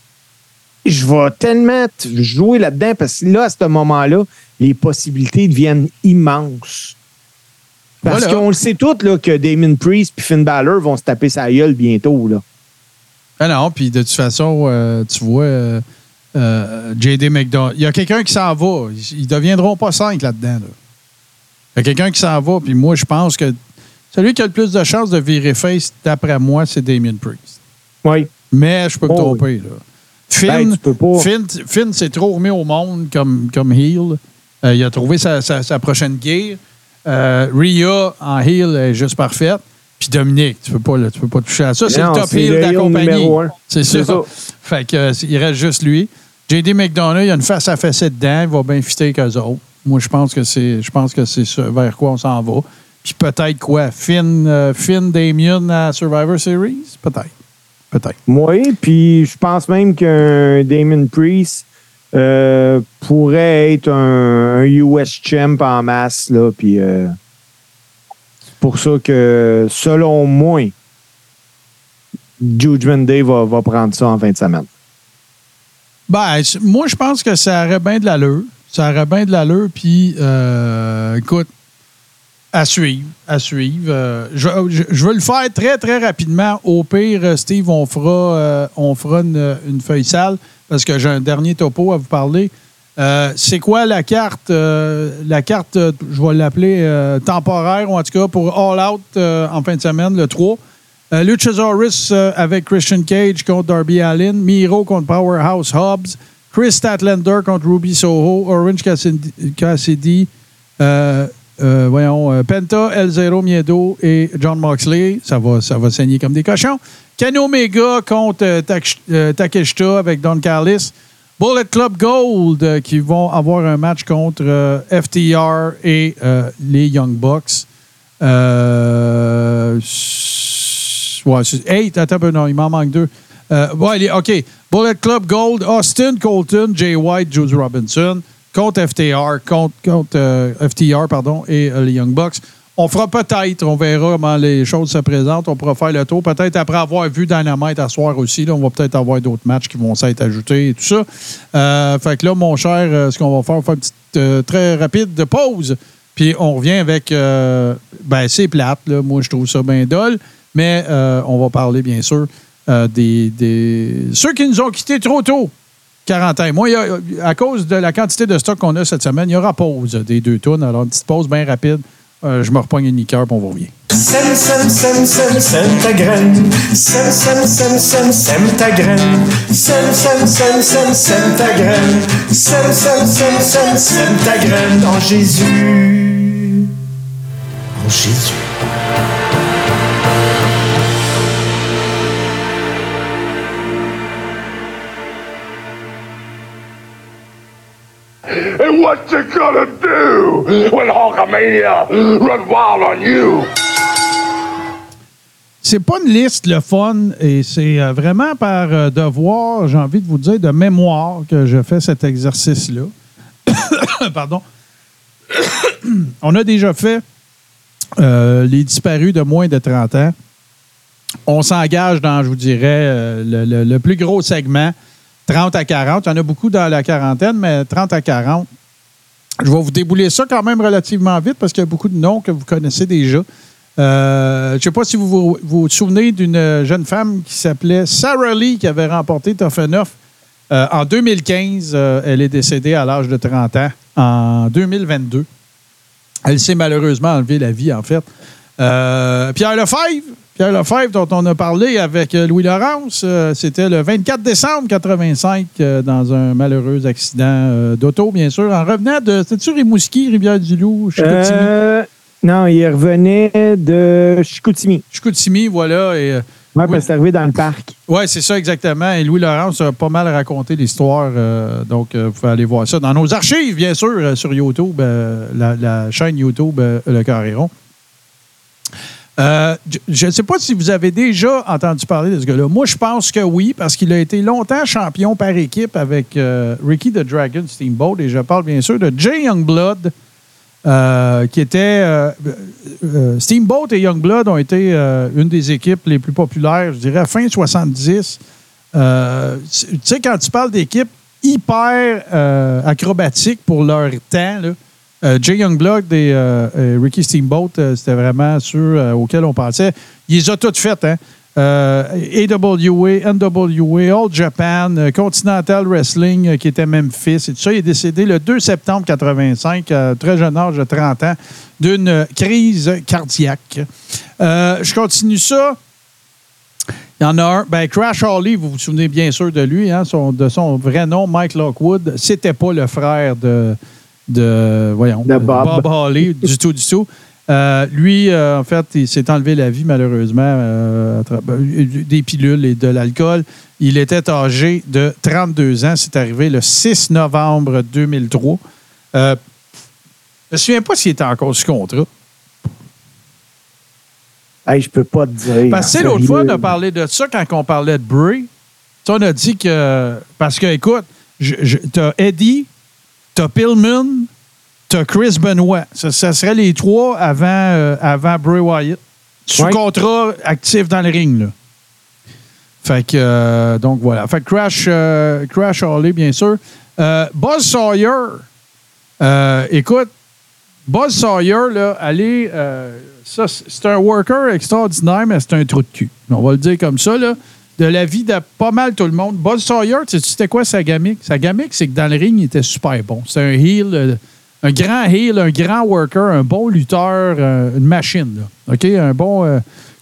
Speaker 3: je vais tellement jouer là-dedans parce que là, à ce moment-là, les possibilités deviennent immenses. Parce
Speaker 2: Voilà.
Speaker 3: qu'on le sait tous là, que Damon Priest et Finn Balor vont se taper sa gueule bientôt. Là.
Speaker 2: Ah non, puis de toute façon, tu vois, J.D. McDonald, il y a quelqu'un qui s'en va. Ils ne deviendront pas 5 là-dedans. Là. Il y a quelqu'un qui s'en va, puis moi, je pense que celui qui a le plus de chances de virer face, d'après moi, c'est Damien Priest.
Speaker 3: Oui.
Speaker 2: Mais je peux me tromper. Là. Finn,
Speaker 3: tu peux pas.
Speaker 2: Finn s'est trop remis au monde comme heel. Il a trouvé sa prochaine gear. Rhea en heel est juste parfaite. Puis Dominique, tu peux pas toucher à ça. C'est
Speaker 3: Non,
Speaker 2: le top
Speaker 3: c'est
Speaker 2: heel
Speaker 3: le
Speaker 2: de la
Speaker 3: heel
Speaker 2: compagnie.
Speaker 3: numéro 1.
Speaker 2: C'est ça. Fait que il reste juste lui. J.D. McDonough, il a une face à fesser dedans. Il va bien fitter qu'eux autres. Moi, je pense que c'est ça vers quoi on s'en va. Puis peut-être quoi? Finn Damien à Survivor Series? Peut-être.
Speaker 3: Oui, puis je pense même qu'un Damon Priest pourrait être un US champ en masse, là, puis c'est pour ça que, selon moi, Judgment Day va prendre ça en fin de semaine.
Speaker 2: Ben, moi, je pense que ça aurait bien de l'allure. Puis, écoute, à suivre. Je veux le faire très, très rapidement. Au pire, Steve, on fera une feuille sale parce que j'ai un dernier topo à vous parler. C'est quoi la carte? La carte, je vais l'appeler temporaire, ou en tout cas pour All Out en fin de semaine, le 3. Luchasaurus avec Christian Cage contre Darby Allin. Miro contre Powerhouse Hobbs. Chris Statlander contre Ruby Soho. Orange Cassidy. Penta, El Zero Miedo et John Moxley. Ça va saigner comme des cochons. Kenny Omega contre Takeshita avec Don Callis. Bullet Club Gold qui vont avoir un match contre FTR et les Young Bucks. Attends un peu, non, il m'en manque 2. OK. Bullet Club Gold, Austin, Colton, Jay White, Juice Robinson contre FTR, et les Young Bucks. On fera peut-être, on verra comment les choses se présentent. On pourra faire le tour. Peut-être après avoir vu Dynamite à soir aussi, là, on va peut-être avoir d'autres matchs qui vont s'être ajoutés et tout ça. Fait que là, mon cher, ce qu'on va faire, on va faire une petite très rapide de pause. Puis on revient avec... c'est plate, là. Moi, je trouve ça bien dole. Mais on va parler, bien sûr, des ceux qui nous ont quittés trop tôt. 40 ans. Moi, à cause de la quantité de stock qu'on a cette semaine, il y aura pause des 2 tonnes. Alors, une petite pause bien rapide. Je me repogne une liqueur et on va revient.
Speaker 12: Sème ta graine. Sème ta graine. Sème ta graine. Sème ta graine. En Jésus. En Jésus.
Speaker 11: And what you gonna do when Hulkamania run wild on you?
Speaker 2: C'est pas une liste, le fun, et c'est vraiment par devoir, j'ai envie de vous dire, de mémoire que je fais cet exercice-là. Pardon. On a déjà fait les disparus de moins de 30 ans. On s'engage dans, je vous dirais, le plus gros segment, 30 à 40. Il y en a beaucoup dans la quarantaine, mais 30 à 40. Je vais vous débouler ça quand même relativement vite parce qu'il y a beaucoup de noms que vous connaissez déjà. Je ne sais pas si vous vous souvenez d'une jeune femme qui s'appelait Sarah Lee qui avait remporté Tough Enough En 2015, elle est décédée à l'âge de 30 ans. En 2022, elle s'est malheureusement enlevé la vie, en fait. Pierre Lefebvre, dont on a parlé avec Louis Laurence, c'était le 24 décembre 85 dans un malheureux accident d'auto, bien sûr, en revenant de... C'était-tu Rimouski, Rivière-du-Loup, Chicoutimi?
Speaker 3: Non, il revenait de Chicoutimi.
Speaker 2: Chicoutimi, voilà.
Speaker 3: Oui, parce que c'est arrivé dans le parc.
Speaker 2: Oui, c'est ça, exactement. Et Louis Laurence a pas mal raconté l'histoire. Donc, vous pouvez aller voir ça dans nos archives, bien sûr, sur YouTube, la chaîne YouTube Le Carré Rond. Je ne sais pas si vous avez déjà entendu parler de ce gars-là. Moi, je pense que oui, parce qu'il a été longtemps champion par équipe avec Ricky the Dragon Steamboat. Et je parle bien sûr de Jay Youngblood, qui était... Steamboat et Youngblood ont été une des équipes les plus populaires, je dirais, fin 70. Tu sais, quand tu parles d'équipes hyper acrobatiques pour leur temps, là, Jay Youngblood et Ricky Steamboat, c'était vraiment ceux auxquels on pensait. Ils les ont toutes faites, hein? AWA, NWA, All Japan, Continental Wrestling, qui était Memphis et tout ça. Il est décédé le 2 septembre 85, à très jeune âge de 30 ans, d'une crise cardiaque. Je continue ça. Il y en a un. Ben, Crash Holly, vous vous souvenez bien sûr de lui, hein, de son vrai nom, Mike Lockwood. C'était pas le frère de Bob Holly, du tout. Lui, en fait, il s'est enlevé la vie, malheureusement, des pilules et de l'alcool. Il était âgé de 32 ans. C'est arrivé le 6 novembre 2003. Je ne me souviens pas s'il était encore sous contrat.
Speaker 3: Hey, je peux pas te dire.
Speaker 2: Parce que l'autre fois, on a parlé de ça quand on parlait de Bray. On a dit que... Parce que, écoute, t'as Eddie, t'as Pillman, t'as Chris Benoit. Ça serait les trois avant Bray Wyatt. Sous contrat actif dans le ring, là. Fait que, donc voilà. Fait que Crash Holly, bien sûr. Buzz Sawyer. Écoute, Buzz Sawyer, là, allez... ça, c'est un worker extraordinaire, mais c'est un trou de cul. On va le dire comme ça, là. De la vie de pas mal tout le monde. Buzz Sawyer, tu sais, c'était quoi sa gimmick? Sa gimmick, c'est que dans le ring, il était super bon. C'est un heel, un grand heel, un grand worker, un bon lutteur, une machine, là. OK? Un bon...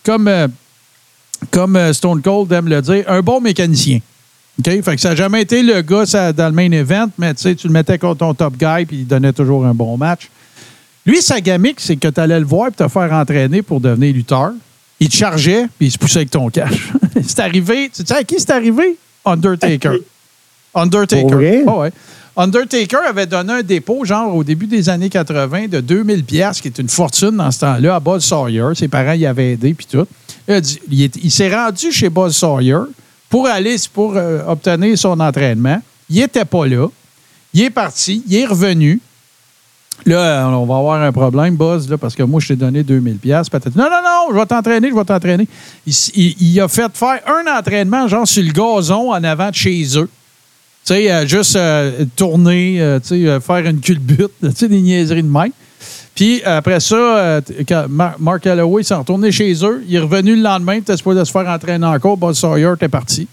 Speaker 2: comme Stone Cold aime le dire, un bon mécanicien. OK? Fait que ça n'a jamais été le gars dans le main event, mais tu sais, tu le mettais contre ton top guy puis il donnait toujours un bon match. Lui, sa gimmick, c'est que tu allais le voir et te faire entraîner pour devenir lutteur. Il te chargeait puis il se poussait avec ton cash. C'est arrivé. Tu sais à qui c'est arrivé? Undertaker. Undertaker. Oh, ouais. Undertaker avait donné un dépôt, genre au début des années 80, de 2000$, qui est une fortune dans ce temps-là, à Buzz Sawyer. Ses parents y avaient aidé puis tout. Il s'est rendu chez Buzz Sawyer pour obtenir son entraînement. Il n'était pas là. Il est parti. Il est revenu. Là, on va avoir un problème, Buzz, là, parce que moi, je t'ai donné 2000$. Peut-être. Non, je vais t'entraîner. Il a fait faire un entraînement, genre sur le gazon en avant de chez eux. Tu sais, juste tourner, faire une culbute, des niaiseries de même. Puis après ça, quand Mark Calloway s'est retourné chez eux, il est revenu le lendemain, il était supposé se faire entraîner encore. Buzz Sawyer était parti.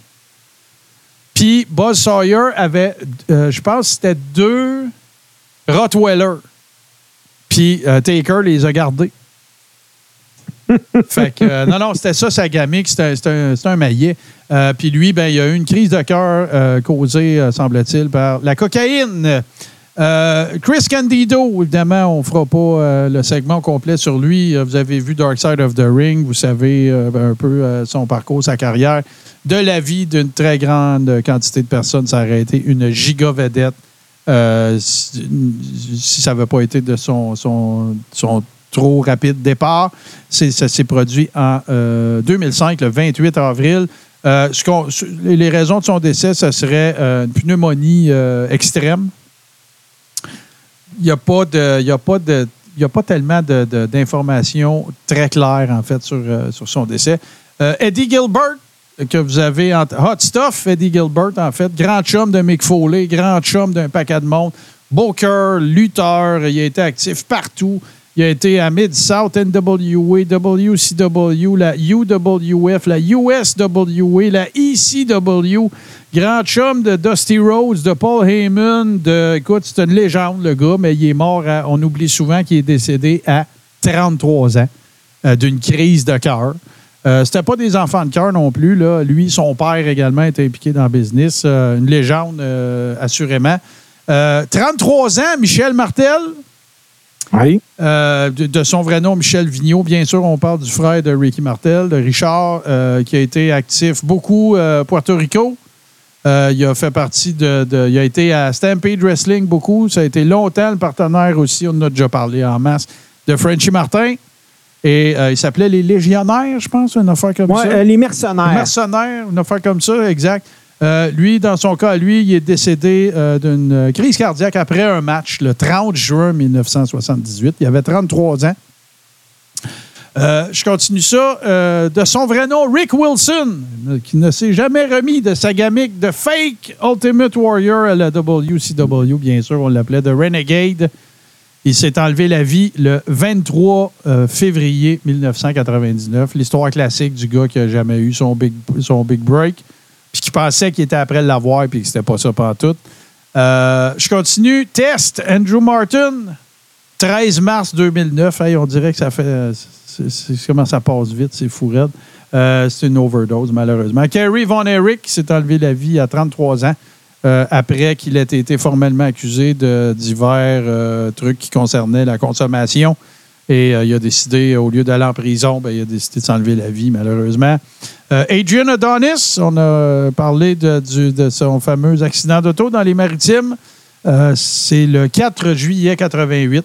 Speaker 2: Puis Buzz Sawyer avait, je pense que c'était 2 Rottweiler. Puis Taker les a gardés. Fait que, non, c'était ça sa gimmick, c'était un maillet. Puis lui, ben, il a eu une crise de cœur causée, semble-t-il, par la cocaïne. Chris Candido, évidemment, on ne fera pas le segment complet sur lui. Vous avez vu Dark Side of the Ring, vous savez un peu son parcours, sa carrière. De la vie d'une très grande quantité de personnes, ça aurait été une giga vedette si ça n'avait pas été de son trop rapide départ. Ça s'est produit en 2005, le 28 avril. Les raisons de son décès, ce serait une pneumonie extrême. Il n'y a pas tellement d'informations très claires, en fait, sur son décès. Eddie Gilbert, que vous avez en Hot Stuff, Eddie Gilbert, en fait, grand chum de Mick Foley, grand chum d'un paquet de monde, booker, lutteur, il a été actif partout. Il a été à Mid-South, NWA, WCW, la UWF, la USWA, la ECW. Grand chum de Dusty Rhodes, de Paul Heyman. Écoute, c'est une légende, le gars, mais il est mort, on oublie souvent qu'il est décédé à 33 ans d'une crise de cœur. C'était pas des enfants de cœur non plus. Là. Lui, son père également était impliqué dans le business. Une légende, assurément. 33 ans, Michel Martel.
Speaker 3: Oui.
Speaker 2: De son vrai nom, Michel Vigneault. Bien sûr, on parle du frère de Ricky Martel, de Richard, qui a été actif beaucoup à Puerto Rico. Il a fait partie il a été à Stampede Wrestling beaucoup. Ça a été longtemps le partenaire aussi, on en a déjà parlé en masse, de Frenchy Martin. Et il s'appelait les Légionnaires, je pense, une affaire comme ça.
Speaker 3: Les Mercenaires.
Speaker 2: Les Mercenaires, une affaire comme ça, exact. Lui, dans son cas, il est décédé d'une crise cardiaque après un match le 30 juin 1978. Il avait 33 ans. Je continue ça. De son vrai nom, Rick Wilson, qui ne s'est jamais remis de sa gimmick de fake Ultimate Warrior à la WCW. Bien sûr, on l'appelait The Renegade. Il s'est enlevé la vie le 23 février 1999. L'histoire classique du gars qui n'a jamais eu son big break, puis qui pensait qu'il était après l'avoir, puis que c'était pas ça pantoute. Je continue. Test, Andrew Martin, 13 mars 2009. Hey, on dirait que ça fait... comment ça passe vite, c'est fou raide. C'est une overdose, malheureusement. Kerry Von Erich s'est enlevé la vie à 33 ans. Après qu'il ait été formellement accusé de divers trucs qui concernaient la consommation. Et il a décidé, au lieu d'aller en prison, il a décidé de s'enlever la vie, malheureusement. Adrian Adonis, on a parlé de son fameux accident d'auto dans les Maritimes. C'est le 4 juillet 88.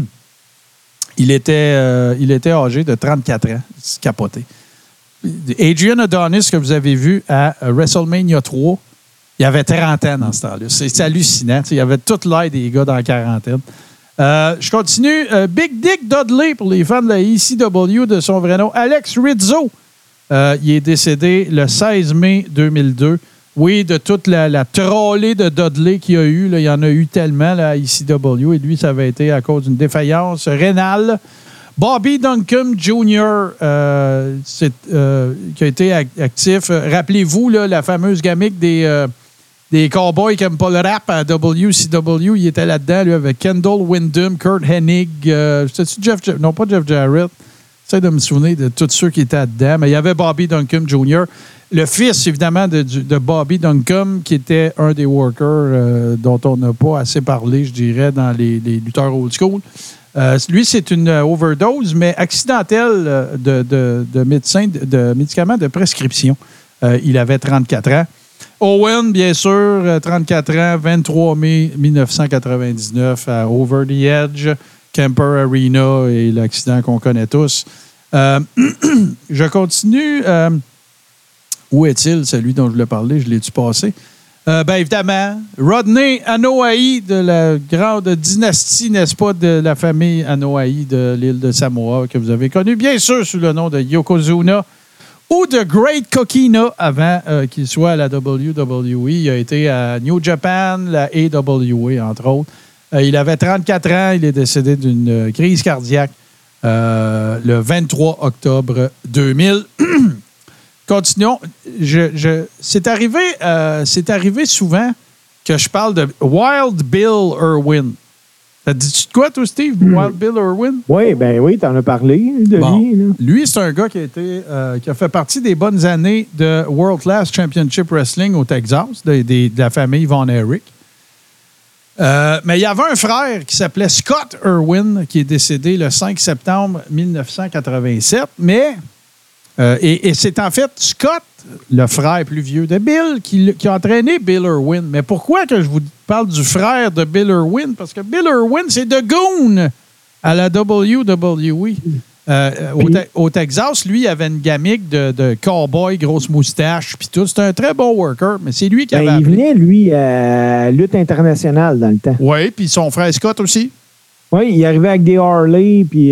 Speaker 2: Il était âgé de 34 ans. C'est capoté. Adrian Adonis, que vous avez vu à WrestleMania 3, il avait 30 ans dans ce temps-là. C'est hallucinant. Il y avait toute l'air des gars dans la quarantaine. Je continue. Big Dick Dudley, pour les fans de la ECW, de son vrai nom, Alex Rizzo. Il est décédé le 16 mai 2002. Oui, de toute la trollée de Dudley qu'il y a eu. Là, il y en a eu tellement là, à ECW. Et lui, ça avait été à cause d'une défaillance rénale. Bobby Duncombe Jr., qui a été actif. Rappelez-vous là, la fameuse gimmick des Cowboys qui n'aiment pas le rap à WCW. Il était là-dedans lui, avec Kendall Windham, Kurt Hennig. C'était-tu non, pas Jeff Jarrett. J'essaie de me souvenir de tous ceux qui étaient là-dedans. Mais il y avait Bobby Duncombe Jr., le fils, évidemment, de Bobby Duncombe, qui était un des workers dont on n'a pas assez parlé, je dirais, dans les lutteurs old school. Lui, c'est une overdose, mais accidentelle de médicaments de prescription. Il avait 34 ans. Owen, bien sûr, 34 ans, 23 mai 1999 à Over the Edge, Kemper Arena et l'accident qu'on connaît tous. Je continue. Où est-il, celui dont je voulais parler? Je l'ai-tu passé? Évidemment, Rodney Anoa'i de la grande dynastie, n'est-ce pas, de la famille Anoa'i de l'île de Samoa, que vous avez connu, bien sûr, sous le nom de Yokozuna ou de Great Coquina avant qu'il soit à la WWE. Il a été à New Japan, la AWA, entre autres. Il avait 34 ans. Il est décédé d'une crise cardiaque le 23 octobre 2000. Continuons. C'est arrivé souvent que je parle de Wild Bill Irwin. Ça te dit-tu de quoi, toi, Steve? Wild Bill Irwin?
Speaker 3: Oui, t'en as parlé de lui. Là.
Speaker 2: Lui, c'est un gars qui a fait partie des bonnes années de World Class Championship Wrestling au Texas, de la famille Von Erich. Mais il y avait un frère qui s'appelait Scott Irwin, qui est décédé le 5 septembre 1987. Mais... Et c'est en fait Scott, le frère plus vieux de Bill, qui a entraîné Bill Irwin. Mais pourquoi que je vous parle du frère de Bill Irwin? Parce que Bill Irwin, c'est The Goon à la WWE. Au Texas, lui, il avait une gimmick de cowboy, grosse moustache, puis tout. C'était un très bon worker, mais c'est lui qui avait
Speaker 3: appelé. Il venait, lui, à lutte internationale dans le temps.
Speaker 2: Oui, puis son frère Scott aussi.
Speaker 3: Oui, il arrivait avec des Harley, puis...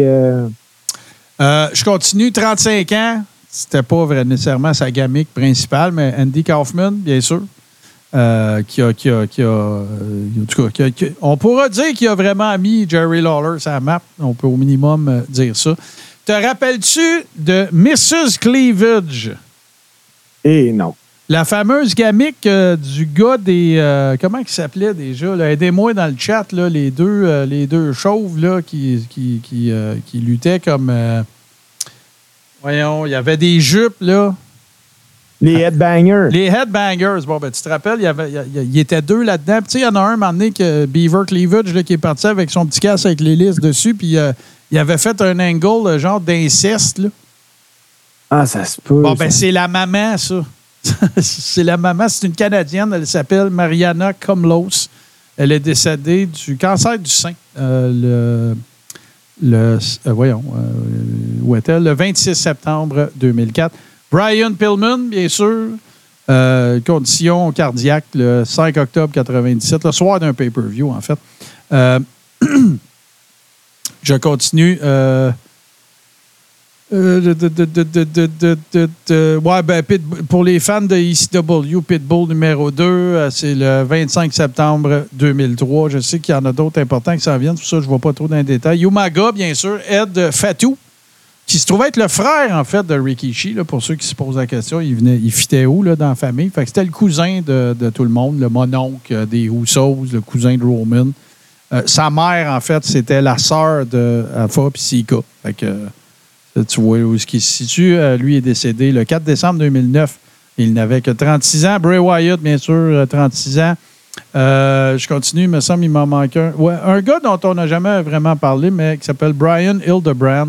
Speaker 2: je continue, 35 ans. C'était pas nécessairement sa gimmick principale, mais Andy Kaufman, bien sûr. On pourra dire qu'il a vraiment mis Jerry Lawler sur la map. On peut au minimum dire ça. Te rappelles-tu de Mrs. Cleavage?
Speaker 3: Eh non.
Speaker 2: La fameuse gamique du gars des... comment il s'appelait déjà? Là? Aidez-moi dans le chat, là, les deux chauves là, qui luttaient comme... voyons, il y avait des jupes, là.
Speaker 3: Les Headbangers.
Speaker 2: Les Headbangers. Bon, ben, tu te rappelles, il y était deux là-dedans. Puis, tu sais, il y en a un, un moment donné, que Beaver Cleavage, là, qui est parti avec son petit casque avec l'hélice dessus. Puis, il avait fait un angle, genre d'inceste, là.
Speaker 3: Ah, ça se peut.
Speaker 2: Bon, ben, c'est la maman, ça. C'est la maman. C'est une Canadienne. Elle s'appelle Mariana Komlos. Elle est décédée du cancer du sein. Voyons, où est-elle? Le 26 septembre 2004. Brian Pillman, bien sûr. Condition cardiaque, le 5 octobre 97, le soir d'un pay-per-view, en fait. Je continue. Ouais, ben, pour les fans de ECW, Pitbull numéro 2, c'est le 25 septembre 2003. Je sais qu'il y en a d'autres importants qui s'en viennent, pour ça, je ne vais pas trop dans les détails. Umaga, bien sûr. Ed Fatou, qui se trouvait être le frère, en fait, de Rikishi, là, pour ceux qui se posent la question. Il fitait où, là, dans la famille? Fait que c'était le cousin de tout le monde, le mononcle des Usos, le cousin de Roman. Sa mère, en fait, c'était la sœur de Alpha et Sika. Fait que tu vois où est-ce qu'il se situe. Lui est décédé le 4 décembre 2009. Il n'avait que 36 ans. Bray Wyatt, bien sûr, 36 ans. Je continue, il me semble qu'il m'en manque un. Ouais, un gars dont on n'a jamais vraiment parlé, mais qui s'appelle Brian Hildebrand,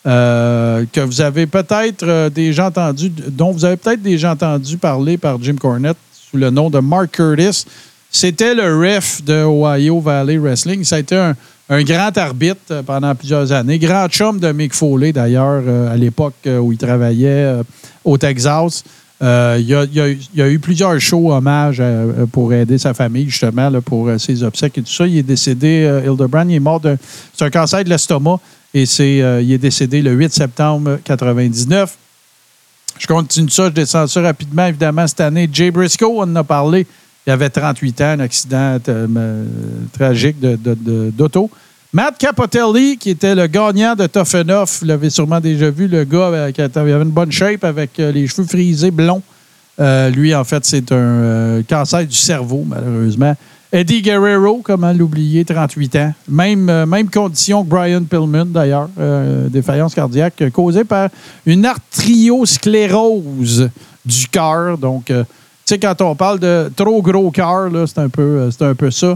Speaker 2: que vous avez peut-être déjà entendu, dont vous avez peut-être déjà entendu parler par Jim Cornette sous le nom de Mark Curtis. C'était le ref de Ohio Valley Wrestling. Ça a été un grand arbitre pendant plusieurs années. Grand chum de Mick Foley, d'ailleurs, à l'époque où il travaillait au Texas. Il y a eu plusieurs shows hommages pour aider sa famille, justement, là, pour ses obsèques et tout ça. Il est décédé, Hildebrand, il est mort c'est un cancer de l'estomac et il est décédé le 8 septembre 1999. Je continue ça, je descends ça rapidement, évidemment, cette année. Jay Briscoe, on en a parlé. Il avait 38 ans, un accident tragique d'auto. Matt Cappotelli, qui était le gagnant de Tough Enough, vous l'avez sûrement déjà vu, le gars qui avait une bonne shape avec les cheveux frisés blonds. Lui, en fait, c'est un cancer du cerveau, malheureusement. Eddie Guerrero, comment l'oublier, 38 ans. Même condition que Brian Pillman, d'ailleurs, défaillance cardiaque causée par une artériosclérose du cœur. Donc, tu sais, quand on parle de trop gros cœur, là, c'est un peu ça.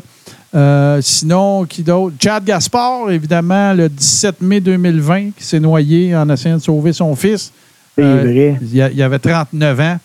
Speaker 2: Sinon, qui d'autre? Chad Gaspard, évidemment, le 17 mai 2020, qui s'est noyé en essayant de sauver son fils.
Speaker 3: C'est vrai.
Speaker 2: Il avait 39 ans.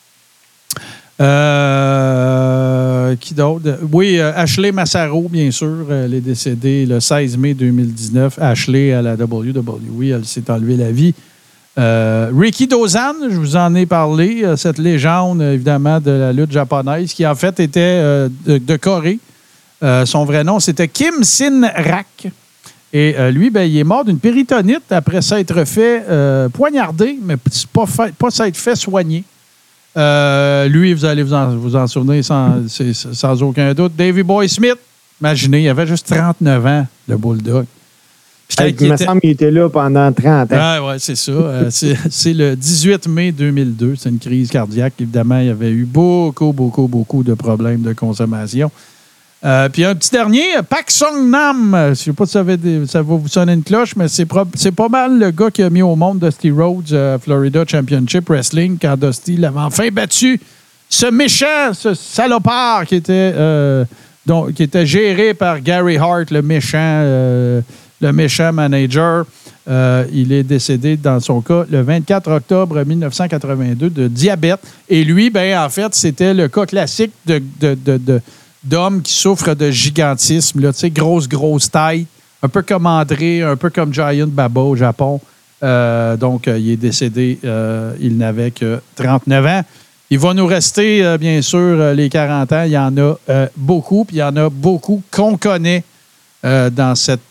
Speaker 2: Qui d'autre? Oui, Ashley Massaro, bien sûr. Elle est décédée le 16 mai 2019. Ashley, à la WWE, elle s'est enlevée la vie. Ricky Dozan, je vous en ai parlé, cette légende, évidemment, de la lutte japonaise, qui en fait était de Corée. Son vrai nom, c'était Kim Sin-rak. Et lui, ben, il est mort d'une péritonite après s'être fait poignarder, mais pas s'être fait soigner. Lui, vous allez vous en souvenir sans aucun doute. Davey Boy Smith, imaginez, il avait juste 39 ans, le Bulldog.
Speaker 3: Il me semble qu'il était là pendant 30 ans.
Speaker 2: Ah, oui, c'est ça. C'est le 18 mai 2002. C'est une crise cardiaque. Évidemment, il y avait eu beaucoup de problèmes de consommation. Puis un petit dernier, Pak Song Nam. Je ne sais pas si ça va vous sonner une cloche, mais c'est pas mal le gars qui a mis au monde Dusty Rhodes Florida Championship Wrestling quand Dusty l'avait enfin battu. Ce méchant, ce salopard qui était géré par Gary Hart, le méchant manager. Il est décédé, dans son cas, le 24 octobre 1982 de diabète. Et lui, ben en fait, c'était le cas classique d'homme qui souffre de gigantisme. Tu sais, grosse taille, un peu comme André, un peu comme Giant Baba au Japon. Donc, il est décédé. Il n'avait que 39 ans. Il va nous rester, bien sûr, les 40 ans. Il y en a beaucoup, puis il y en a beaucoup qu'on connaît dans cette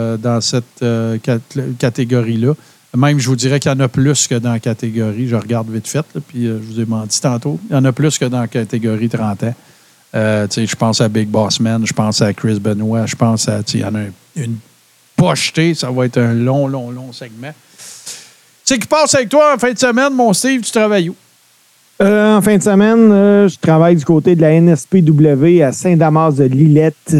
Speaker 2: catégorie-là. Même, je vous dirais qu'il y en a plus que dans la catégorie. Je regarde vite fait, là, puis je vous ai menti tantôt. Il y en a plus que dans la catégorie 30 ans. Je pense à Big Boss Man, je pense à Chris Benoit, je pense à... Il y en a une pochetée, ça va être un long segment. C'est qui passe avec toi en fin de semaine, mon Steve, tu travailles où?
Speaker 3: En fin de semaine, je travaille du côté de la NSPW à Saint-Damas-de-Lillette.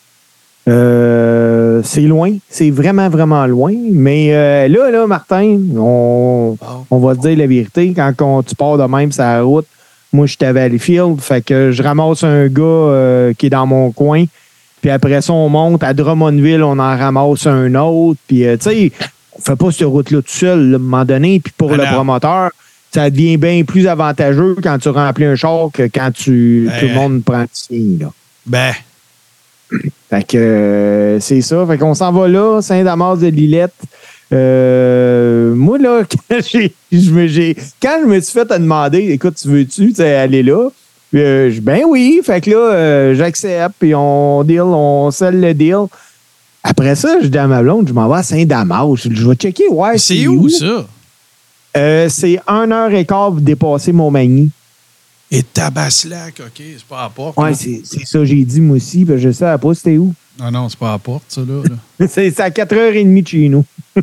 Speaker 3: C'est loin, c'est vraiment, vraiment loin. Mais là, Martin, on va te dire la vérité. Quand tu pars de même sur la route, moi, je suis à Valleyfield, fait que je ramasse un gars qui est dans mon coin. Puis après ça, on monte à Drummondville, on en ramasse un autre. Puis, tu sais, on fait pas cette route-là tout seul, là, à un moment donné. Puis pour le promoteur, ça devient bien plus avantageux quand tu remplis un char que quand tout le monde prend ici, là. Fait que c'est ça. Fait qu'on s'en va là, Saint-Damas-de-Lillette. Moi, là, quand je me suis fait te demander, écoute, tu veux-tu aller là? Ben oui. Fait que là, j'accepte, puis on scelle le deal. Après ça, je dis à ma blonde, je m'en vais à Saint-Damas. Je vais checker, ouais.
Speaker 2: C'est où ça?
Speaker 3: C'est 1h15 pour dépasser Montmagny.
Speaker 2: Et Tabaslac, OK, c'est pas à la porte.
Speaker 3: Oui, c'est ça, j'ai dit moi aussi, parce que je sais pas c'était où.
Speaker 2: Non, c'est pas à la porte, ça, là.
Speaker 3: C'est à 4h30 de chez nous.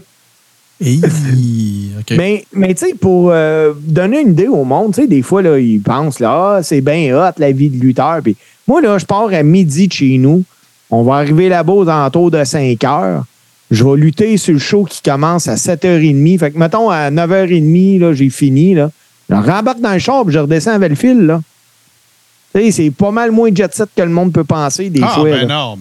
Speaker 2: OK.
Speaker 3: Mais tu sais, pour donner une idée au monde, tu sais, des fois, là, ils pensent, là, c'est bien hot, la vie de lutteur. Puis moi, là, je pars à midi de chez nous. On va arriver là-bas aux alentours de 5h. Je vais lutter sur le show qui commence à 7h30. Fait que, mettons, à 9h30, là, j'ai fini, là. Je rembarque dans le char et je redescends à Valleyfield, là. Tu sais, c'est pas mal moins jet set que le monde peut penser des fois.
Speaker 2: Ben non.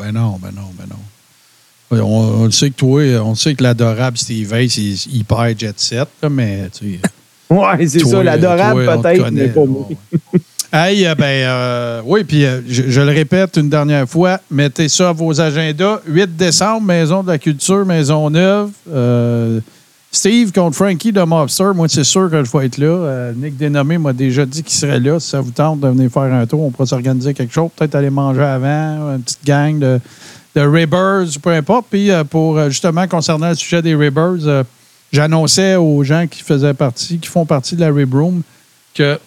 Speaker 2: On le sait que toi, on sait que l'adorable Steve Hay, c'est hyper jet set, là, mais tu sais.
Speaker 3: Ouais, c'est ça, l'adorable peut-être, mais pas moi.
Speaker 2: Hey, oui, puis je le répète une dernière fois, mettez ça à vos agendas. 8 décembre, Maison de la Culture, Maisonneuve. Steve contre Frankie de Mobster. Moi, c'est sûr que je vais être là. Nick Dénommé m'a déjà dit qu'il serait là. Si ça vous tente de venir faire un tour, on pourra s'organiser quelque chose. Peut-être aller manger avant, une petite gang de Ribbers, peu importe. Puis pour justement, concernant le sujet des Ribbers, j'annonçais aux gens qui font partie de la Rib Room que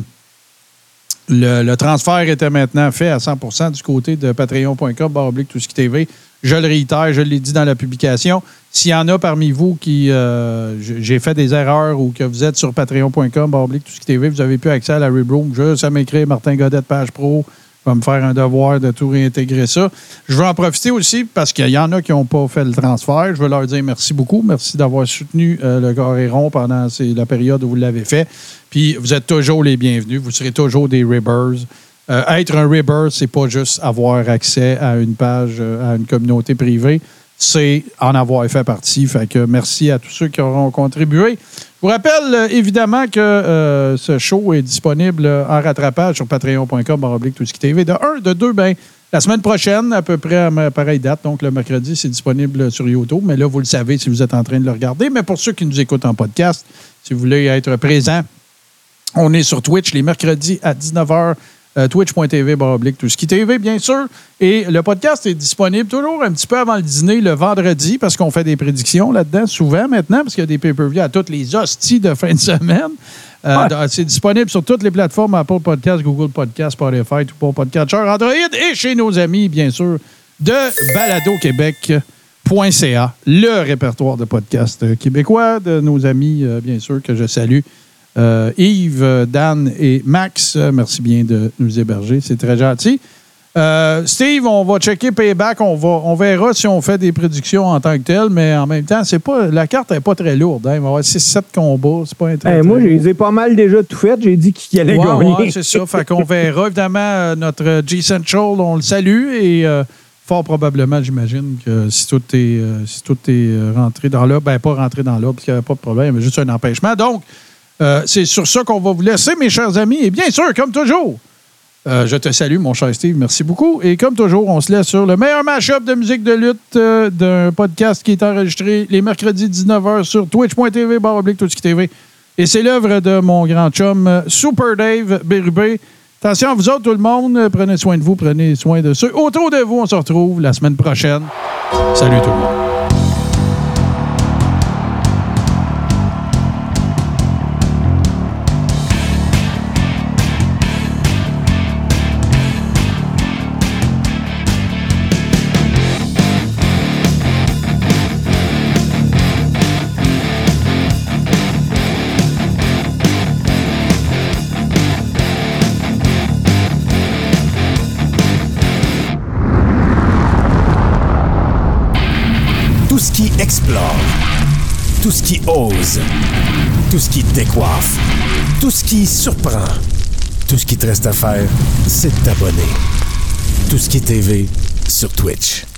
Speaker 2: le transfert était maintenant fait à 100% du côté de patreon.com/TouSkiTV. Je le réitère, je l'ai dit dans la publication. S'il y en a parmi vous qui j'ai fait des erreurs ou que vous êtes sur patreon.com/TouSkiTV, vous n'avez plus accès à la Rib Room, juste à m'écrire Martin Godet, page pro. Va me faire un devoir de tout réintégrer ça. Je veux en profiter aussi parce qu'il y en a qui n'ont pas fait le transfert. Je veux leur dire merci beaucoup. Merci d'avoir soutenu le Carré Rond pendant la période où vous l'avez fait. Puis vous êtes toujours les bienvenus. Vous serez toujours des Ribbers. Être un Ribber, c'est pas juste avoir accès à une page, à une communauté privée. C'est en avoir fait partie. Fait que merci à tous ceux qui auront contribué. Je vous rappelle évidemment que ce show est disponible en rattrapage sur patreon.com/TouSkiTV. De 1, de 2, la semaine prochaine, à peu près à pareille date, donc le mercredi, c'est disponible sur YouTube. Mais là, vous le savez si vous êtes en train de le regarder. Mais pour ceux qui nous écoutent en podcast, si vous voulez être présent, on est sur Twitch les mercredis à 19h. Twitch.tv/TouSkiTV, bien sûr. Et le podcast est disponible toujours un petit peu avant le dîner, le vendredi, parce qu'on fait des prédictions là-dedans, souvent maintenant, parce qu'il y a des pay-per-views à toutes les hosties de fin de semaine. C'est disponible sur toutes les plateformes, Apple Podcasts, Google Podcasts, Spotify, tout pour Podcatcher, Android, et chez nos amis, bien sûr, de baladoquebec.ca, le répertoire de podcasts québécois de nos amis, bien sûr, que je salue. Yves, Dan et Max, merci bien de nous héberger. C'est très gentil. Steve, on va checker Payback. On verra si on fait des prédictions en tant que telles, mais en même temps, la carte n'est pas très lourde. Hein. Il va y avoir 6-7 combats. C'est pas
Speaker 3: moi, je les ai pas mal déjà tout fait. J'ai dit qu'il allait gagner.
Speaker 2: Oui, c'est ça. Fait qu'on verra. Évidemment, notre G-Central, on le salue et fort probablement, j'imagine que si tout est rentré dans l'ordre, pas rentré dans l'ordre, parce qu'il n'y avait pas de problème, mais juste un empêchement. Donc, c'est sur ça qu'on va vous laisser, mes chers amis. Et bien sûr, comme toujours, je te salue, mon cher Steve. Merci beaucoup. Et comme toujours, on se laisse sur le meilleur mash-up de musique de lutte d'un podcast qui est enregistré les mercredis 19h sur twitch.tv/TouSkiTV. Et c'est l'œuvre de mon grand chum Super Dave Bérubé. Attention à vous autres, tout le monde. Prenez soin de vous, prenez soin de ceux autour de vous. On se retrouve la semaine prochaine. Salut tout le monde.
Speaker 13: ce qui explore, tout ce qui ose, tout ce qui décoiffe, tout ce qui surprend. Tout ce qui te reste à faire, c'est de t'abonner. Tout ce qui est TV sur Twitch.